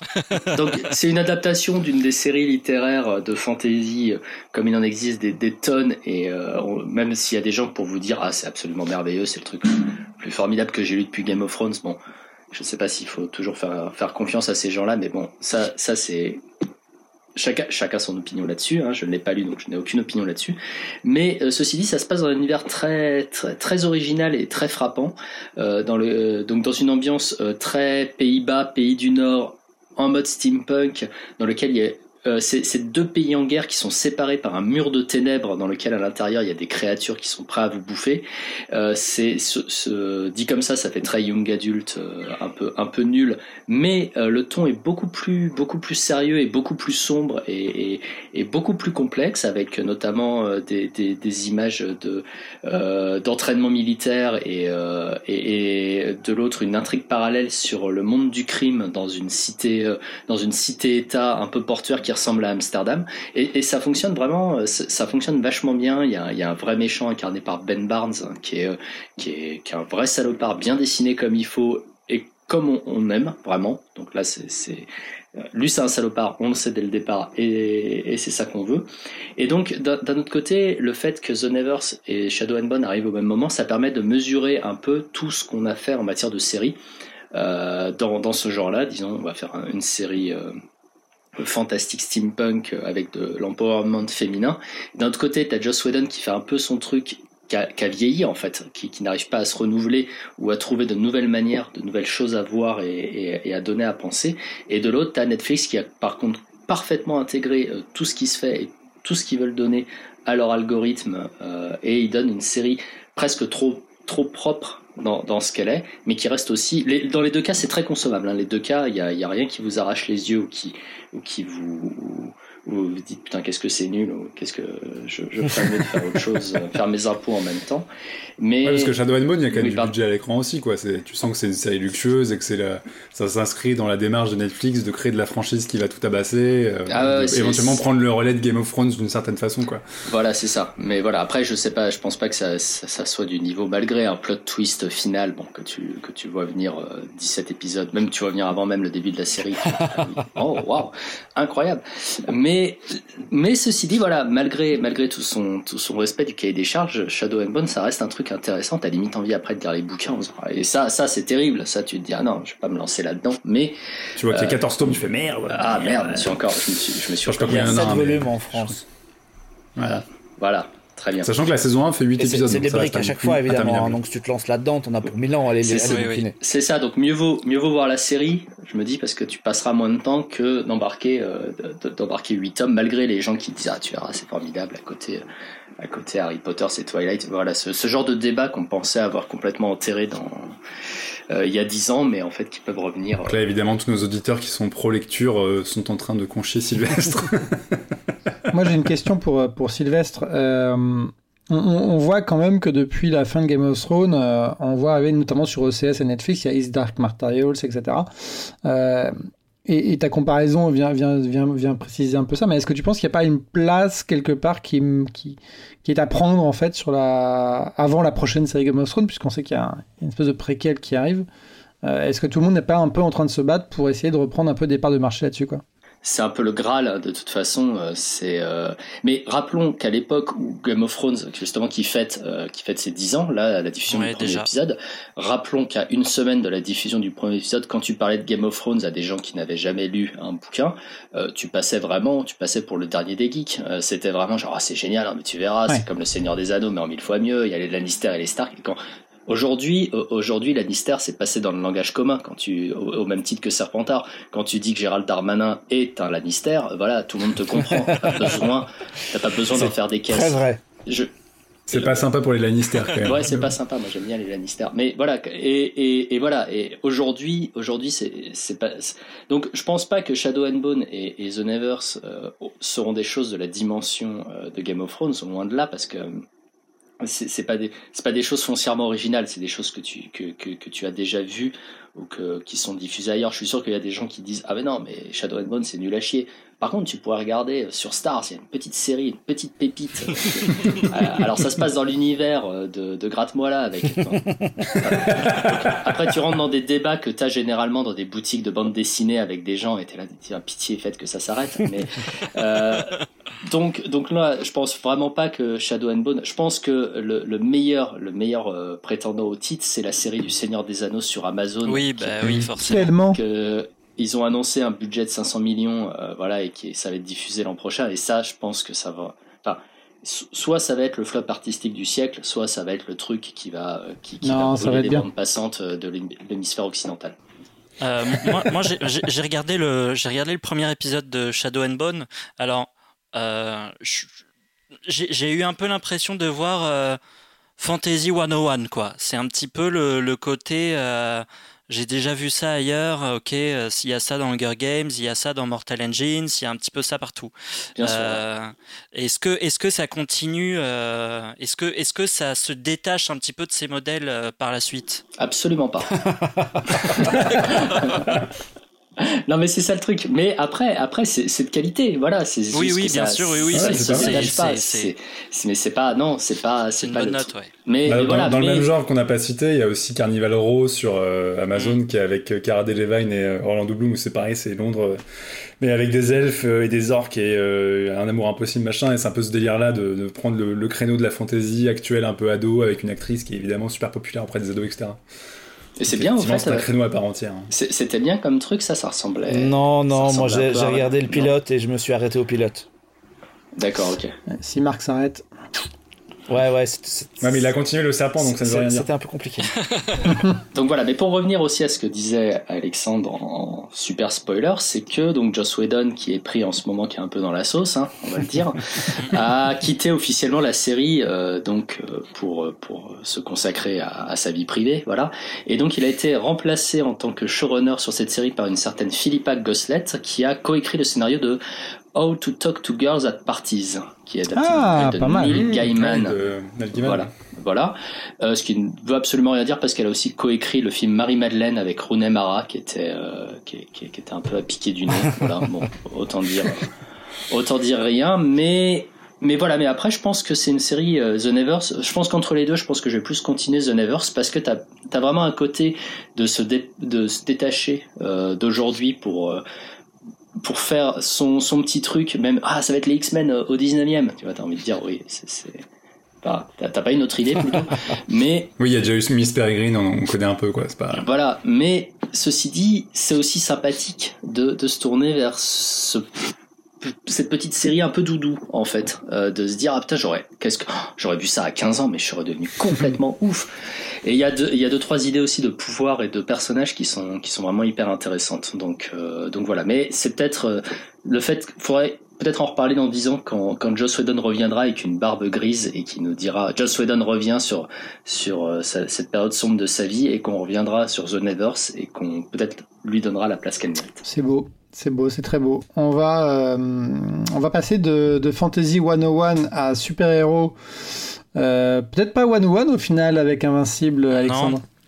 Donc c'est une adaptation d'une des séries littéraires de fantasy, comme il en existe des, des tonnes, et euh, on, même s'il y a des gens pour vous dire ah c'est absolument merveilleux, c'est le truc le plus formidable que j'ai lu depuis Game of Thrones, bon je sais pas s'il faut toujours faire, faire confiance à ces gens là, mais bon ça, ça c'est chacun, chacun son opinion là-dessus, hein, je ne l'ai pas lu donc je n'ai aucune opinion là-dessus, mais euh, ceci dit ça se passe dans un univers très, très, très original et très frappant, euh, dans le, donc dans une ambiance euh, très Pays-Bas, pays du Nord, en mode steampunk, dans lequel il y a euh, ces, ces deux pays en guerre qui sont séparés par un mur de ténèbres, dans lequel à l'intérieur il y a des créatures qui sont prêtes à vous bouffer. Euh, c'est ce, ce, dit comme ça, ça fait très young adult, euh, un peu un peu nul, mais euh, le ton est beaucoup plus beaucoup plus sérieux et beaucoup plus sombre et, et, et beaucoup plus complexe, avec notamment euh, des, des, des images de euh, d'entraînement militaire et, euh, et, et de l'autre une intrigue parallèle sur le monde du crime dans une cité euh, dans une cité-État un peu portuaire qui ressemble à Amsterdam, et, et ça fonctionne vraiment, ça fonctionne vachement bien. Il y a, il y a un vrai méchant incarné par Ben Barnes, hein, qui est qui est qui est un vrai salopard, bien dessiné comme il faut et comme on, on aime vraiment. Donc là c'est, c'est lui c'est un salopard, on le sait dès le départ, et, et c'est ça qu'on veut. Et donc d'un, d'un autre côté, le fait que The Nevers et Shadow and Bone arrivent au même moment, ça permet de mesurer un peu tout ce qu'on a fait en matière de série euh, dans dans ce genre-là. Disons, on va faire un, une série euh, fantastique steampunk avec de l'empowerment féminin. D'un autre côté, t'as Joss Whedon qui fait un peu son truc, qui a, qui a vieilli en fait, qui, qui n'arrive pas à se renouveler ou à trouver de nouvelles manières, de nouvelles choses à voir et, et, et à donner à penser. Et de l'autre, t'as Netflix qui a par contre parfaitement intégré euh, tout ce qui se fait et tout ce qu'ils veulent donner à leur algorithme, euh, et ils donnent une série presque trop trop propre dans, dans ce qu'elle est, mais qui reste aussi... Les, dans les deux cas, c'est très consommable. Hein. Les deux cas, il n'y a, y a rien qui vous arrache les yeux ou qui, ou qui vous... Ou, ou vous dites putain qu'est-ce que c'est nul, ou qu'est-ce que je, je ferais mieux de faire autre chose, faire mes impôts en même temps. Mais ouais, parce que Shadow and Bone, il y a quand même oui, du pardon. budget à l'écran aussi, quoi. C'est, tu sens que c'est une série luxueuse et que c'est la, ça s'inscrit dans la démarche de Netflix de créer de la franchise qui va tout tabasser, euh, Ah ouais, de- c'est- éventuellement c'est- prendre le relais de Game of Thrones d'une certaine façon, quoi. Voilà, c'est ça. Mais voilà, après, je sais pas, je pense pas que ça, ça, ça soit du niveau, malgré un plot twist final, bon, que tu, que tu vois venir euh, dix-sept épisodes, même tu vois venir avant même le début de la série. Ah oui. Oh, waouh, incroyable. Mais, mais ceci dit, voilà, malgré, malgré tout son, tout son respect du cahier des charges, Shadow and Bone, ça reste un truc intéressant. T'as limite envie après de lire les bouquins. En faisant, et ça, ça, c'est terrible. Ça, tu te dis, ah non, je vais pas me lancer là-dedans. Mais, Tu vois qu'il y a Euh, quatorze tomes, tu fais merde. ah merde, je suis encore, je me suis, je me suis Je sais pas Il y a combien il y en a, sept mais- volumes en France. Voilà, voilà, très bien. Sachant que la saison un fait huit Et c'est épisodes. c'est donc des ça briques reste à un chaque peu fois, évidemment. interminable. hein. Donc si tu te lances là-dedans, t'en as pour mille ans à les, C'est à ça, les oui, oui. bouquiner. C'est ça, donc mieux vaut, mieux vaut voir la série, je me dis, parce que tu passeras moins de temps que d'embarquer, euh, de- d'embarquer huit tomes, malgré les gens qui disent, ah, tu verras, c'est formidable, à côté, à côté Harry Potter, c'est Twilight. Voilà, ce, ce genre de débat qu'on pensait avoir complètement enterré dans, euh, il y a dix ans, mais en fait, qui peuvent revenir. Donc là, évidemment, tous nos auditeurs qui sont pro-lecture euh, sont en train de conchier Sylvestre. Moi, j'ai une question pour, pour Sylvestre. Euh, on, on voit quand même que depuis la fin de Game of Thrones, euh, on voit avec, notamment sur O C S et Netflix, il y a His Dark Materials, et cetera. Euh, et, et ta comparaison vient, vient, vient, vient préciser un peu ça, mais est-ce que tu penses qu'il n'y a pas une place quelque part qui, qui, qui est à prendre en fait sur la, avant la prochaine série Game of Thrones, puisqu'on sait qu'il y a un, une espèce de préquel qui arrive. Euh, est-ce que tout le monde n'est pas un peu en train de se battre pour essayer de reprendre un peu des parts de marché là-dessus, quoi? C'est un peu le Graal, de toute façon. C'est, euh... mais rappelons qu'à l'époque où Game of Thrones, justement, qui fête, euh, qui fête ses dix ans, là, la diffusion ouais, du premier déjà. épisode, rappelons qu'à une semaine de la diffusion du premier épisode, quand tu parlais de Game of Thrones à des gens qui n'avaient jamais lu un bouquin, euh, tu passais vraiment, tu passais pour le dernier des geeks. Euh, c'était vraiment genre, ah, c'est génial, hein, mais tu verras, ouais. c'est comme le Seigneur des Anneaux, mais en mille fois mieux. Il y a les Lannister et les Stark. Et quand Aujourd'hui, aujourd'hui, Lannister s'est passé dans le langage commun, quand tu, au, au même titre que Serpentard. Quand tu dis que Gérald Darmanin est un Lannister, voilà, tout le monde te comprend. T'as pas besoin, t'as pas besoin de faire des caisses. Très vrai. Je, c'est pas sympa pour les Lannister, quand même. Ouais, c'est pas sympa. Moi, j'aime bien les Lannister. Mais voilà, et, et, et voilà. Et aujourd'hui, aujourd'hui, c'est, c'est pas, c'est... donc, je pense pas que Shadow and Bone et, et The Nevers euh, seront des choses de la dimension euh, de Game of Thrones, loin de là, parce que c'est, c'est pas des c'est pas des choses foncièrement originales, c'est des choses que tu que que que tu as déjà vues ou que qui sont diffusées ailleurs. Je suis sûr qu'il y a des gens qui disent ah mais non, mais Shadow and Bone c'est nul à chier. Par contre, tu pourrais regarder sur Stars, il y a une petite série, une petite pépite. Alors ça se passe dans l'univers de de Gratte-moi là avec. Après tu rentres dans des débats que t'as généralement dans des boutiques de bande dessinée avec des gens et t'es là, tiens, pitié, faites que ça s'arrête. Mais euh, donc donc là, je pense vraiment pas que Shadow and Bone. Je pense que le le meilleur le meilleur euh, prétendant au titre, c'est la série du Seigneur des Anneaux sur Amazon. Oui, bah qui, oui, forcément. Tellement. Que ils ont annoncé un budget de cinq cents millions, euh, voilà, et qui ça va être diffusé l'an prochain. Et ça, je pense que ça va. Enfin, soit ça va être le flop artistique du siècle, soit ça va être le truc qui va qui, qui non, va brûler des bien. bandes passantes de l'hémisphère occidental. Euh, moi, moi j'ai, j'ai regardé le j'ai regardé le premier épisode de Shadow and Bone. Alors, euh, j'ai, j'ai eu un peu l'impression de voir euh, Fantasy cent un, quoi. C'est un petit peu le, le côté. Euh, J'ai déjà vu ça ailleurs, ok, euh, s'il y a ça dans Hunger Games, il y a ça dans Mortal Engines, il y a un petit peu ça partout. Bien sûr. Euh, est-ce que, est-ce que ça continue, euh, est-ce que, est-ce que ça se détache un petit peu de ces modèles euh, par la suite ? Absolument pas. Non mais c'est ça le truc. Mais après, après c'est, c'est de qualité, voilà. C'est oui, oui, bien ça, sûr, oui, oui, ça, c'est, ça, c'est, ça, c'est, pas. c'est, c'est, c'est, mais c'est pas, non, c'est pas, c'est, c'est une pas bonne le note, truc. ouais. Mais, bah, mais dans, voilà. dans mais... le même genre qu'on n'a pas cité, il y a aussi Carnival Row sur euh, Amazon mm. qui est avec euh, Cara Delevingne et euh, Orlando Bloom, où c'est pareil, c'est Londres, euh, mais avec des elfes euh, et des orques et euh, un amour impossible machin. Et c'est un peu ce délire-là de, de prendre le, le créneau de la fantasy actuelle un peu ado avec une actrice qui est évidemment super populaire auprès des ados, et cetera. Et c'est bien, en fait. C'est un créneau à part entière. Hein. C'était bien comme truc, ça, ça ressemblait. Non, non, ça moi j'ai, j'ai regardé à... le pilote non. et je me suis arrêté au pilote. D'accord, ok. Si Marc s'arrête. Ouais, ouais. C'est, c'est, ouais, mais il a continué le serpent, donc ça ne veut rien dire. C'était un peu compliqué. Donc voilà, mais pour revenir aussi à ce que disait Alexandre en super spoiler, c'est que donc Joss Whedon, qui est pris en ce moment, qui est un peu dans la sauce, hein, on va le dire, a quitté officiellement la série euh, donc euh, pour pour se consacrer à, à sa vie privée, voilà. Et donc il a été remplacé en tant que showrunner sur cette série par une certaine Philippa Goslett, qui a coécrit le scénario de How to Talk to Girls at Parties, qui est adapté ah, de pas Neil mal. Gaiman. De Neil Gaiman. Voilà, voilà. Euh, ce qui ne veut absolument rien dire parce qu'elle a aussi coécrit le film Marie-Madeleine avec Rooney Mara, qui était euh, qui, qui, qui était un peu à piquer du nez. Voilà, bon, autant dire autant dire rien, mais mais voilà. Mais après, je pense que c'est une série euh, The Nevers. Je pense qu'entre les deux, je pense que je vais plus continuer The Nevers parce que t'as t'as vraiment un côté de se dé, de se détacher euh, d'aujourd'hui pour euh, pour faire son, son petit truc, même, ah, ça va être les X-Men au dix-neuvième, tu vois, t'as envie de dire, oui, c'est, c'est... Enfin, t'as, t'as pas une autre idée, plutôt, mais... Oui, il y a déjà eu Miss Peregrine, on, on connaît un peu, quoi, c'est pas... Voilà, mais, ceci dit, c'est aussi sympathique de, de se tourner vers ce... cette petite série un peu doudou, en fait, euh, de se dire, ah putain, j'aurais, qu'est-ce que, oh, j'aurais vu ça à quinze ans, mais je serais devenu complètement ouf. Et il y a deux, il y a deux, trois idées aussi de pouvoir et de personnages qui sont, qui sont vraiment hyper intéressantes. Donc, euh, donc voilà. Mais c'est peut-être, euh, le fait qu'il faudrait peut-être en reparler dans dix ans quand, quand Joss Whedon reviendra avec une barbe grise et qui nous dira, Joss Whedon revient sur, sur euh, sa, cette période sombre de sa vie et qu'on reviendra sur The Nevers et qu'on peut-être lui donnera la place qu'elle mérite. C'est beau. C'est beau, c'est très beau. On va, euh, on va passer de, de Fantasy cent un à super-héros. Euh, peut-être pas cent un au final avec Invincible, Alexandre.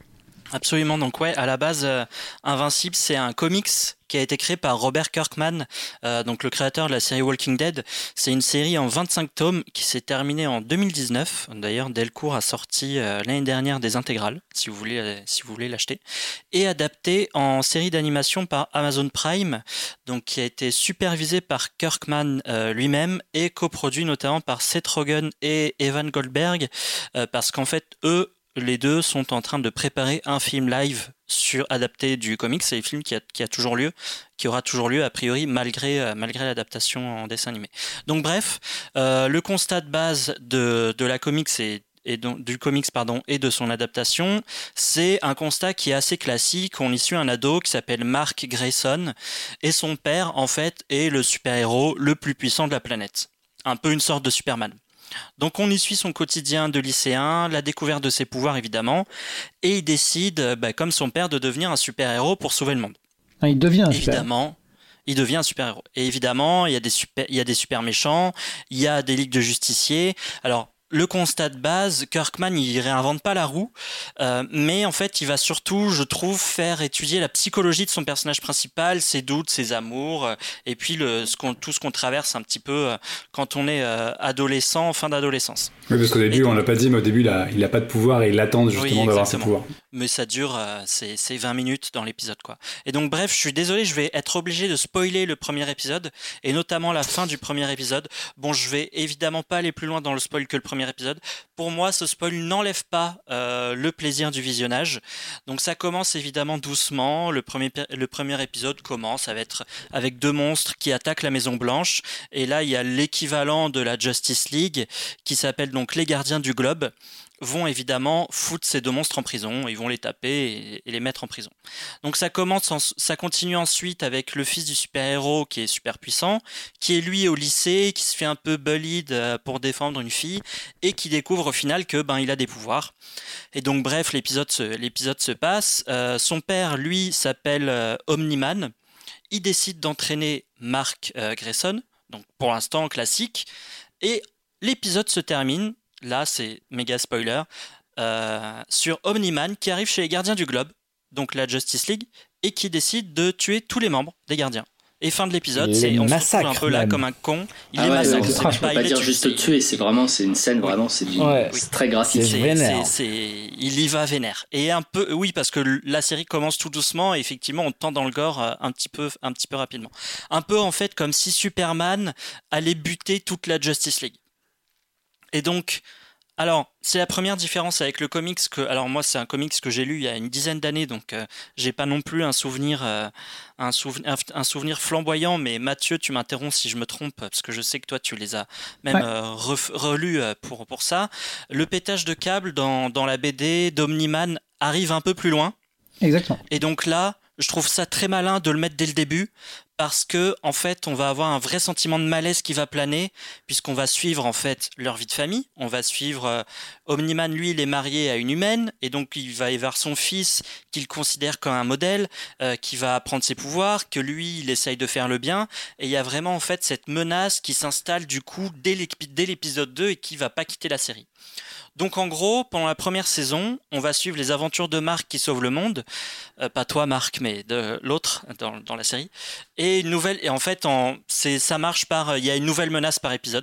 Absolument, donc ouais, à la base, euh, Invincible, c'est un comics qui a été créé par Robert Kirkman, euh, donc le créateur de la série Walking Dead. C'est une série en vingt-cinq tomes qui s'est terminée en deux mille dix-neuf. D'ailleurs, Delcourt a sorti euh, l'année dernière des intégrales, si vous voulez, euh, si vous voulez l'acheter, et adapté en série d'animation par Amazon Prime, donc qui a été supervisé par Kirkman euh, lui-même et coproduit notamment par Seth Rogen et Evan Goldberg, euh, parce qu'en fait, eux, les deux sont en train de préparer un film live sur adapté du comics. C'est un film qui a, qui a toujours lieu, qui aura toujours lieu a priori malgré, euh, malgré l'adaptation en dessin animé. Donc bref, euh, le constat de base de, de la comics et, et donc, du comics pardon, et de son adaptation, c'est un constat qui est assez classique. On y suit un ado qui s'appelle Mark Grayson et son père en fait est le super-héros le plus puissant de la planète. Un peu une sorte de Superman. Donc on y suit son quotidien de lycéen, la découverte de ses pouvoirs évidemment, et il décide, bah, comme son père, de devenir un super-héros pour sauver le monde. Ah, il devient un évidemment, super. Il devient un super-héros. Et évidemment, il y a des super, il y a des super méchants, il y a des ligues de justiciers. Alors, le constat de base, Kirkman, il réinvente pas la roue, euh, mais en fait, il va surtout, je trouve, faire étudier la psychologie de son personnage principal, ses doutes, ses amours, euh, et puis le, ce qu'on, tout ce qu'on traverse un petit peu euh, quand on est euh, adolescent, fin d'adolescence. Oui, parce qu'au début, donc, on l'a pas dit, mais au début, il a, il a pas de pouvoir et il attend justement oui, d'avoir ses pouvoirs. Mais ça dure, euh, c'est, c'est vingt minutes dans l'épisode, quoi. Et donc, bref, je suis désolé, je vais être obligé de spoiler le premier épisode, et notamment la fin du premier épisode. Bon, je vais évidemment pas aller plus loin dans le spoil que le premier épisode. Pour moi, ce spoil n'enlève pas euh, le plaisir du visionnage. Donc, ça commence évidemment doucement. Le premier, le premier épisode commence avec, avec deux monstres qui attaquent la Maison Blanche, et là, il y a l'équivalent de la Justice League, qui s'appelle donc les Gardiens du Globe, vont évidemment foutre ces deux monstres en prison, ils vont les taper et, et les mettre en prison. Donc ça commence, en, ça continue ensuite avec le fils du super-héros qui est super puissant, qui est lui au lycée, qui se fait un peu bullied pour défendre une fille et qui découvre au final que ben il a des pouvoirs. Et donc bref, l'épisode se, l'épisode se passe. Euh, son père, lui, s'appelle euh, Omni-Man. Il décide d'entraîner Mark euh, Grayson, donc pour l'instant classique, et l'épisode se termine. Là, c'est méga spoiler, euh, sur Omni-Man qui arrive chez les Gardiens du Globe, donc la Justice League, et qui décide de tuer tous les membres des Gardiens. Et fin de l'épisode, c'est, on se retrouve un peu là comme un con. Il ah les ouais, massacre. C'est pas, je peux pas dire juste tuer, c'est vraiment, c'est une scène vraiment, c'est, du, ouais. c'est très graphique. C'est, c'est, c'est, il y va vénère. Et un peu, oui, parce que la série commence tout doucement et effectivement, on tend dans le gore un petit peu, un petit peu rapidement. Un peu en fait comme si Superman allait buter toute la Justice League. Et donc, alors, c'est la première différence avec le comics que, alors moi, c'est un comics que j'ai lu il y a une dizaine d'années, donc euh, j'ai pas non plus un souvenir, euh, un, souvenir, un souvenir flamboyant, mais Mathieu, tu m'interromps si je me trompe, parce que je sais que toi, tu les as même ouais. euh, ref, relus pour, pour ça. Le pétage de câble dans, dans la B D d'Omni-Man arrive un peu plus loin. Exactement. Et donc là, je trouve ça très malin de le mettre dès le début, parce que en fait, on va avoir un vrai sentiment de malaise qui va planer, puisqu'on va suivre en fait leur vie de famille. On va suivre euh, Omni-Man, lui, il est marié à une humaine, et donc il va y avoir son fils qu'il considère comme un modèle, euh, qui va apprendre ses pouvoirs, que lui, il essaye de faire le bien, et il y a vraiment en fait cette menace qui s'installe du coup dès, l'épi- dès l'épisode deux et qui va pas quitter la série. Donc en gros, pendant la première saison, on va suivre les aventures de Mark qui sauve le monde, euh, pas toi Mark, mais de l'autre dans, dans la série. Et une nouvelle, et en fait, en, c'est, ça marche par, il y a une nouvelle menace par épisode,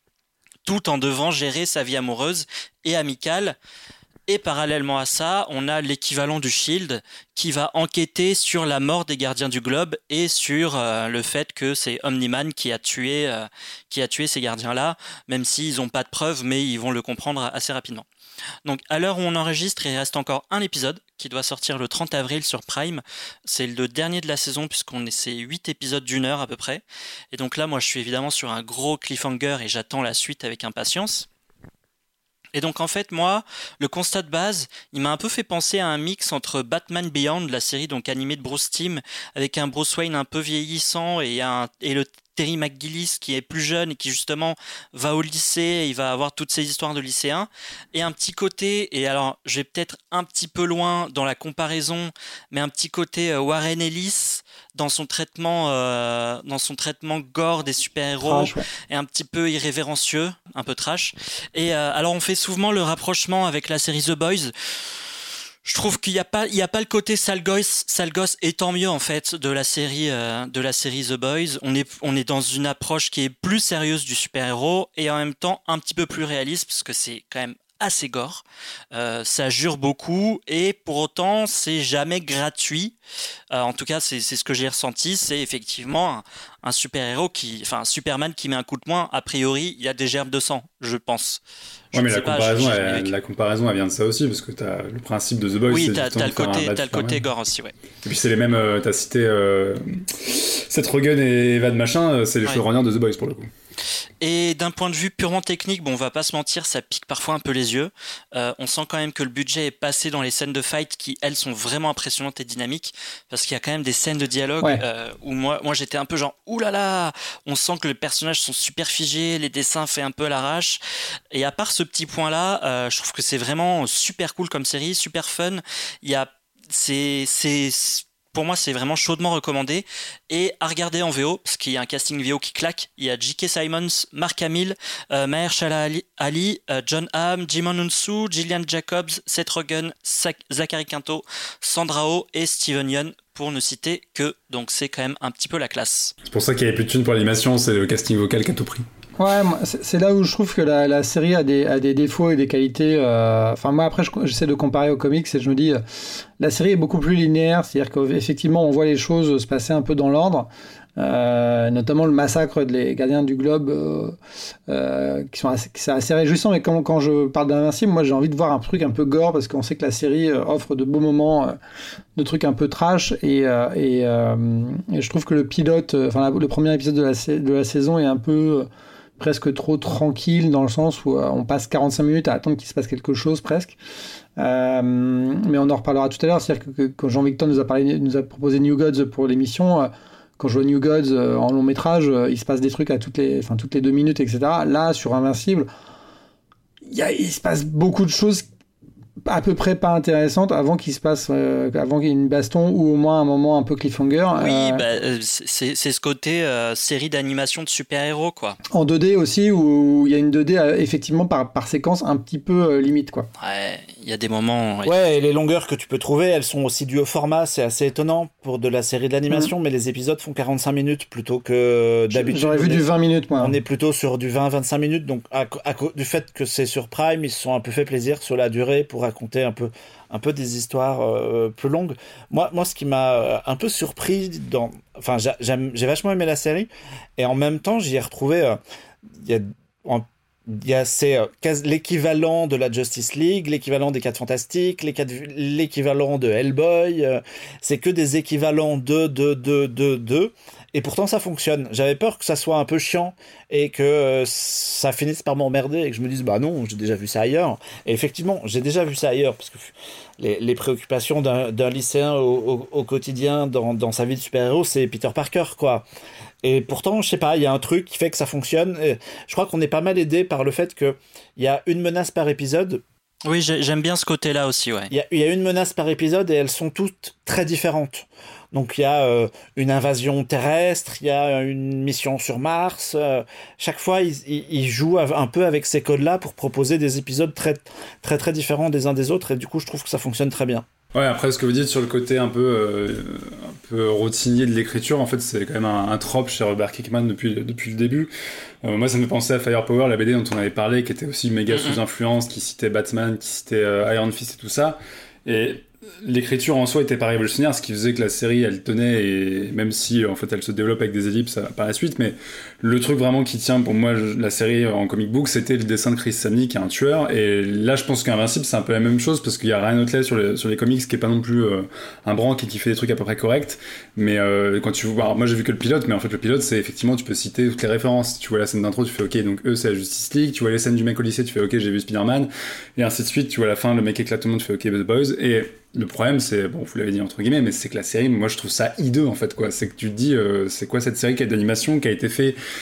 tout en devant gérer sa vie amoureuse et amicale. Et parallèlement à ça, on a l'équivalent du Shield qui va enquêter sur la mort des Gardiens du Globe et sur euh, le fait que c'est Omni-Man qui a tué, euh, qui a tué ces gardiens-là, même s'ils n'ont pas de preuves, mais ils vont le comprendre assez rapidement. Donc à l'heure où on enregistre, il reste encore un épisode qui doit sortir le trente avril sur Prime. C'est le dernier de la saison puisqu'on est c'est huit épisodes d'une heure à peu près. Et donc là, moi, je suis évidemment sur un gros cliffhanger et j'attends la suite avec impatience. Et donc en fait moi, le constat de base, il m'a un peu fait penser à un mix entre Batman Beyond, la série donc animée de Bruce Timm, avec un Bruce Wayne un peu vieillissant et, un, et le Terry McGillis qui est plus jeune et qui justement va au lycée, et il va avoir toutes ces histoires de lycéens, et un petit côté, et alors je vais peut-être un petit peu loin dans la comparaison, mais un petit côté euh, Warren Ellis dans son traitement, euh, dans son traitement gore des super-héros, trash, ouais. Et un petit peu irrévérencieux, un peu trash. Et euh, alors on fait souvent le rapprochement avec la série The Boys. Je trouve qu'il n'y a pas, il y a pas le côté sale gosse, sale gosse, et tant mieux en fait de la série, euh, de la série The Boys. On est, on est dans une approche qui est plus sérieuse du super-héros et en même temps un petit peu plus réaliste parce que c'est quand même assez gore. Euh, ça jure beaucoup et pour autant c'est jamais gratuit. Euh, en tout cas, c'est, c'est ce que j'ai ressenti. C'est effectivement un, un super-héros qui, enfin un Superman qui met un coup de poing. A priori, il y a des gerbes de sang, je pense. Je ouais, mais la pas, comparaison, je, je, elle, la comparaison, elle vient de ça aussi, parce que t'as le principe de The Boys. Oui, c'est t'as, t'as le côté, t'as le côté gore aussi, ouais. Et puis c'est les mêmes. Euh, t'as cité euh, Seth Rogen et Evan Machin, c'est les ouais. showrunners de The Boys pour le coup. Et d'un point de vue purement technique, bon, on va pas se mentir, ça pique parfois un peu les yeux. Euh, on sent quand même que le budget est passé dans les scènes de fight qui, elles, sont vraiment impressionnantes et dynamiques, parce qu'il y a quand même des scènes de dialogue ouais. euh, où moi, moi, j'étais un peu genre, oulala, on sent que les personnages sont super figés, les dessins faits un peu à l'arrache. Et à part ce petit point-là, euh, je trouve que c'est vraiment super cool comme série, super fun. Il y a, c'est, c'est pour moi, c'est vraiment chaudement recommandé. Et à regarder en V O, parce qu'il y a un casting V O qui claque. Il y a J K. Simmons, Mark Hamill, euh, Mahershala Ali, Ali euh, John Hamm, Jimon Unsu, Gillian Jacobs, Seth Rogen, Zach- Zachary Quinto, Sandra Oh et Steven Yeun, pour ne citer que. Donc c'est quand même un petit peu la classe. C'est pour ça qu'il n'y avait plus de thunes pour l'animation, c'est le casting vocal qui a tout pris. Ouais, c'est, c'est là où je trouve que la, la série a des, a des défauts et des qualités. Euh... Enfin, moi, après, je, j'essaie de comparer aux comics et je me dis, euh, la série est beaucoup plus linéaire, c'est-à-dire qu'effectivement, on voit les choses se passer un peu dans l'ordre. Euh, notamment le massacre des gardiens du globe euh, euh, qui sont assez, qui sont assez réjouissants, mais quand, quand je parle d'Invincible, moi j'ai envie de voir un truc un peu gore parce qu'on sait que la série euh, offre de beaux moments euh, de trucs un peu trash et, euh, et, euh, et je trouve que le pilote, enfin euh, le premier épisode de la, de la saison est un peu euh, presque trop tranquille dans le sens où euh, on passe quarante-cinq minutes à attendre qu'il se passe quelque chose presque. Euh, mais on en reparlera tout à l'heure, c'est-à-dire que, que quand Jean-Victor nous a, parlé, nous a proposé New Gods pour l'émission, euh, quand je vois New Gods euh, en long métrage, euh, il se passe des trucs à toutes les, enfin, toutes les deux minutes, et cetera. Là, sur Invincible, y a, il se passe beaucoup de choses à peu près pas intéressantes avant qu'il se passe, euh, avant qu'il y ait une baston ou au moins un moment un peu cliffhanger. Oui, euh, bah, c'est, c'est ce côté euh, série d'animation de super-héros, quoi. En deux D aussi, où il y a une deux D euh, effectivement par, par séquence un petit peu euh, limite, quoi. Ouais, il y a des moments... Ouais. ouais, et les longueurs que tu peux trouver, elles sont aussi dues au format, c'est assez étonnant pour de la série d'animation, mmh. mais les épisodes font quarante-cinq minutes plutôt que d'habitude. J'aurais vu du vingt minutes, moi. On est plutôt sur du vingt à vingt-cinq minutes, donc à, à, du fait que c'est sur Prime, ils se sont un peu fait plaisir sur la durée pour raconter un peu un peu des histoires euh, plus longues. Moi, moi, ce qui m'a un peu surpris, dans, enfin, j'ai, j'ai vachement aimé la série, et en même temps, j'y ai retrouvé, euh, il y a, en, il y a c'est, euh, l'équivalent de la Justice League, l'équivalent des quatre Fantastiques, l'équivalent de Hellboy, euh, c'est que des équivalents de, de, de, de, de, et pourtant ça fonctionne. J'avais peur que ça soit un peu chiant et que euh, ça finisse par m'emmerder et que je me dise bah non, j'ai déjà vu ça ailleurs. Et effectivement, j'ai déjà vu ça ailleurs parce que les, les préoccupations d'un, d'un lycéen au, au, au quotidien dans, dans sa vie de super-héros, c'est Peter Parker, quoi. Et pourtant, je sais pas, il y a un truc qui fait que ça fonctionne. Et je crois qu'on est pas mal aidé par le fait qu'il y a une menace par épisode. Oui, j'aime bien ce côté-là aussi, ouais. Il y a, il y a une menace par épisode et elles sont toutes très différentes. Donc il y a euh, une invasion terrestre, il y a une mission sur Mars. Euh, chaque fois, ils, ils, ils jouent un peu avec ces codes-là pour proposer des épisodes très, très, très différents des uns des autres. Et du coup, je trouve que ça fonctionne très bien. Ouais, après ce que vous dites sur le côté un peu, euh, un peu routinier de l'écriture, en fait, c'est quand même un, un trope chez Robert Kirkman depuis, depuis le début. Euh, moi, ça me fait penser à Firepower, la B D dont on avait parlé, qui était aussi méga mm-hmm. sous influence, qui citait Batman, qui citait euh, Iron Fist et tout ça. Et l'écriture en soi était pas révolutionnaire, ce qui faisait que la série elle tenait, et même si en fait elle se développe avec des ellipses par la suite, mais le truc vraiment qui tient pour moi la série en comic book, c'était le dessin de Chris Samney qui est un tueur. Et là je pense qu'Invincible c'est un peu la même chose parce qu'il y a Ryan Otley sur les, sur les comics qui est pas non plus euh, un branque et qui fait des trucs à peu près corrects, mais euh, quand tu vois, alors moi j'ai vu que le pilote, mais en fait le pilote c'est effectivement tu peux citer toutes les références, tu vois la scène d'intro tu fais ok donc eux c'est la Justice League, tu vois les scènes du mec au lycée tu fais ok j'ai vu Spider-Man, et ainsi de suite, tu vois la fin le mec éclate tout le monde tu fais ok The Boys. Et le problème, c'est, bon, vous l'avez dit entre guillemets, mais c'est que la série, moi je trouve ça hideux en fait, quoi. C'est que tu te dis, euh, c'est quoi cette série qui est d'animation, qui a été fait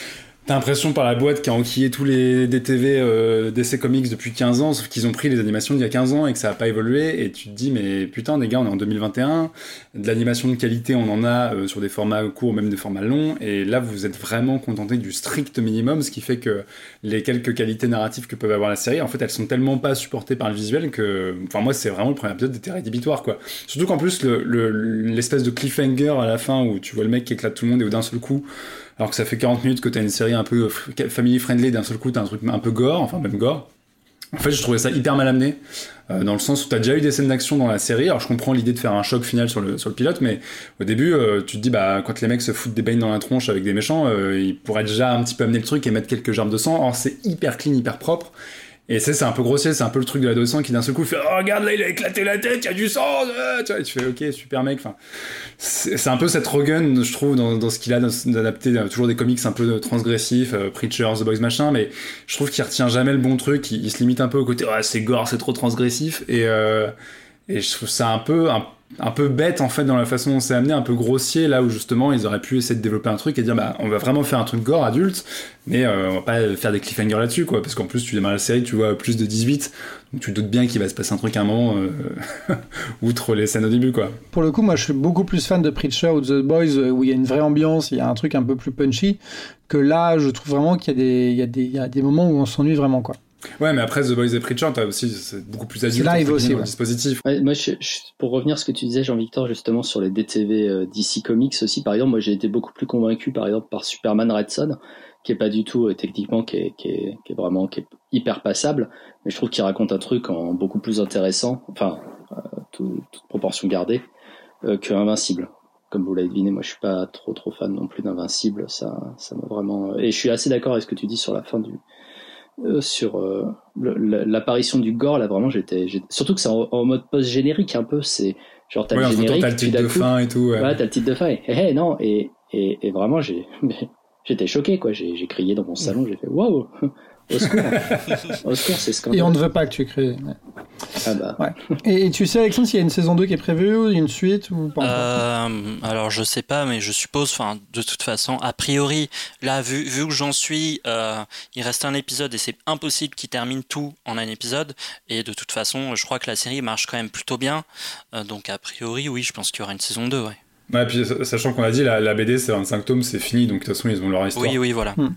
T'as l'impression par la boîte qui a enquillé tous les D T V euh, D C Comics depuis quinze ans, sauf qu'ils ont pris les animations d'il y a quinze ans et que ça a pas évolué, et tu te dis mais putain les gars, on est en deux mille vingt et un, de l'animation de qualité on en a euh, sur des formats courts, même des formats longs, et là vous êtes vraiment contenté du strict minimum, ce qui fait que les quelques qualités narratives que peut avoir la série, en fait elles sont tellement pas supportées par le visuel que, enfin moi c'est vraiment le premier épisode était rédhibitoire quoi. Surtout qu'en plus le, le, l'espèce de cliffhanger à la fin où tu vois le mec qui éclate tout le monde et où d'un seul coup, alors que ça fait quarante minutes que t'as une série un peu family friendly, d'un seul coup t'as un truc un peu gore, enfin même gore. En fait, je trouvais ça hyper mal amené, euh, dans le sens où t'as déjà eu des scènes d'action dans la série. Alors je comprends l'idée de faire un choc final sur le sur le pilote, mais au début, euh, tu te dis bah quand les mecs se foutent des bains dans la tronche avec des méchants, euh, ils pourraient déjà un petit peu amener le truc et mettre quelques germes de sang. Or c'est hyper clean, hyper propre. Et c'est, c'est un peu grossier, c'est un peu le truc de l'adolescent qui d'un seul coup fait oh, regarde là il a éclaté la tête, il y a du sang, euh, tu vois, et tu fais ok super mec, enfin c'est, c'est un peu cette Rogan je trouve dans, dans ce qu'il a d'adapter toujours des comics un peu transgressifs, euh, Preacher, The Boys machin, mais je trouve qu'il retient jamais le bon truc, il, il se limite un peu au côté oh, c'est gore, c'est trop transgressif, et euh, et je trouve ça un peu un, un peu bête en fait dans la façon dont c'est amené, un peu grossier, là où justement ils auraient pu essayer de développer un truc et dire bah on va vraiment faire un truc gore adulte, mais euh, on va pas faire des cliffhangers là-dessus quoi, parce qu'en plus tu démarres la série, tu vois plus de dix-huit, donc tu te doutes bien qu'il va se passer un truc à un moment euh, outre les scènes au début quoi. Pour le coup moi je suis beaucoup plus fan de Preacher ou The Boys où il y a une vraie ambiance, il y a un truc un peu plus punchy, que là je trouve vraiment qu'il y a des, il y a des, il y a des moments où on s'ennuie vraiment quoi. Ouais, mais après The Boys et Preacher, t'as aussi c'est beaucoup plus adulte. Là, il va aussi, dans ouais. le dispositif. Ouais, moi, je, je, pour revenir à ce que tu disais, Jean-Victor, justement sur les D T V euh, D C Comics aussi, par exemple, moi j'ai été beaucoup plus convaincu, par exemple, par Superman Red Son, qui est pas du tout euh, techniquement, qui est, qui est, qui est vraiment, qui est hyper passable, mais je trouve qu'il raconte un truc en beaucoup plus intéressant, enfin, euh, tout, toute proportion gardée, euh, que Invincible. Comme vous l'avez deviné, moi je suis pas trop trop fan non plus d'Invincible, ça, ça m'a vraiment. Et je suis assez d'accord avec ce que tu dis sur la fin du. Euh, sur euh, le, l'apparition du gore là vraiment j'étais, j'étais... surtout que c'est en, en mode post générique un peu, c'est genre t'as ouais, le générique, t'as le titre de coup, fin et tout ouais. Ouais, t'as le titre de fin et hey, hey, non et, et, et vraiment j'ai j'étais choqué quoi, j'ai, j'ai crié dans mon salon, j'ai fait waouh au secours au secours c'est scandaleux. Et on ne veut pas que tu cries. Ouais. Ah bah. Ouais. Et, et tu sais Alexandre s'il y a une saison deux qui est prévue ou une suite ou pas euh, alors je sais pas mais je suppose, enfin de toute façon a priori là vu, vu où j'en suis euh, il reste un épisode et c'est impossible qu'il termine tout en un épisode, et de toute façon je crois que la série marche quand même plutôt bien, euh, donc a priori oui je pense qu'il y aura une saison deux ouais. Ouais, puis sachant qu'on a dit la, la B D c'est vingt-cinq tomes, c'est fini, donc de toute façon ils ont leur histoire. Oui oui voilà. Hmm.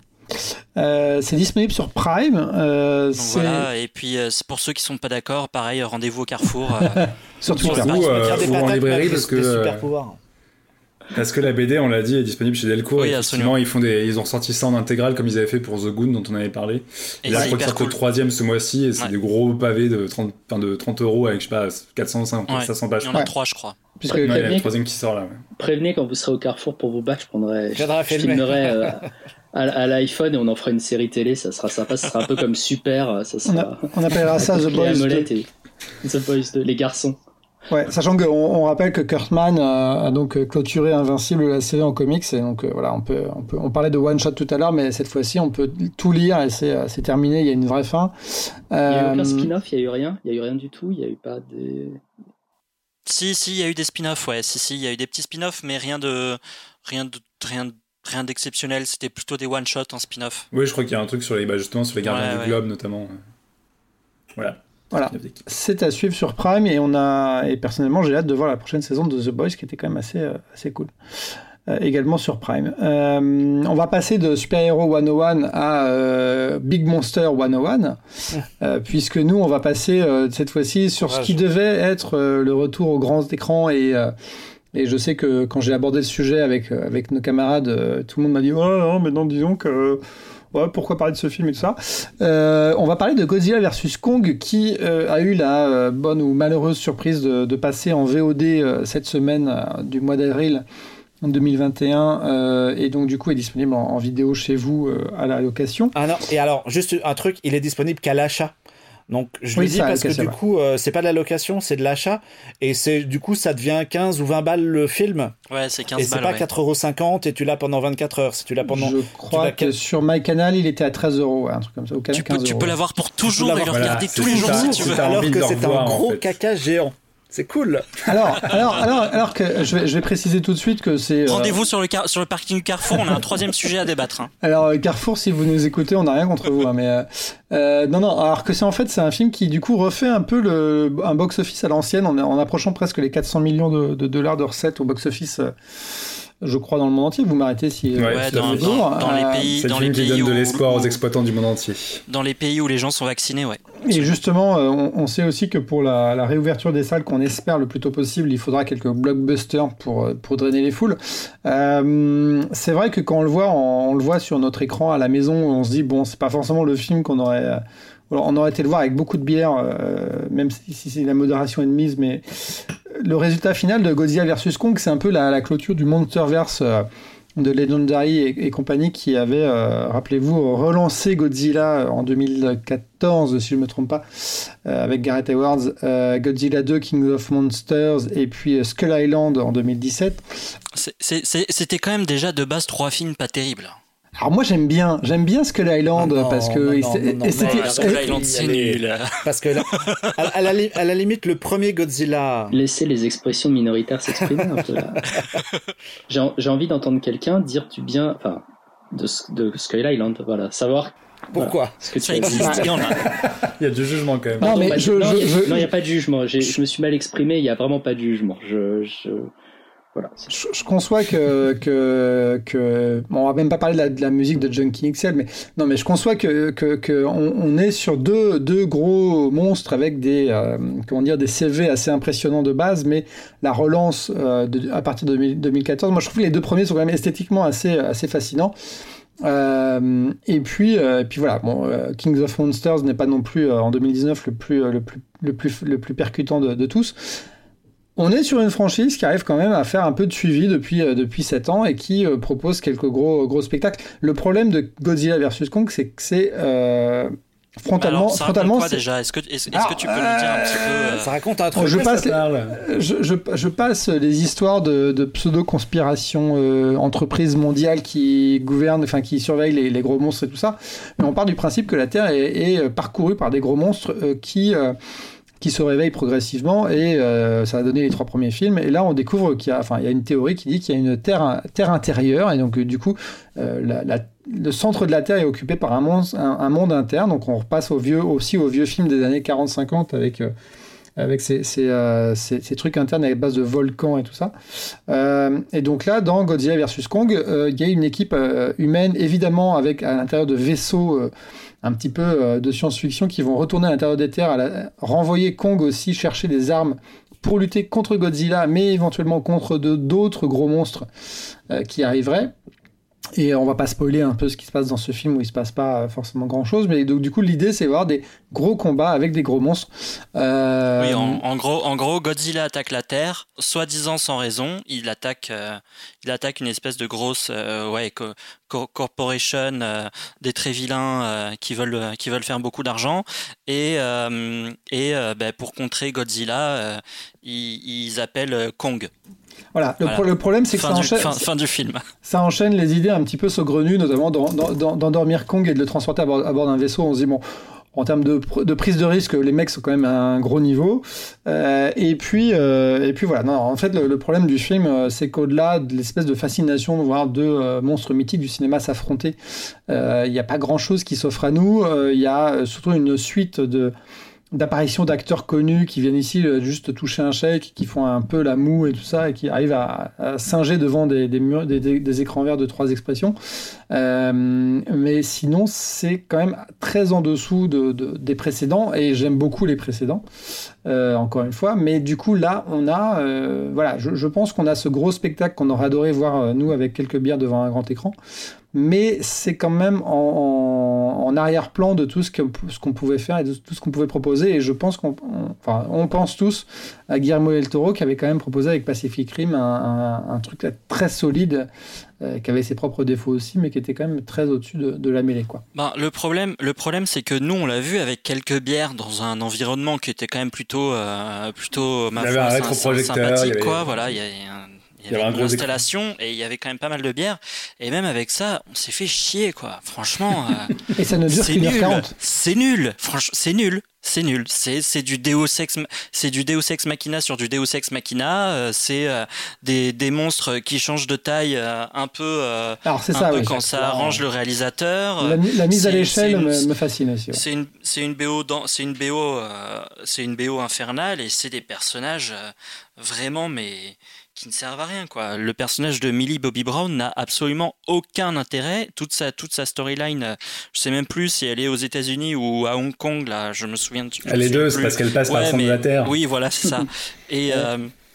Euh, c'est disponible sur Prime. Euh, Donc c'est... voilà, et puis euh, c'est pour ceux qui sont pas d'accord, pareil, rendez-vous au Carrefour. Euh, sur Twitter. Surtout euh, des ou en patates, librairie parce que des euh, super pouvoirs. parce que la B D on l'a dit est disponible chez Delcourt. Oui, et effectivement ils font des, ils ont sorti ça en intégrale comme ils avaient fait pour The Goon dont on avait parlé. Et, et là je crois qu'ils sortent cool. Le troisième ce mois-ci et c'est ouais. Des gros pavés de trente, enfin de trente euros avec je sais pas quatre cents, cinq cents, ouais. cinq cents pages. Il y en a trois ouais. je crois. Puisque ouais, il y a le troisième qui sort là. Ouais. Prévenez quand vous serez au Carrefour pour vos bacs, je prendrai, je, je filmerai euh, à, à l'iPhone et on en fera une série télé, ça sera sympa, ça sera un peu comme Super, ça sera. On, a, on appellera ça The Boys deux. Et The Boys deux, les garçons. Ouais, sachant qu'on on rappelle que Kurtzman a, a donc clôturé Invincible la série en comics, et donc euh, voilà, on peut, on peut, on parlait de one shot tout à l'heure, mais cette fois-ci on peut tout lire et c'est, c'est terminé, il y a une vraie fin. Euh... Il y a eu aucun spin-off, il y a eu rien, il y a eu rien du tout, il y a eu pas des. Si, si, il y a eu des spin-offs, ouais, si, si, il y a eu des petits spin-offs, mais rien de, rien de, rien de, rien d'exceptionnel. C'était plutôt des one-shots en spin-off. Oui, je crois qu'il y a un truc sur les, bah, justement, sur les gardiens ouais, du ouais. Globe, notamment. Voilà. Voilà. C'est à suivre sur Prime et on a, et personnellement, j'ai hâte de voir la prochaine saison de The Boys, qui était quand même assez, euh, assez cool. Euh, également sur Prime. Euh, on va passer de Super Hero cent un à euh, Big Monster cent un, euh, puisque nous, on va passer euh, cette fois-ci sur ce qui devait être euh, le retour au grand écran. Et, euh, et je sais que quand j'ai abordé le sujet avec, euh, avec nos camarades, euh, tout le monde m'a dit « Oh non, mais non, disons que... Euh, ouais, pourquoi parler de ce film et tout ça ?» euh, On va parler de Godzilla versus Kong, qui euh, a eu la euh, bonne ou malheureuse surprise de, de passer en V O D euh, cette semaine euh, du mois d'avril deux mille vingt et un, euh, et donc du coup est disponible en, en vidéo chez vous euh, à la location. Ah non, et alors juste un truc, il est disponible qu'à l'achat. Donc je oui, le dis parce que du va. coup euh, c'est pas de la location, c'est de l'achat, et c'est du coup ça devient quinze ou vingt balles le film. Ouais, c'est quinze et balles. Et c'est pas ouais. quatre euros cinquante et tu l'as pendant vingt-quatre heures. Si tu l'as pendant. Je crois que sur MyCanal il était à treize euros, un truc comme ça. Ou tu, peux, tu peux l'avoir pour toujours et le voilà, regarder tous les jours si tu veux. Alors que c'est un gros en fait. caca géant. C'est cool. Alors, alors, alors, alors que je vais, je vais préciser tout de suite que c'est. Rendez-vous euh... sur le car- sur le parking du Carrefour. On a un troisième sujet à débattre. Hein. Alors Carrefour, si vous nous écoutez, on n'a rien contre vous, hein, mais euh, euh, non, non. Alors que c'est en fait, c'est un film qui du coup refait un peu le un box-office à l'ancienne, en, en approchant presque les quatre cents millions de, de dollars de recettes au box-office. Euh, je crois dans le monde entier. Vous m'arrêtez si. Ouais, ouais dans, dans, dans les pays, c'est dans le film les pays qui donne où, de l'espoir où, aux exploitants du monde entier. Dans les pays où les gens sont vaccinés, ouais. Et justement, on, on sait aussi que pour la, la réouverture des salles qu'on espère le plus tôt possible, il faudra quelques blockbusters pour pour drainer les foules. Euh, c'est vrai que quand on le voit, on, on le voit sur notre écran à la maison, on se dit bon, c'est pas forcément le film qu'on aurait. Alors, on aurait été le voir avec beaucoup de bière, euh, même si, si, si la modération est de mise, mais le résultat final de Godzilla versus Kong, c'est un peu la, la clôture du Monsterverse euh, de Legendary et, et compagnie qui avait, euh, rappelez-vous, relancé Godzilla en deux mille quatorze, si je ne me trompe pas, euh, avec Gareth Edwards, euh, Godzilla deux, King of Monsters, et puis euh, Skull Island en deux mille dix-sept. C'est, c'est, c'est, c'était quand même déjà de base trois films pas terribles. Alors moi j'aime bien, j'aime bien Skull Island non, parce que non, il, non, c'est, non, non, c'était, non, Skull Island c'est nul. Parce que là, à, à, la, à la limite le premier Godzilla. Laissez les expressions minoritaires s'exprimer un peu là. J'ai, j'ai envie d'entendre quelqu'un dire du bien, enfin de, de Skull Island, voilà, savoir. Pourquoi voilà, ce que tu as dit. Il y en a. Il y a du jugement quand même. Non mais je, non, je, je, non, il y a pas de jugement. J'ai, je me suis mal exprimé. Il y a vraiment pas de jugement. Je, je... Voilà. Je, je conçois que, que, que bon, on va même pas parler de la, de la musique de Junkie X L, mais non, mais je conçois que, que, que on, on est sur deux, deux gros monstres avec des, euh, comment dire, des C V assez impressionnants de base, mais la relance euh, de, à partir de deux mille quatorze, moi je trouve que les deux premiers sont quand même esthétiquement assez, assez fascinants. Euh, et puis, euh, et puis voilà. Bon, euh, Kings of Monsters n'est pas non plus euh, en deux mille dix-neuf le plus, euh, le plus, le plus, le plus percutant de, de tous. On est sur une franchise qui arrive quand même à faire un peu de suivi depuis euh, depuis sept ans et qui euh, propose quelques gros gros spectacles. Le problème de Godzilla versus Kong, c'est que c'est euh, frontalement Alors, ça frontalement quoi c'est... déjà est-ce que est-ce, est-ce Alors, que tu peux euh, nous dire un petit peu euh... Ça raconte un truc. Je passe, les, je, je, je passe les histoires de, de pseudo-conspiration euh, entreprises mondiales qui gouvernent, enfin qui surveillent les, les gros monstres et tout ça. Mais on part du principe que la Terre est, est parcourue par des gros monstres euh, qui euh, qui se réveille progressivement et euh, ça a donné les trois premiers films. Et là, on découvre qu'il y a, enfin, il y a une théorie qui dit qu'il y a une terre, terre intérieure et donc euh, du coup, euh, la, la, le centre de la Terre est occupé par un monde, un, un monde interne. Donc on repasse au vieux, aussi aux vieux films des années quarante cinquante avec euh, avec ces, ces, euh, ces, ces trucs internes à base de volcans et tout ça. Euh, et donc là, dans Godzilla versus Kong, euh, il y a une équipe euh, humaine, évidemment, avec à l'intérieur de vaisseaux euh, un petit peu euh, de science-fiction qui vont retourner à l'intérieur des terres, à la, renvoyer Kong aussi chercher des armes pour lutter contre Godzilla, mais éventuellement contre de, d'autres gros monstres euh, qui arriveraient. Et on va pas spoiler un peu ce qui se passe dans ce film où il se passe pas forcément grand chose, mais donc du coup l'idée c'est d'avoir des gros combats avec des gros monstres. Euh... Oui, en, en gros, en gros, Godzilla attaque la Terre, soi-disant sans raison. Il attaque, euh, il attaque une espèce de grosse, euh, ouais, co- co- corporation, euh, des très vilains euh, qui veulent, qui veulent faire beaucoup d'argent. Et euh, et euh, ben, pour contrer Godzilla, euh, ils, ils appellent Kong. Voilà, le, voilà. Pro- le problème c'est que fin ça du, enchaîne, fin, fin du film. Ça enchaîne les idées un petit peu saugrenues, notamment dans, dans, dans, d'endormir Kong et de le transporter à bord, à bord d'un vaisseau. On se dit, bon, en termes de, de prise de risque, les mecs sont quand même à un gros niveau. Euh, et, puis, euh, et puis voilà, non, en fait, le, le problème du film, c'est qu'au-delà de l'espèce de fascination de voir deux euh, monstres mythiques du cinéma s'affronter, il euh, n'y a pas grand-chose qui s'offre à nous. Il euh, y a surtout une suite de... d'apparitions d'acteurs connus qui viennent ici euh, juste toucher un chèque, qui font un peu la moue et tout ça, et qui arrivent à, à singer devant des, des, murs, des, des, des écrans verts de trois expressions. Euh, mais sinon, c'est quand même très en dessous de, de, des précédents, et j'aime beaucoup les précédents, euh, encore une fois. Mais du coup, là, on a... Euh, voilà, je, je pense qu'on a ce gros spectacle qu'on aurait adoré voir, euh, nous, avec quelques bières devant un grand écran. Mais c'est quand même en, en, en arrière-plan de tout ce, que, ce qu'on pouvait faire et de tout ce qu'on pouvait proposer. Et je pense qu'on on, enfin, on pense tous à Guillermo del Toro qui avait quand même proposé avec Pacific Rim un, un, un truc très solide, euh, qui avait ses propres défauts aussi, mais qui était quand même très au-dessus de, de la mêlée, quoi. Ben, le problème, le problème, c'est que nous, on l'a vu avec quelques bières dans un environnement qui était quand même plutôt, euh, plutôt, ma il y avait foi, un sy- rétroprojecteur, sympathique, il y avait... quoi. Voilà, il y a un Il y avait, il y avait une installation et il y avait quand même pas mal de bières. Et même avec ça, on s'est fait chier, quoi. Franchement, euh, et ça ne dure qu'une heure quarante. C'est nul. Franchement, c'est nul. C'est nul, c'est c'est du Deus ex c'est du Deus ex machina sur du Deus ex machina, euh, c'est euh, des des monstres qui changent de taille euh, un peu euh, Alors c'est un ça, peu oui. quand ça arrange le réalisateur. La, la mise à C'est- l'échelle c'est une- me, me fascine aussi. Ouais. C'est une c'est une B O dans c'est une B O euh, c'est une B O infernale et c'est des personnages euh, vraiment mais qui ne servent à rien quoi. Le personnage de Millie Bobby Brown n'a absolument aucun intérêt. Toute sa toute sa storyline, euh, je sais même plus si elle est aux États-Unis ou à Hong Kong là. Je me souviens. je me Les souviens deux, c'est plus. parce qu'elle passe par le Ouais, centre de mais- la Terre. Oui, voilà, c'est ça. Et euh,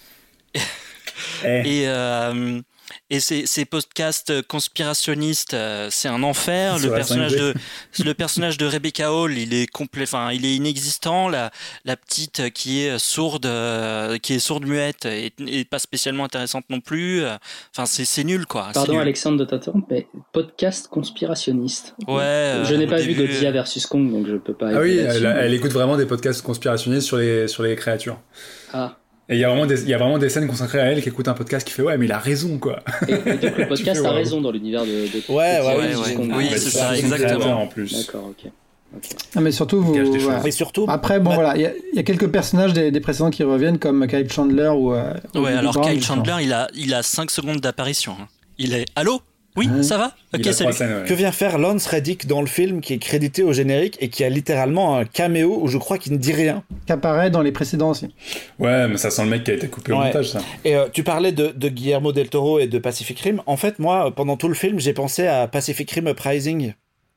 Eh. et euh, et ces, ces podcasts conspirationnistes, euh, c'est un enfer. Sur Le la personnage cinq G. de le personnage de Rebecca Hall, il est complet, enfin, il est inexistant. La la petite qui est sourde, euh, qui est sourde muette, et, et pas spécialement intéressante non plus. Enfin, c'est c'est nul quoi. C'est Pardon nul. Alexandre de t'interrompre, mais podcast conspirationniste. Ouais. euh, Je n'ai au pas vu début, Godzilla versus Kong, donc je peux pas. Ah oui, aider là-dessus, elle, mais- elle écoute vraiment des podcasts conspirationnistes sur les, sur les créatures. Ah. Et il y a vraiment des, il y a vraiment des scènes consacrées à elle qui écoute un podcast qui fait ouais, mais il a raison, quoi. Et, et donc le podcast fais, a ouais. raison dans l'univers de. de Ouais, de- ouais, de- ouais, de- ouais. Kong. Oui, Ah, c'est C'est ça, son exactement. créateur, en plus. D'accord, ok. Ok. Ah, mais surtout, vous, Cache des voilà. choses. Et surtout, Après, bon, Ma- voilà, il y, a- il y a quelques personnages des, des précédents qui reviennent, comme Kyle Chandler ou. Euh, ou Ouais, Bobby alors Brown, Kyle justement. Chandler, il a il a cinq secondes d'apparition. hein. Il est allô. Oui, Ouais. ça va. Il Ok, a salut. trois scènes, ouais. que vient faire Lance Reddick dans le film qui est crédité au générique et qui a littéralement un caméo où je crois qu'il ne dit rien. Qui apparaît dans les précédents aussi. Ouais, mais ça sent le mec qui a été coupé au Ouais. montage, ça. Et euh, tu parlais de, de Guillermo del Toro et de Pacific Rim. En fait, moi, pendant tout le film, j'ai pensé à Pacific Rim Uprising.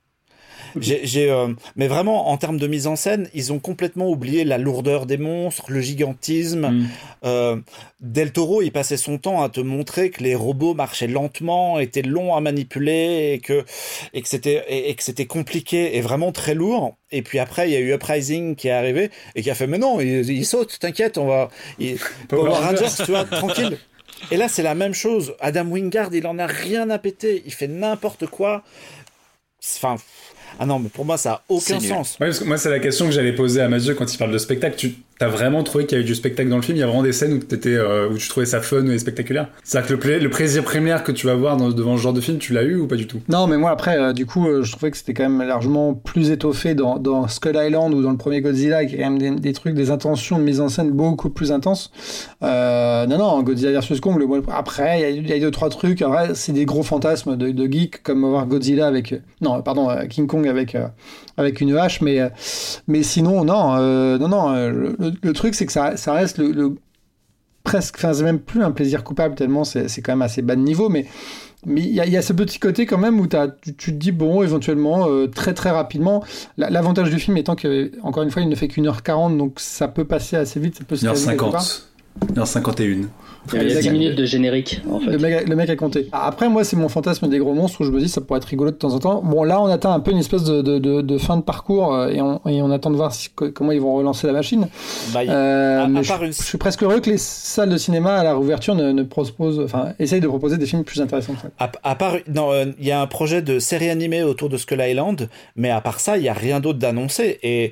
J'ai, j'ai, euh, mais vraiment, en termes de mise en scène, ils ont complètement oublié la lourdeur des monstres, le gigantisme. Mm. Euh, Del Toro, il passait son temps à te montrer que les robots marchaient lentement, étaient longs à manipuler et que, et que c'était, et, et que c'était compliqué et vraiment très lourd. Et puis après, il y a eu Uprising qui est arrivé et qui a fait, mais non, il, il saute, t'inquiète, on va, il, Power Rangers, tu vois, tranquille. Et là, c'est la même chose. Adam Wingard, il en a rien à péter. Il fait n'importe quoi. Enfin, ah non, mais pour moi, ça a aucun C'est nul. sens. Ouais, parce que moi, c'est la question que j'allais poser à Mathieu quand il parle de spectacle. Tu as vraiment trouvé qu'il y avait du spectacle dans le film? Il y a vraiment des scènes où, t'étais, euh, où tu trouvais ça fun et spectaculaire? C'est-à-dire que le, pla- le plaisir primaire que tu vas voir dans, devant ce genre de film, tu l'as eu ou pas du tout? Non, mais moi, après, euh, du coup, euh, je trouvais que c'était quand même largement plus étoffé dans, dans Skull Island ou dans le premier Godzilla, qui a quand même des, des trucs, des intentions de mise en scène beaucoup plus intenses. Euh, non, non, Godzilla versus Kong, le, après, il y a- il y, a deux, trois trucs. En vrai, c'est des gros fantasmes de, de geeks, comme voir Godzilla avec. euh, Non, pardon, euh, King Kong avec, euh, avec une hache, mais, euh, mais sinon, non, euh, non, non. euh, le, le- le truc, c'est que ça, ça reste le. le presque, enfin, c'est même plus un plaisir coupable, tellement c'est c'est quand même assez bas de niveau, mais. Mais il y, a- il y a ce petit côté quand même où t'as- tu, tu te dis, bon, éventuellement, euh, très très rapidement, la- l'avantage du film étant que, encore une fois, il ne fait qu'une heure quarante, donc ça peut passer assez vite, ça peut se une heure résumer quelque part. cinquante. une heure cinquante et une. Il y a dix Exactement. minutes de générique, en fait. Le mec, le mec a compté. Après, moi, c'est mon fantasme des gros monstres où je me dis ça pourrait être rigolo de temps en temps. Bon, là, on atteint un peu une espèce de, de, de, de fin de parcours euh, et on, et on attend de voir si- co- comment ils vont relancer la machine. Bah, il- Euh, à- à mais part je, une- je suis presque heureux que les salles de cinéma à la réouverture ne, ne proposent, enfin, essayent de proposer des films plus intéressants que ça. À, à part, non, euh, il y a un projet de série animée autour de Skull Island, mais à part ça, il y a rien d'autre d'annoncé. Et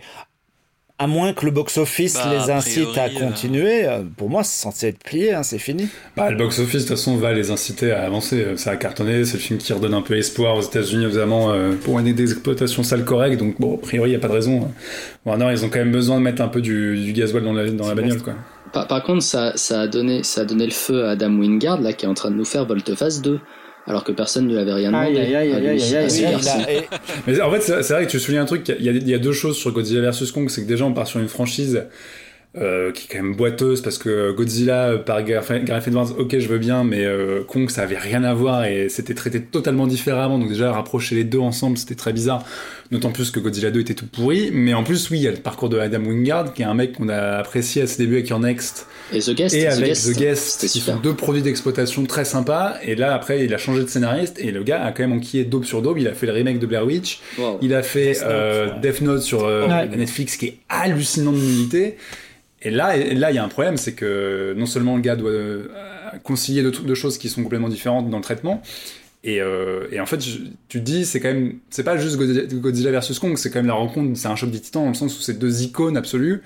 à moins que le box-office Bah, les a incite priori, à continuer, euh, pour moi, c'est censé être plié, hein, c'est fini. Bah, le box-office, de toute façon, va les inciter à avancer. Ça a cartonné, c'est le film qui redonne un peu espoir aux États-Unis, évidemment, euh, pour une d'exploitation sale correcte. Donc, bon, a priori, il n'y a pas de raison. Warner, ils ont quand même besoin de mettre un peu du, du gasoil dans la, dans la bagnole, quoi. Par, par contre, ça, ça, a donné, ça a donné le feu à Adam Wingard, là, qui est en train de nous faire Volte-Face deux, alors que personne ne lui avait rien demandé. Aïe, aïe, aïe, à lui, aïe, aïe, à aïe, ce aïe, garçon. Et- Mais en fait, c'est c'est vrai que tu soulignes un truc, il y, a- il y a deux choses sur Godzilla versus Kong, c'est que déjà on part sur une franchise euh, qui est quand même boiteuse, parce que Godzilla euh, par Gareth Gareth Edwards, ok je veux bien, mais euh, Kong ça avait rien à voir et c'était traité totalement différemment, donc déjà rapprocher les deux ensemble c'était très bizarre, d'autant plus que Godzilla deux était tout pourri, mais en plus oui, il y a le parcours de Adam Wingard, qui est un mec qu'on a apprécié à ses débuts avec Your Next, Et The Guest, et The avec Guest, The Guest, c'était qui super. sont deux produits d'exploitation très sympas, et là après il a changé de scénariste, et le gars a quand même enquillé daube sur daube, il a fait le remake de Blair Witch, Wow. il a fait Death Note, euh, ouais. Death Note sur euh, Ouais. Netflix qui est hallucinant de nullité. Et là, et là, il y a un problème, c'est que non seulement le gars doit euh, concilier deux, deux choses qui sont complètement différentes dans le traitement, et, euh, et en fait, je- tu te dis, c'est quand même, c'est pas juste Godzilla, Godzilla versus Kong, c'est quand même la rencontre, c'est un choc des titans dans le sens où c'est deux icônes absolues.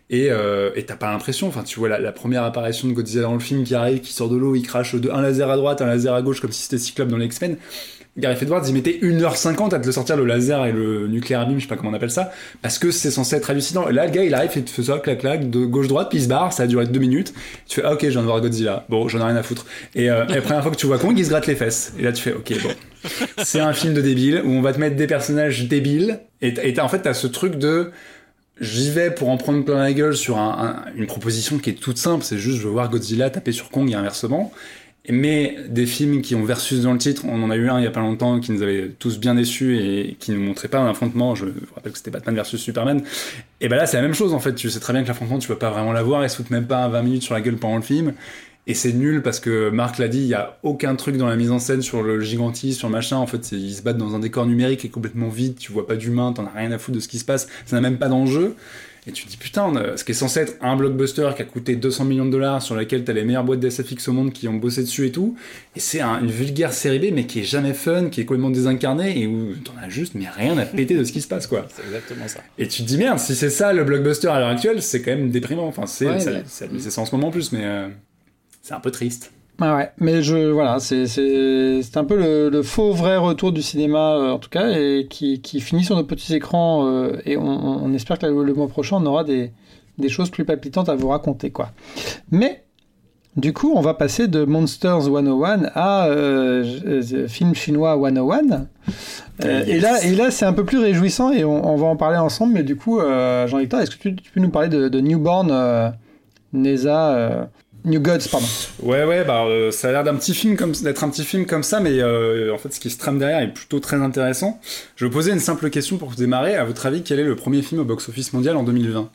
et euh, et t'as pas l'impression, enfin tu vois la, la première apparition de Godzilla dans le film qui arrive, qui sort de l'eau, il crache de un laser à droite, un laser à gauche comme si c'était Cyclope dans les X-Men. Gareth Edwards, il mettait une heure cinquante à te le sortir, le laser et le nucléaire beam, je sais pas comment on appelle ça, parce que c'est censé être hallucinant. Et là, le gars, il arrive, il te fait ça, clac, clac, de gauche-droite, puis il se barre, ça a duré deux minutes. Tu fais, ah, ok, je viens de voir Godzilla. Bon, j'en ai rien à foutre. Et, euh, et la première fois que tu vois Kong, il se gratte les fesses. Et là, tu fais, ok, bon. C'est un film de débile, où on va te mettre des personnages débiles, et, et t'as, en fait, t'as ce truc de, j'y vais pour en prendre plein la gueule sur un, un, une proposition qui est toute simple, c'est juste, je veux voir Godzilla taper sur Kong et inversement. Mais des films qui ont versus dans le titre, on en a eu un il y a pas longtemps qui nous avait tous bien déçus et qui ne montrait pas un affrontement. Je vous rappelle que c'était Batman versus Superman. Et ben là, c'est la même chose en fait. Tu sais très bien que l'affrontement, tu peux pas vraiment l'avoir. Ils se foutent même pas vingt minutes sur la gueule pendant le film. Et c'est nul parce que Marc l'a dit, il y a aucun truc dans la mise en scène sur le gigantisme, sur le machin. En fait, c'est, ils se battent dans un décor numérique qui est complètement vide. Tu vois pas d'humain, t'en as rien à foutre de ce qui se passe. Ça n'a même pas d'enjeu. Et tu te dis, putain, ce qui est censé être un blockbuster qui a coûté deux cents millions de dollars, sur lequel t'as les meilleures boîtes d'S F X au monde qui ont bossé dessus et tout, et c'est un, une vulgaire série B, mais qui est jamais fun, qui est complètement désincarnée, et où t'en as juste, mais rien à péter de ce qui se passe, quoi. C'est exactement ça. Et tu te dis, merde, si c'est ça le blockbuster à l'heure actuelle, c'est quand même déprimant. Enfin, c'est, ouais, ça, mais... ça, c'est ça en ce moment en plus, mais euh, c'est un peu triste. Ah ouais, mais je voilà, c'est c'est c'est un peu le, le faux vrai retour du cinéma euh, en tout cas, et qui qui finit sur nos petits écrans, euh, et on, on espère que le, le mois prochain on aura des des choses plus palpitantes à vous raconter, quoi. Mais du coup, on va passer de Monsters cent un à euh, euh, film chinois cent un. Euh, yes. Et là, et là, c'est un peu plus réjouissant, et on, on va en parler ensemble. Mais du coup, euh, Jean-Victor, est-ce que tu, tu peux nous parler de, de Newborn euh, Neza euh, New Gods, pardon. Ouais, ouais, bah euh, ça a l'air d'un petit film comme d'être un petit film comme ça, mais euh, en fait, ce qui se trame derrière est plutôt très intéressant. Je vais vous poser une simple question pour vous démarrer. À votre avis, quel est le premier film au box-office mondial en deux mille vingt ?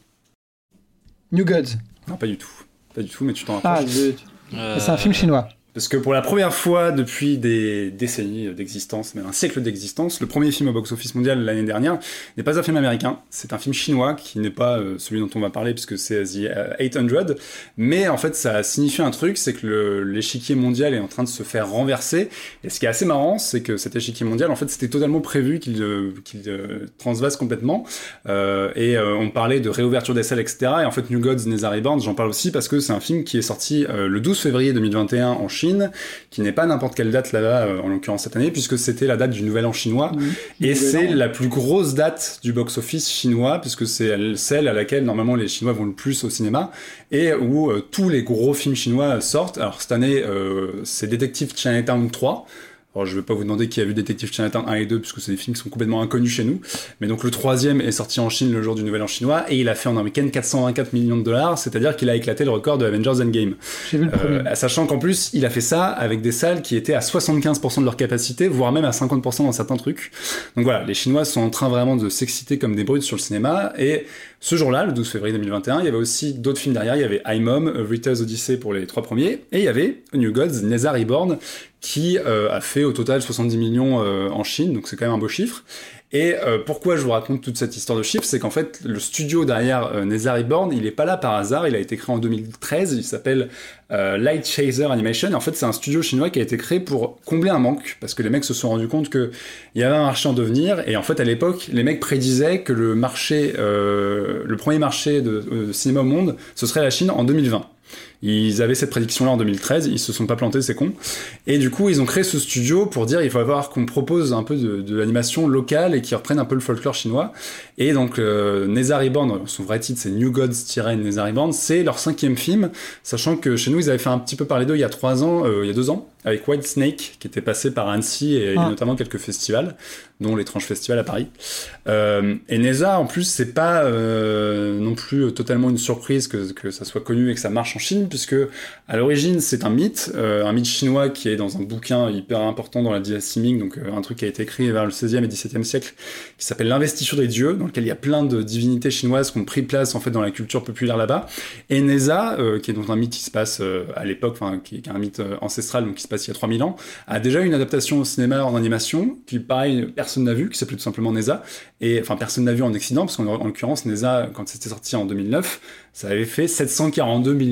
New Gods. Non, pas du tout. Pas du tout, mais tu t'en rapproches. Ah, je... euh... c'est un film chinois. Parce que pour la première fois depuis des décennies d'existence, même un siècle d'existence, le premier film au box-office mondial l'année dernière n'est pas un film américain, c'est un film chinois qui n'est pas euh, celui dont on va parler puisque c'est The huit cents, mais en fait ça signifie un truc, c'est que le, l'échiquier mondial est en train de se faire renverser, et ce qui est assez marrant, c'est que cet échiquier mondial, en fait c'était totalement prévu qu'il, euh, qu'il euh, transvase complètement, euh, et euh, on parlait de réouverture des salles, et cetera, et en fait New Gods, Neza Reborn, j'en parle aussi parce que c'est un film qui est sorti euh, le douze février deux mille vingt et un en Chine, qui n'est pas n'importe quelle date là-bas, euh, en l'occurrence cette année, puisque c'était la date du Nouvel An chinois, mmh, et c'est an. La plus grosse date du box-office chinois, puisque c'est celle à laquelle normalement les Chinois vont le plus au cinéma, et où euh, tous les gros films chinois sortent. Alors cette année, euh, c'est Detective Chinatown trois. Alors je vais pas vous demander qui a vu Detective Chinatown un et deux, puisque c'est des films qui sont complètement inconnus chez nous. Mais donc le troisième est sorti en Chine le jour du Nouvel An chinois, et il a fait en un week-end quatre cent vingt-quatre millions de dollars, c'est-à-dire qu'il a éclaté le record de Avengers Endgame. J'ai vu le premier. Euh, sachant qu'en plus, il a fait ça avec des salles qui étaient à soixante-quinze pour cent de leur capacité, voire même à cinquante pour cent dans certains trucs. Donc voilà, les Chinois sont en train vraiment de s'exciter comme des brutes sur le cinéma, et ce jour-là, le douze février deux mille vingt et un, il y avait aussi d'autres films derrière. Il y avait I, Mom, A Rita's Odyssey pour les trois premiers, et il y avait New Gods, Neza Reborn, qui euh, a fait au total soixante-dix millions euh, en Chine, donc c'est quand même un beau chiffre. Et euh, pourquoi je vous raconte toute cette histoire de chiffres, c'est qu'en fait, le studio derrière euh, Neza Reborn, il est pas là par hasard, il a été créé en deux mille treize, il s'appelle euh, Light Chaser Animation, et en fait, c'est un studio chinois qui a été créé pour combler un manque, parce que les mecs se sont rendus compte qu'il y avait un marché en devenir, et en fait, à l'époque, les mecs prédisaient que le marché, euh, le premier marché de, de cinéma au monde, ce serait la Chine en deux mille vingt. Ils avaient cette prédiction-là en deux mille treize, ils se sont pas plantés, c'est con. Et du coup, ils ont créé ce studio pour dire il faut avoir qu'on propose un peu de, de l'animation locale et qui reprenne un peu le folklore chinois. Et donc, euh, Neza Reborn, son vrai titre c'est New Gods-Neza Reborn, c'est leur cinquième film, sachant que chez nous, ils avaient fait un petit peu parler d'eux il y a trois ans, euh, il y a deux ans, avec White Snake, qui était passé par Annecy et, ah. et notamment quelques festivals, dont l'Étrange Festival à Paris. Euh, et Neza, en plus, c'est pas euh, non plus totalement une surprise que, que ça soit connu et que ça marche en Chine, puisque à l'origine, c'est un mythe, euh, un mythe chinois qui est dans un bouquin hyper important dans la dynastie Ming, donc euh, un truc qui a été écrit vers le seizième et dix-septième siècle, qui s'appelle L'Investiture des dieux, dans lequel il y a plein de divinités chinoises qui ont pris place en fait dans la culture populaire là-bas. Et Neza, euh, qui est donc un mythe qui se passe euh, à l'époque, enfin qui, qui est un mythe euh, ancestral, donc qui se passe il y a trois mille ans, a déjà une adaptation au cinéma en animation, qui pareil, personne n'a vu, qui s'appelait tout simplement Neza, et enfin personne n'a vu en Occident, parce qu'en en l'occurrence, Neza, quand c'était sorti en deux mille neuf, ça avait fait sept cent quarante-deux millions de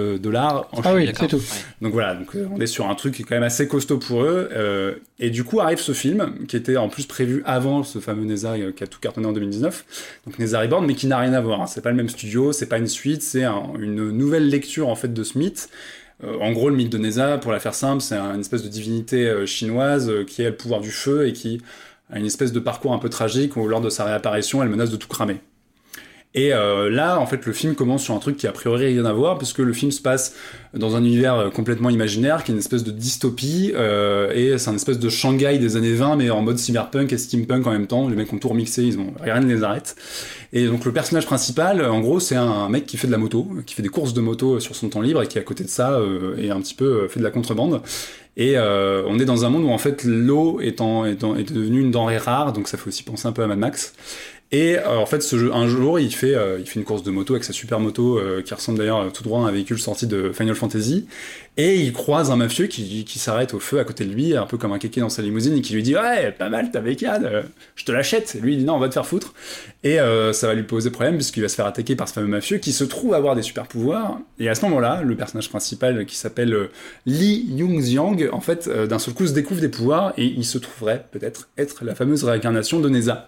dollars en Chine. Ah oui, c'est tout. Ouais. Donc voilà, donc euh, on est sur un truc qui est quand même assez costaud pour eux. Euh, et du coup arrive ce film, qui était en plus prévu avant ce fameux Neza euh, qui a tout cartonné en deux mille dix-neuf. Donc Neza Reborn, mais qui n'a rien à voir. Hein. C'est pas le même studio, c'est pas une suite, c'est un, une nouvelle lecture en fait de ce mythe. Euh, en gros, le mythe de Neza, pour la faire simple, c'est un, une espèce de divinité euh, chinoise euh, qui a le pouvoir du feu et qui a une espèce de parcours un peu tragique où lors de sa réapparition, elle menace de tout cramer. Et euh, là, en fait, le film commence sur un truc qui a priori rien à voir, puisque le film se passe dans un univers complètement imaginaire, qui est une espèce de dystopie, euh, et c'est un espèce de Shanghai des années vingt, mais en mode cyberpunk et steampunk en même temps. Les mecs ont tout remixé, ils ont rien ne les arrête. Et donc le personnage principal, en gros, c'est un mec qui fait de la moto, qui fait des courses de moto sur son temps libre, et qui à côté de ça euh, est un petit peu fait de la contrebande. Et euh, on est dans un monde où en fait l'eau est, en, est, en, est devenue une denrée rare, donc ça fait aussi penser un peu à Mad Max. Et euh, en fait, ce jeu, un jour, il fait, euh, il fait une course de moto avec sa super moto euh, qui ressemble d'ailleurs euh, tout droit à un véhicule sorti de Final Fantasy. Et il croise un mafieux qui, qui s'arrête au feu à côté de lui, un peu comme un kéké dans sa limousine, et qui lui dit « Ouais, pas mal ta bécane, euh, je te l'achète !» Et lui, il dit « Non, on va te faire foutre !» Et euh, ça va lui poser problème, puisqu'il va se faire attaquer par ce fameux mafieux, qui se trouve avoir des super pouvoirs. Et à ce moment-là, le personnage principal, qui s'appelle euh, Lee Young-zyang, en fait, euh, d'un seul coup, se découvre des pouvoirs, et il se trouverait peut-être être la fameuse réincarnation de Neza.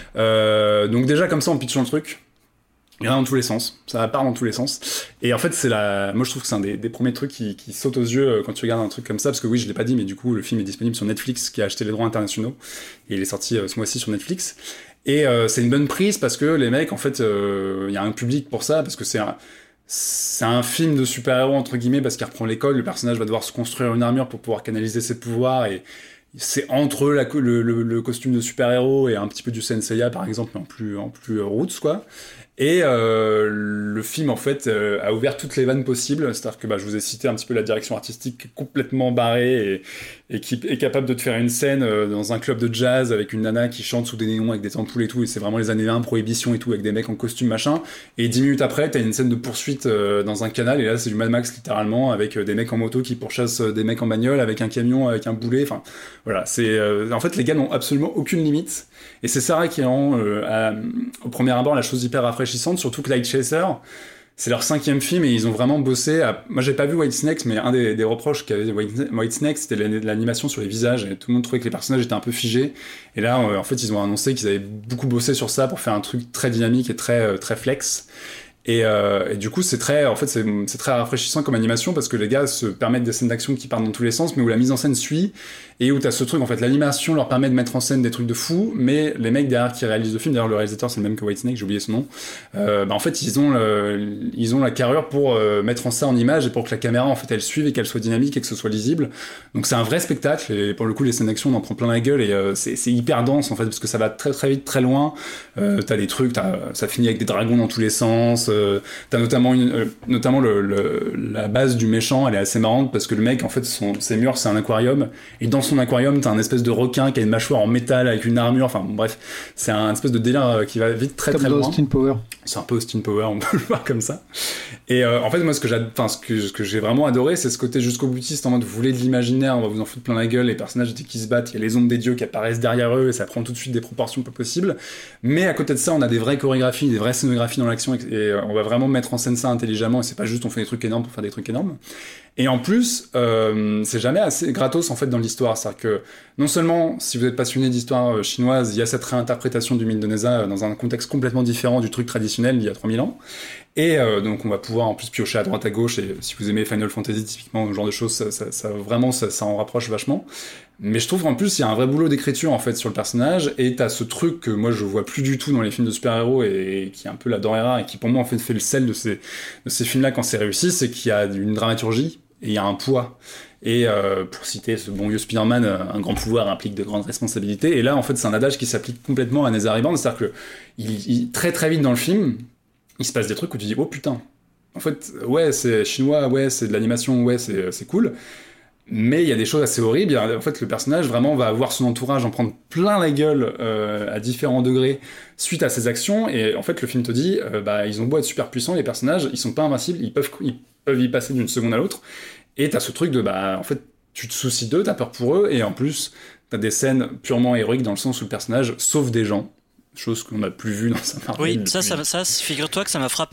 Euh, donc déjà, comme ça, on pitch dans le truc. Il y en a dans tous les sens, ça part dans tous les sens. Et en fait, c'est la... moi je trouve que c'est un des, des premiers trucs qui, qui sautent aux yeux quand tu regardes un truc comme ça, parce que oui, je l'ai pas dit, mais du coup, le film est disponible sur Netflix, qui a acheté les droits internationaux, et il est sorti euh, ce mois-ci sur Netflix. Et euh, c'est une bonne prise, parce que les mecs, en fait, il euh, y a un public pour ça, parce que c'est un... c'est un film de super-héros, entre guillemets, parce qu'il reprend l'école, le personnage va devoir se construire une armure pour pouvoir canaliser ses pouvoirs, et c'est entre la, le, le, le costume de super-héros et un petit peu du Senseiya, par exemple, mais en plus, en plus roots, quoi. Et euh, le film, en fait, euh, a ouvert toutes les vannes possibles. C'est-à-dire que bah, je vous ai cité un petit peu la direction artistique complètement barrée et, et qui est capable de te faire une scène euh, dans un club de jazz avec une nana qui chante sous des néons avec des ampoules et tout. Et c'est vraiment les années vingt, prohibition et tout, avec des mecs en costume, machin. Et dix minutes après, t'as une scène de poursuite euh, dans un canal. Et là, c'est du Mad Max, littéralement, avec euh, des mecs en moto qui pourchassent euh, des mecs en bagnole, avec un camion, avec un boulet. Enfin, voilà. C'est, euh, en fait, les gars n'ont absolument aucune limite. Et c'est ça qui rend, euh, à, au premier abord, la chose hyper rafraîchissante, surtout que Light Chaser, c'est leur cinquième film et ils ont vraiment bossé à... Moi, j'ai pas vu White Snakes, mais un des, des reproches qu'avait White Snakes, c'était l'animation sur les visages, et tout le monde trouvait que les personnages étaient un peu figés. Et là, euh, en fait, ils ont annoncé qu'ils avaient beaucoup bossé sur ça pour faire un truc très dynamique et très, euh, très flex. Et, euh, et du coup, c'est très, en fait, c'est, c'est très rafraîchissant comme animation parce que les gars se permettent des scènes d'action qui partent dans tous les sens, mais où la mise en scène suit et où t'as ce truc, en fait, l'animation leur permet de mettre en scène des trucs de fou, mais les mecs derrière qui réalisent le film, d'ailleurs le réalisateur c'est le même que Whitesnake, j'ai oublié son nom, euh, bah en fait ils ont le, ils ont la carrure pour euh, mettre en ça en image et pour que la caméra en fait elle suive et qu'elle soit dynamique et que ce soit lisible. Donc c'est un vrai spectacle et pour le coup les scènes d'action on en prend plein la gueule et euh, c'est, c'est hyper dense en fait parce que ça va très très vite, très loin. Euh, t'as des trucs, t'as, ça finit avec des dragons dans tous les sens. Euh, t'as notamment une, euh, notamment le, le, la base du méchant, elle est assez marrante parce que le mec en fait son, ses murs c'est un aquarium et dans son aquarium t'as un espèce de requin qui a une mâchoire en métal avec une armure. Enfin bon, bref, c'est un espèce de délire qui va vite très comme très dans loin. Austin Power. C'est un peu Austin Power, on peut le voir comme ça. Et euh, en fait moi ce que j'ai, enfin ce que, ce que j'ai vraiment adoré, c'est ce côté jusqu'au boutiste en mode vous voulez de l'imaginaire, on va vous en foutre plein la gueule, les personnages qui se battent, il y a les ombres des dieux qui apparaissent derrière eux et ça prend tout de suite des proportions pas possibles. Mais à côté de ça, on a des vraies chorégraphies, des vraies scénographies dans l'action et, et on va vraiment mettre en scène ça intelligemment et c'est pas juste on fait des trucs énormes pour faire des trucs énormes. Et en plus, euh, c'est jamais assez gratos en fait dans l'histoire, c'est-à-dire que non seulement si vous êtes passionné d'histoire chinoise, il y a cette réinterprétation du mythe de Neza dans un contexte complètement différent du truc traditionnel d'il y a trois mille ans, et euh, donc on va pouvoir en plus piocher à droite à gauche, et si vous aimez Final Fantasy typiquement, ce genre de choses, ça, ça, ça vraiment ça, ça en rapproche vachement. Mais je trouve qu'en plus il y a un vrai boulot d'écriture en fait sur le personnage, et t'as ce truc que moi je vois plus du tout dans les films de super-héros et, et qui est un peu la denrée rare et qui pour moi en fait fait le sel de ces, de ces films-là quand c'est réussi, c'est qu'il y a une dramaturgie et il y a un poids. Et euh, pour citer ce bon vieux Spider-Man, un grand pouvoir implique de grandes responsabilités. Et là, en fait, c'est un adage qui s'applique complètement à Neza Reborn, c'est-à-dire que il, il, très très vite dans le film, il se passe des trucs où tu dis oh putain. En fait, ouais, c'est chinois, ouais, c'est de l'animation, ouais, c'est c'est cool. Mais il y a des choses assez horribles. En fait, le personnage vraiment va avoir son entourage en prendre plein la gueule euh, à différents degrés suite à ses actions. Et en fait, le film te dit, euh, bah, ils ont beau être super puissants, les personnages, ils sont pas invincibles, ils peuvent, ils peuvent y passer d'une seconde à l'autre. Et t'as ce truc de, bah, en fait, tu te soucies d'eux, t'as peur pour eux, et en plus, t'as des scènes purement héroïques dans le sens où le personnage sauve des gens, chose qu'on n'a plus vue dans sa Marvel. Oui, depuis... ça, ça, ça, figure-toi que ça m'a frappé.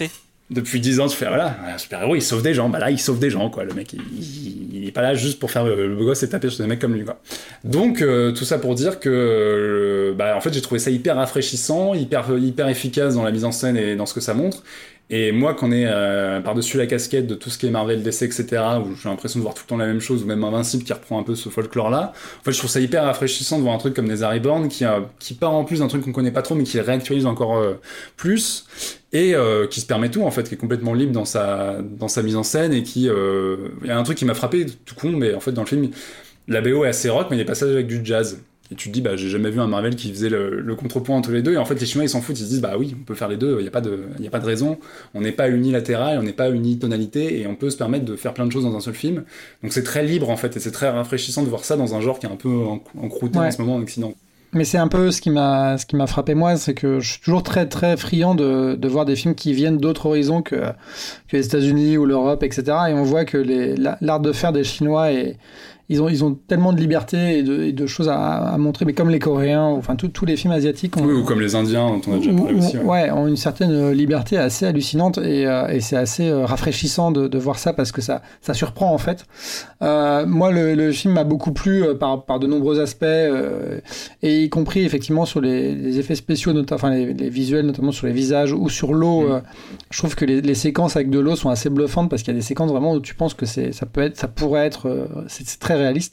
depuis dix ans, tu fais voilà, un super-héros, il sauve des gens. Bah là, il sauve des gens, quoi. Le mec, il, il, il est pas là juste pour faire le, le beau gosse et taper sur des mecs comme lui, quoi. Donc, euh, tout ça pour dire que, euh, bah, en fait, j'ai trouvé ça hyper rafraîchissant, hyper, hyper efficace dans la mise en scène et dans ce que ça montre. Et moi, qu'on est euh, par-dessus la casquette de tout ce qui est Marvel, D C, et cetera, où j'ai l'impression de voir tout le temps la même chose, ou même Invincible qui reprend un peu ce folklore-là, en fait, je trouve ça hyper rafraîchissant de voir un truc comme Nether Reborn qui, a, qui part en plus d'un truc qu'on connaît pas trop, mais qui le réactualise encore euh, plus, et euh, qui se permet tout, en fait, qui est complètement libre dans sa, dans sa mise en scène, et qui... Il euh, y a un truc qui m'a frappé, tout con, mais en fait, dans le film, la B O est assez rock, mais il y a des passages avec du jazz. Et tu te dis, bah, j'ai jamais vu un Marvel qui faisait le, le contrepoint entre les deux. Et en fait, les Chinois, ils s'en foutent. Ils se disent, bah oui, on peut faire les deux. Il n'y a pas de, il y a pas de raison. On n'est pas unilatéral, on n'est pas unitonalité. Et on peut se permettre de faire plein de choses dans un seul film. Donc c'est très libre, en fait. Et c'est très rafraîchissant de voir ça dans un genre qui est un peu encrouté ouais. en ce moment en Occident. Mais c'est un peu ce qui m'a, ce qui m'a frappé moi, c'est que je suis toujours très très friand de, de voir des films qui viennent d'autres horizons que, que les États-Unis ou l'Europe, et cetera. Et on voit que les, l'art de faire des Chinois est Ils ont, ils ont tellement de liberté et de, et de choses à, à montrer, mais comme les Coréens, enfin tous les films asiatiques. Ont, oui, ou comme les Indiens, dont on a déjà parlé aussi. Ouais. ouais, ont une certaine liberté assez hallucinante et, euh, et c'est assez rafraîchissant de, de voir ça parce que ça, ça surprend en fait. Euh, moi, le, le film m'a beaucoup plu par, par de nombreux aspects, euh, et y compris effectivement sur les, les effets spéciaux, not- enfin les, les visuels, notamment sur les visages ou sur l'eau. Mmh. Euh, je trouve que les, les séquences avec de l'eau sont assez bluffantes parce qu'il y a des séquences vraiment où tu penses que c'est, ça peut être, ça pourrait être, euh, c'est, c'est très réaliste.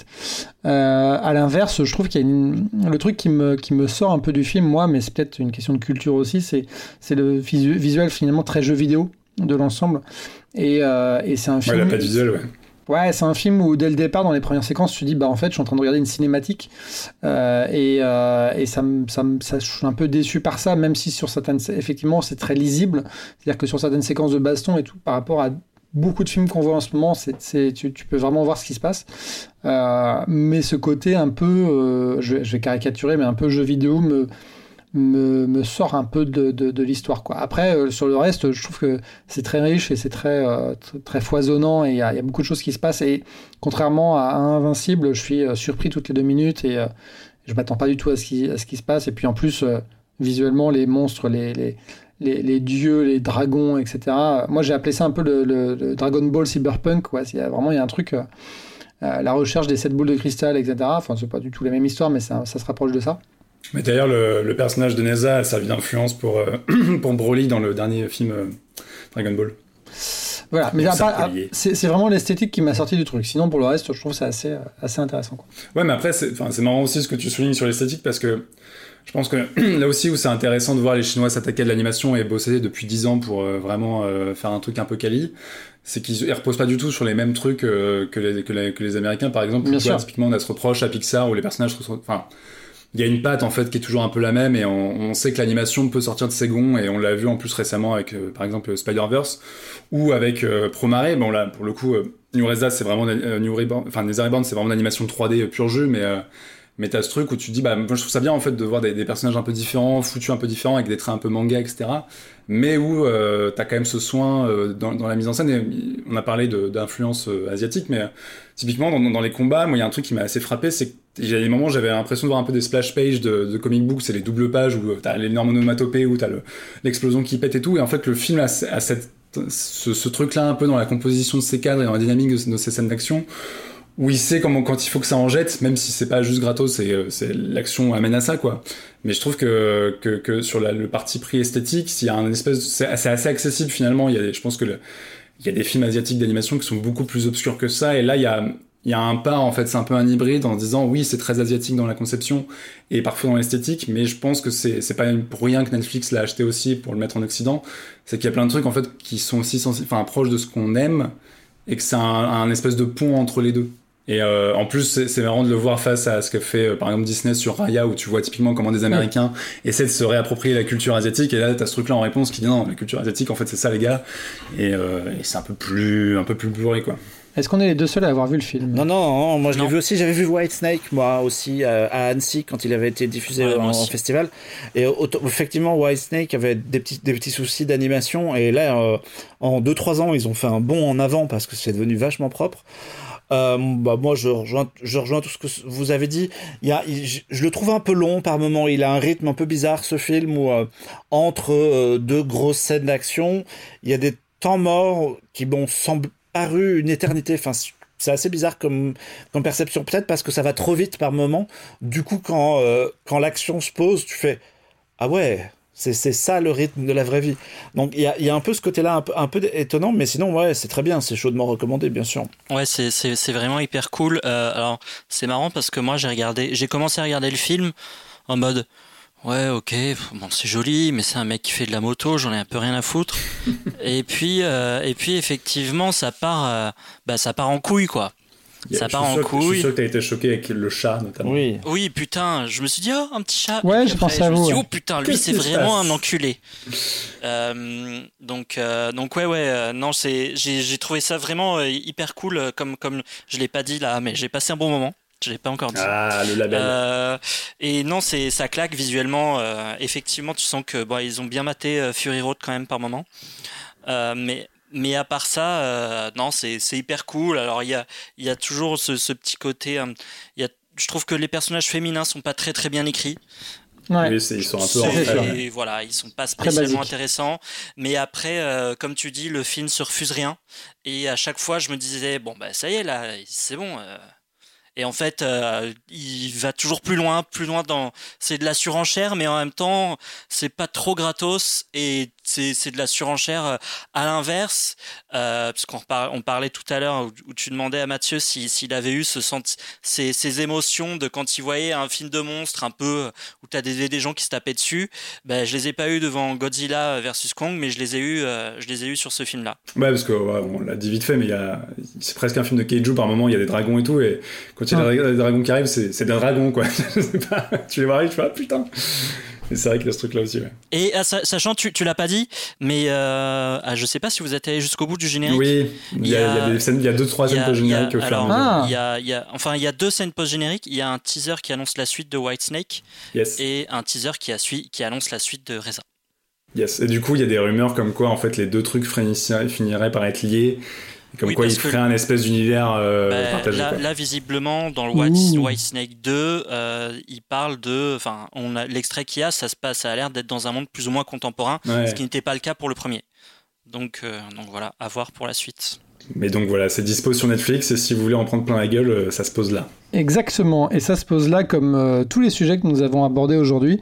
Euh, à l'inverse, je trouve qu'il y a une... le truc qui me, qui me sort un peu du film, moi, mais c'est peut-être une question de culture aussi, c'est, c'est le visu... visuel finalement très jeu vidéo de l'ensemble. Et, euh, et c'est un film... Ouais, la patte visuelle, ouais. Ouais, c'est un film où dès le départ, dans les premières séquences, tu te dis, bah en fait, je suis en train de regarder une cinématique, euh, et, euh, et ça, me, ça, me, ça, je suis un peu déçu par ça, même si sur certaines, effectivement, c'est très lisible. C'est-à-dire que sur certaines séquences de baston et tout, par rapport à beaucoup de films qu'on voit en ce moment, c'est, c'est, tu, tu peux vraiment voir ce qui se passe. Euh, mais ce côté un peu, euh, je, je vais caricaturer, mais un peu jeu vidéo me, me, me sort un peu de, de, de l'histoire, quoi. Après, euh, sur le reste, je trouve que c'est très riche et c'est très, euh, très, très foisonnant et il y, y a beaucoup de choses qui se passent. Et contrairement à Invincible, je suis euh, surpris toutes les deux minutes et euh, je m'attends pas du tout à ce qui, à ce qui se passe. Et puis en plus, euh, visuellement, les monstres, les... les Les, les dieux, les dragons, et cetera. Moi, j'ai appelé ça un peu le, le, le Dragon Ball Cyberpunk, quoi. Il y a, vraiment, il y a un truc, euh, la recherche des sept boules de cristal, et cetera. Enfin, c'est pas du tout la même histoire, mais ça, ça se rapproche de ça. Mais d'ailleurs, le, le personnage de Neza a servi d'influence pour, euh, pour Broly dans le dernier film euh, Dragon Ball. Voilà, mais à part, c'est, c'est vraiment l'esthétique qui m'a sorti du truc. Sinon, pour le reste, je trouve ça assez, assez intéressant, quoi. Ouais, mais après, c'est, c'est marrant aussi ce que tu soulignes sur l'esthétique parce que je pense que là aussi où c'est intéressant de voir les Chinois s'attaquer à de l'animation et bosser depuis dix ans pour euh, vraiment euh, faire un truc un peu quali, c'est qu'ils ne reposent pas du tout sur les mêmes trucs euh, que, les, que, les, que les Américains, par exemple. Bien sûr. Typiquement, on a ce reproche à Pixar où les personnages... Enfin, il y a une patte en fait qui est toujours un peu la même et on, on sait que l'animation peut sortir de ses gonds et on l'a vu en plus récemment avec euh, par exemple Spider-Verse ou avec euh, Promare. Bon là pour le coup euh, New Reza c'est vraiment euh, New Reborn, enfin Nether Reborn c'est vraiment une animation trois D pur jeu, mais euh, mais t'as ce truc où tu te dis bah moi je trouve ça bien en fait de voir des, des personnages un peu différents, foutus un peu différents avec des traits un peu manga, et cetera. Mais où euh, t'as quand même ce soin euh, dans, dans la mise en scène. Et on a parlé de, d'influence euh, asiatique, mais euh, typiquement dans, dans les combats, moi il y a un truc qui m'a assez frappé, c'est que il y a des moments où j'avais l'impression de voir un peu des splash pages de, de comic book, c'est les doubles pages où t'as l'énorme onomatopée, où t'as le, l'explosion qui pète et tout. Et en fait le film a, a cette, ce, ce truc-là un peu dans la composition de ses cadres et dans la dynamique de, de ses scènes d'action, où il sait comment, quand il faut que ça en jette, même si c'est pas juste gratos, c'est, c'est l'action amène à ça, quoi. Mais je trouve que, que, que sur la, le parti pris esthétique, s'il y a un espèce, c'est, c'est assez accessible finalement. Il y a, je pense que le, il y a des films asiatiques d'animation qui sont beaucoup plus obscurs que ça, et là il y a, il y a un pas, en fait, c'est un peu un hybride en disant oui, c'est très asiatique dans la conception et parfois dans l'esthétique, mais je pense que c'est, c'est pas pour rien que Netflix l'a acheté aussi pour le mettre en Occident. C'est qu'il y a plein de trucs, en fait, qui sont aussi sensibles, enfin, proches de ce qu'on aime et que c'est un, un espèce de pont entre les deux. Et euh, en plus, c'est, c'est marrant de le voir face à ce que fait, euh, par exemple, Disney sur Raya, où tu vois typiquement comment des Américains ouais. essaient de se réapproprier la culture asiatique. Et là, t'as ce truc-là en réponse qui dit non, la culture asiatique, en fait, c'est ça, les gars. Et, euh, et c'est un peu plus, un peu plus bourré, quoi. Est-ce qu'on est les deux seuls à avoir vu le film ? Non, non, non, moi je non. l'ai vu aussi. J'avais vu White Snake, moi aussi, euh, à Annecy, quand il avait été diffusé ouais, en, en festival. Et auto- effectivement, White Snake avait des petits, des petits soucis d'animation. Et là, euh, en deux trois ans, ils ont fait un bond en avant parce que c'est devenu vachement propre. Euh, bah moi je rejoins, je rejoins tout ce que vous avez dit. Il y a, il, je, je le trouve un peu long par moments. Il a un rythme un peu bizarre ce film où euh, entre euh, deux grosses scènes d'action, il y a des temps morts qui m'ont semblé paru une éternité. Enfin, c'est assez bizarre comme, comme perception, peut-être parce que ça va trop vite par moment. Du coup, quand, euh, quand l'action se pose, tu fais « Ah ouais !» C'est, c'est ça le rythme de la vraie vie. Donc il y a, y a un peu ce côté-là un peu, un peu étonnant, mais sinon ouais, c'est très bien, c'est chaudement recommandé bien sûr. Ouais, c'est, c'est, c'est vraiment hyper cool. Euh, alors c'est marrant parce que moi j'ai regardé, j'ai commencé à regarder le film en mode ouais ok, bon c'est joli, mais c'est un mec qui fait de la moto, j'en ai un peu rien à foutre. et puis euh, et puis effectivement ça part, euh, bah ça part en couille quoi. Yeah, ça part en couille. Je suis sûr que t'as été choqué avec le chat notamment. Oui. Oui, putain, je me suis dit oh un petit chat. Ouais, je pensais à vous. Je me suis dit, ouais. oh putain, lui Qu'est-ce c'est qui se vraiment passe un enculé. euh, donc euh, donc ouais ouais euh, non c'est j'ai j'ai trouvé ça vraiment euh, hyper cool euh, comme comme je l'ai pas dit là, mais j'ai passé un bon moment. Je l'ai pas encore dit. Ah, le label. Euh, et non, c'est ça claque visuellement. Euh, effectivement, tu sens que bon, ils ont bien maté euh, Fury Road quand même par moment. Euh, mais mais à part ça, euh, non, c'est c'est hyper cool. Alors il y a il y a toujours ce, ce petit côté. Euh, il y a, je trouve que les personnages féminins sont pas très très bien écrits. Ouais. Oui, c'est, ils sont un peu C'est en sûr. fait. Et voilà, ils sont pas Très spécialement basique. intéressants. Mais après, euh, comme tu dis, le film se refuse rien. Et à chaque fois, je me disais bon bah ça y est là, c'est bon. Euh, Et en fait, euh, il va toujours plus loin, plus loin dans. C'est de la surenchère, mais en même temps, c'est pas trop gratos et c'est c'est de la surenchère à l'inverse, euh, parce qu'on repar- on parlait tout à l'heure où, où tu demandais à Mathieu si s'il avait eu ce senti- ces ces émotions de quand il voyait un film de monstre un peu où t'as des des gens qui se tapaient dessus. Ben je les ai pas eu devant Godzilla versus Kong, mais je les ai eu euh, je les ai eu sur ce film-là. Ouais, parce que ouais, on l'a dit vite fait, mais il y a, c'est presque un film de kaiju par moment. Il y a des dragons et tout, et quand il y a des, des dragons qui arrivent, c'est, c'est des dragons quoi. Je sais pas, tu les vois arriver, tu fais ah putain. Et c'est vrai qu'il y a ce truc-là aussi. Ouais. Et ah, sachant, tu, tu l'as pas dit, mais euh, ah, je sais pas si vous êtes allé jusqu'au bout du générique. Oui, il y, a, il y a des scènes, il y a deux trois il y a- scènes post-génériques il y au a- fur et à alors, mesure. Ah. il y a, il y a, enfin, il y a deux scènes post-génériques. Il y a un teaser qui annonce la suite de Whitesnake Yes. et un teaser qui, a sui- qui annonce la suite de Reza. Yes. Et du coup, il y a des rumeurs comme quoi en fait les deux trucs finiraient, finiraient par être liés. Comme Oui, quoi, parce il que- ferait un espèce d'univers euh, Bah, partagé. là, Quoi. là, visiblement, dans le White, Ouh. Whitesnake deux, euh, il parle de, enfin, on a l'extrait qu'il y a, ça se passe, ça a l'air d'être dans un monde plus ou moins contemporain, Ouais. ce qui n'était pas le cas pour le premier. Donc, euh, donc voilà, à voir pour la suite. Mais donc voilà, c'est dispo sur Netflix et si vous voulez en prendre plein la gueule, euh, ça se pose là. Exactement, et ça se pose là comme euh, tous les sujets que nous avons abordés aujourd'hui,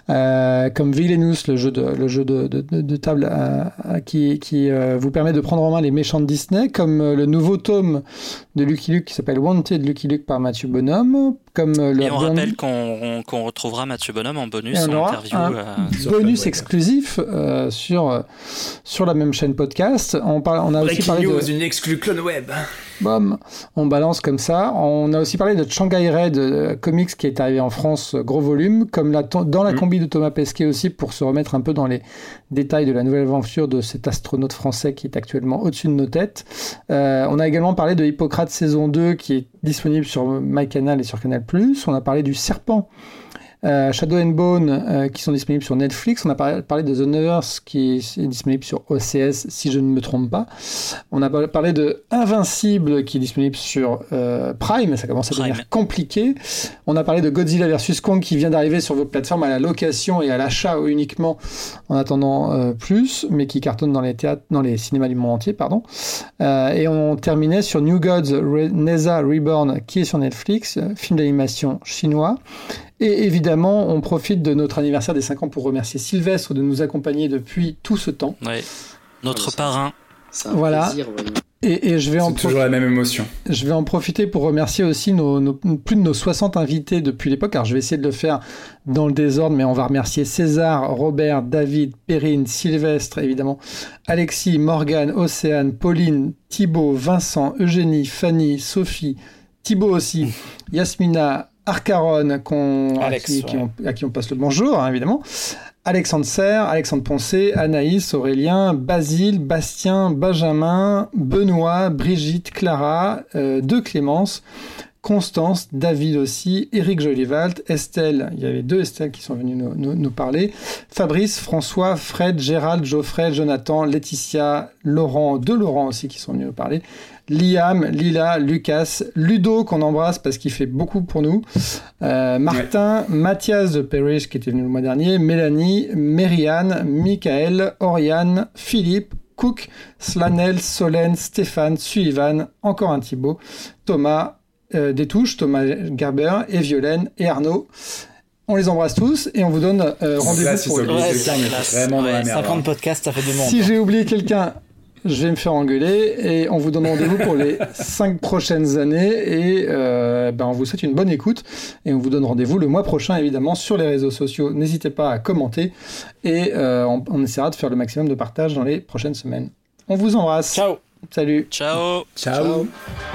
euh, comme Villainous, le jeu de, le jeu de, de, de, de table euh, euh, qui, qui euh, vous permet de prendre en main les méchants de Disney, comme euh, le nouveau tome de Lucky Luke qui s'appelle Wanted Lucky Luke par Mathieu Bonhomme, comme euh, le Et on bon- rappelle qu'on, on- qu'on retrouvera Mathieu Bonhomme en bonus Et on en aura interview. un euh, Sur bonus Fun Web. exclusif euh, sur, euh, sur la même chaîne podcast. On, parle, on a aussi parlé de... une exclue clone web. Bam, on balance comme ça. On a aussi parlé de Shanghai Red euh, Comics qui est arrivé en France, euh, gros volume, comme la, dans la Mm. combi de Thomas Pesquet aussi, pour se remettre un peu dans les détails de la nouvelle aventure de cet astronaute français qui est actuellement au-dessus de nos têtes. Euh, on a également parlé de Hippocrate saison deux qui est disponible sur MyCanal et sur Canal plus. On a parlé du Serpent. Euh, Shadow and Bone euh, qui sont disponibles sur Netflix. On a par- parlé de The Nurse qui est, est disponible sur O C S si je ne me trompe pas. On a par- parlé de Invincible qui est disponible sur euh, Prime, ça commence à Prime. devenir compliqué. On a parlé de Godzilla versus Kong qui vient d'arriver sur vos plateformes à la location et à l'achat uniquement en attendant euh, plus, mais qui cartonne dans les théâtres, dans les cinémas du monde entier, pardon. Euh, et on terminait sur New Gods Re- Neza Reborn qui est sur Netflix, euh, film d'animation chinois. Et évidemment, on profite de notre anniversaire des cinq ans pour remercier Sylvestre de nous accompagner depuis tout ce temps. ouais. Notre Ah, ça- parrain. C'est un Voilà. plaisir, vraiment. Et, et je, vais en C'est prof- toujours la même émotion. je vais en profiter pour remercier aussi nos, nos- plus de nos soixante invités depuis l'époque. Alors je vais essayer de le faire dans le désordre, mais on va remercier César, Robert, David, Perrine, Sylvestre, évidemment, Alexis, Morgane, Océane, Pauline, Thibaut, Vincent, Eugénie, Fanny, Sophie, Thibaut aussi, Yasmina, Arcaron, qu'on, à, Alex, qui, qui ouais. on, à qui on passe le bonjour, hein, évidemment. Alexandre Serre, Alexandre Poncé, Anaïs, Aurélien, Basile, Bastien, Benjamin, Benoît, Brigitte, Clara, euh, De Clémence, Constance, David aussi, Éric Jolivalt, Estelle, il y avait deux Estelle qui sont venus nous, nous, nous parler, Fabrice, François, Fred, Gérald, Geoffrey, Jonathan, Laetitia, Laurent, deux Laurent aussi qui sont venus nous parler, Liam, Lila, Lucas, Ludo qu'on embrasse parce qu'il fait beaucoup pour nous, euh, Martin, ouais. Mathias de Parrish qui était venu le mois dernier, Mélanie, Mérianne, Michael, Oriane, Philippe, Cook, Slanel, Solène, Stéphane, Sullivan, encore un Thibaut, Thomas euh, Détouche, Thomas Gerber et Violaine et Arnaud. On les embrasse tous et on vous donne euh, rendez-vous là, si pour ça les... oublie Ouais, quelqu'un, mais classe. vraiment dans la Ouais, merde. cinquante podcasts, ça fait du monde. Si hein. j'ai oublié quelqu'un, je vais me faire engueuler et on vous donne rendez-vous pour les cinq prochaines années et euh, ben on vous souhaite une bonne écoute et on vous donne rendez-vous le mois prochain évidemment sur les réseaux sociaux. N'hésitez pas à commenter et euh, on, on essaiera de faire le maximum de partage dans les prochaines semaines. On vous embrasse. Ciao. Salut. Ciao. Ciao. Ciao.